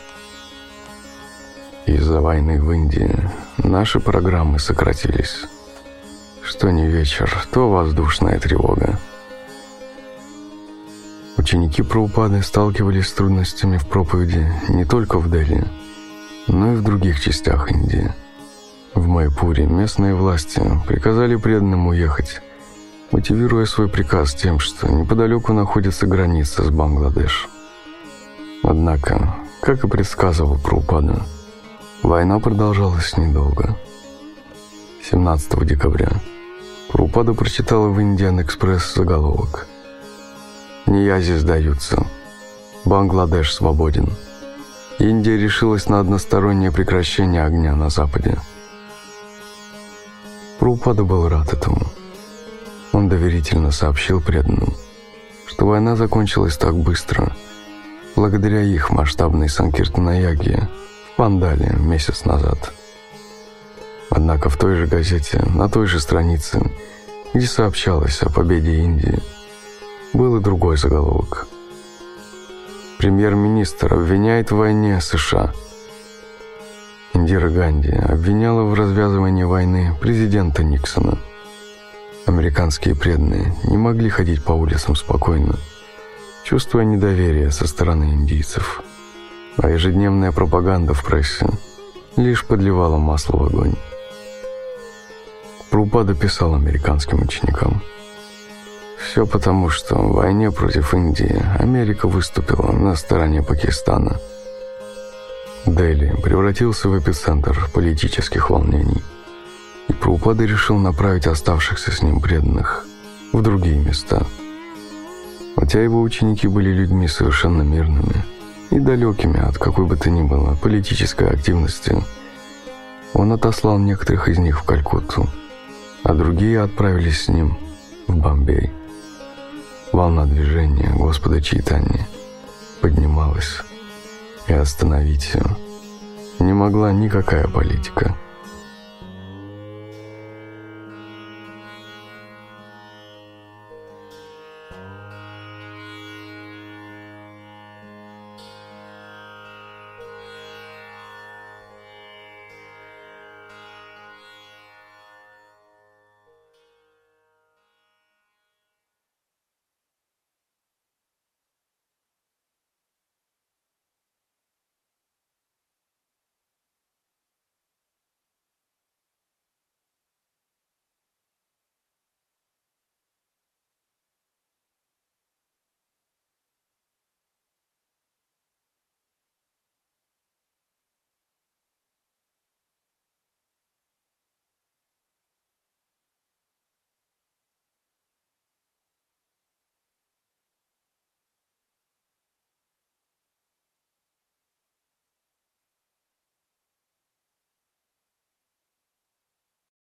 «Из-за войны в Индии наши программы сократились. Что не вечер, то воздушная тревога». Ученики Прабхупады сталкивались с трудностями в проповеди не только в Дели, но и в других частях Индии. В Майпуре местные власти приказали преданным уехать, мотивируя свой приказ тем, что неподалеку находится граница с Бангладеш. Однако, как и предсказывал Прабхупада, война продолжалась недолго. 17 декабря Прабхупада прочитала в Индиан Экспресс заголовок: «Ниязи сдаются. Бангладеш свободен. Индия решилась на одностороннее прекращение огня на Западе». Прабхупада был рад этому. Он доверительно сообщил преданным, что война закончилась так быстро, благодаря их масштабной Санкиртана-яге в Пандале месяц назад. Однако в той же газете, на той же странице, где сообщалось о победе Индии, был и другой заголовок: «Премьер-министр обвиняет в войне США». Индира Ганди обвиняла в развязывании войны президента Никсона. Американские преданные не могли ходить по улицам спокойно, чувствуя недоверие со стороны индийцев, а ежедневная пропаганда в прессе лишь подливала масло в огонь. Прабхупада писал американским ученикам: «Все потому, что в войне против Индии Америка выступила на стороне Пакистана». Дели превратился в эпицентр политических волнений, и Прабхупада решил направить оставшихся с ним преданных в другие места. Хотя его ученики были людьми совершенно мирными и далекими от какой бы то ни было политической активности, он отослал некоторых из них в Калькутту, а другие отправились с ним в Бомбей. Волна движения Господа Чайтаньи поднималась, и остановить ее не могла никакая политика.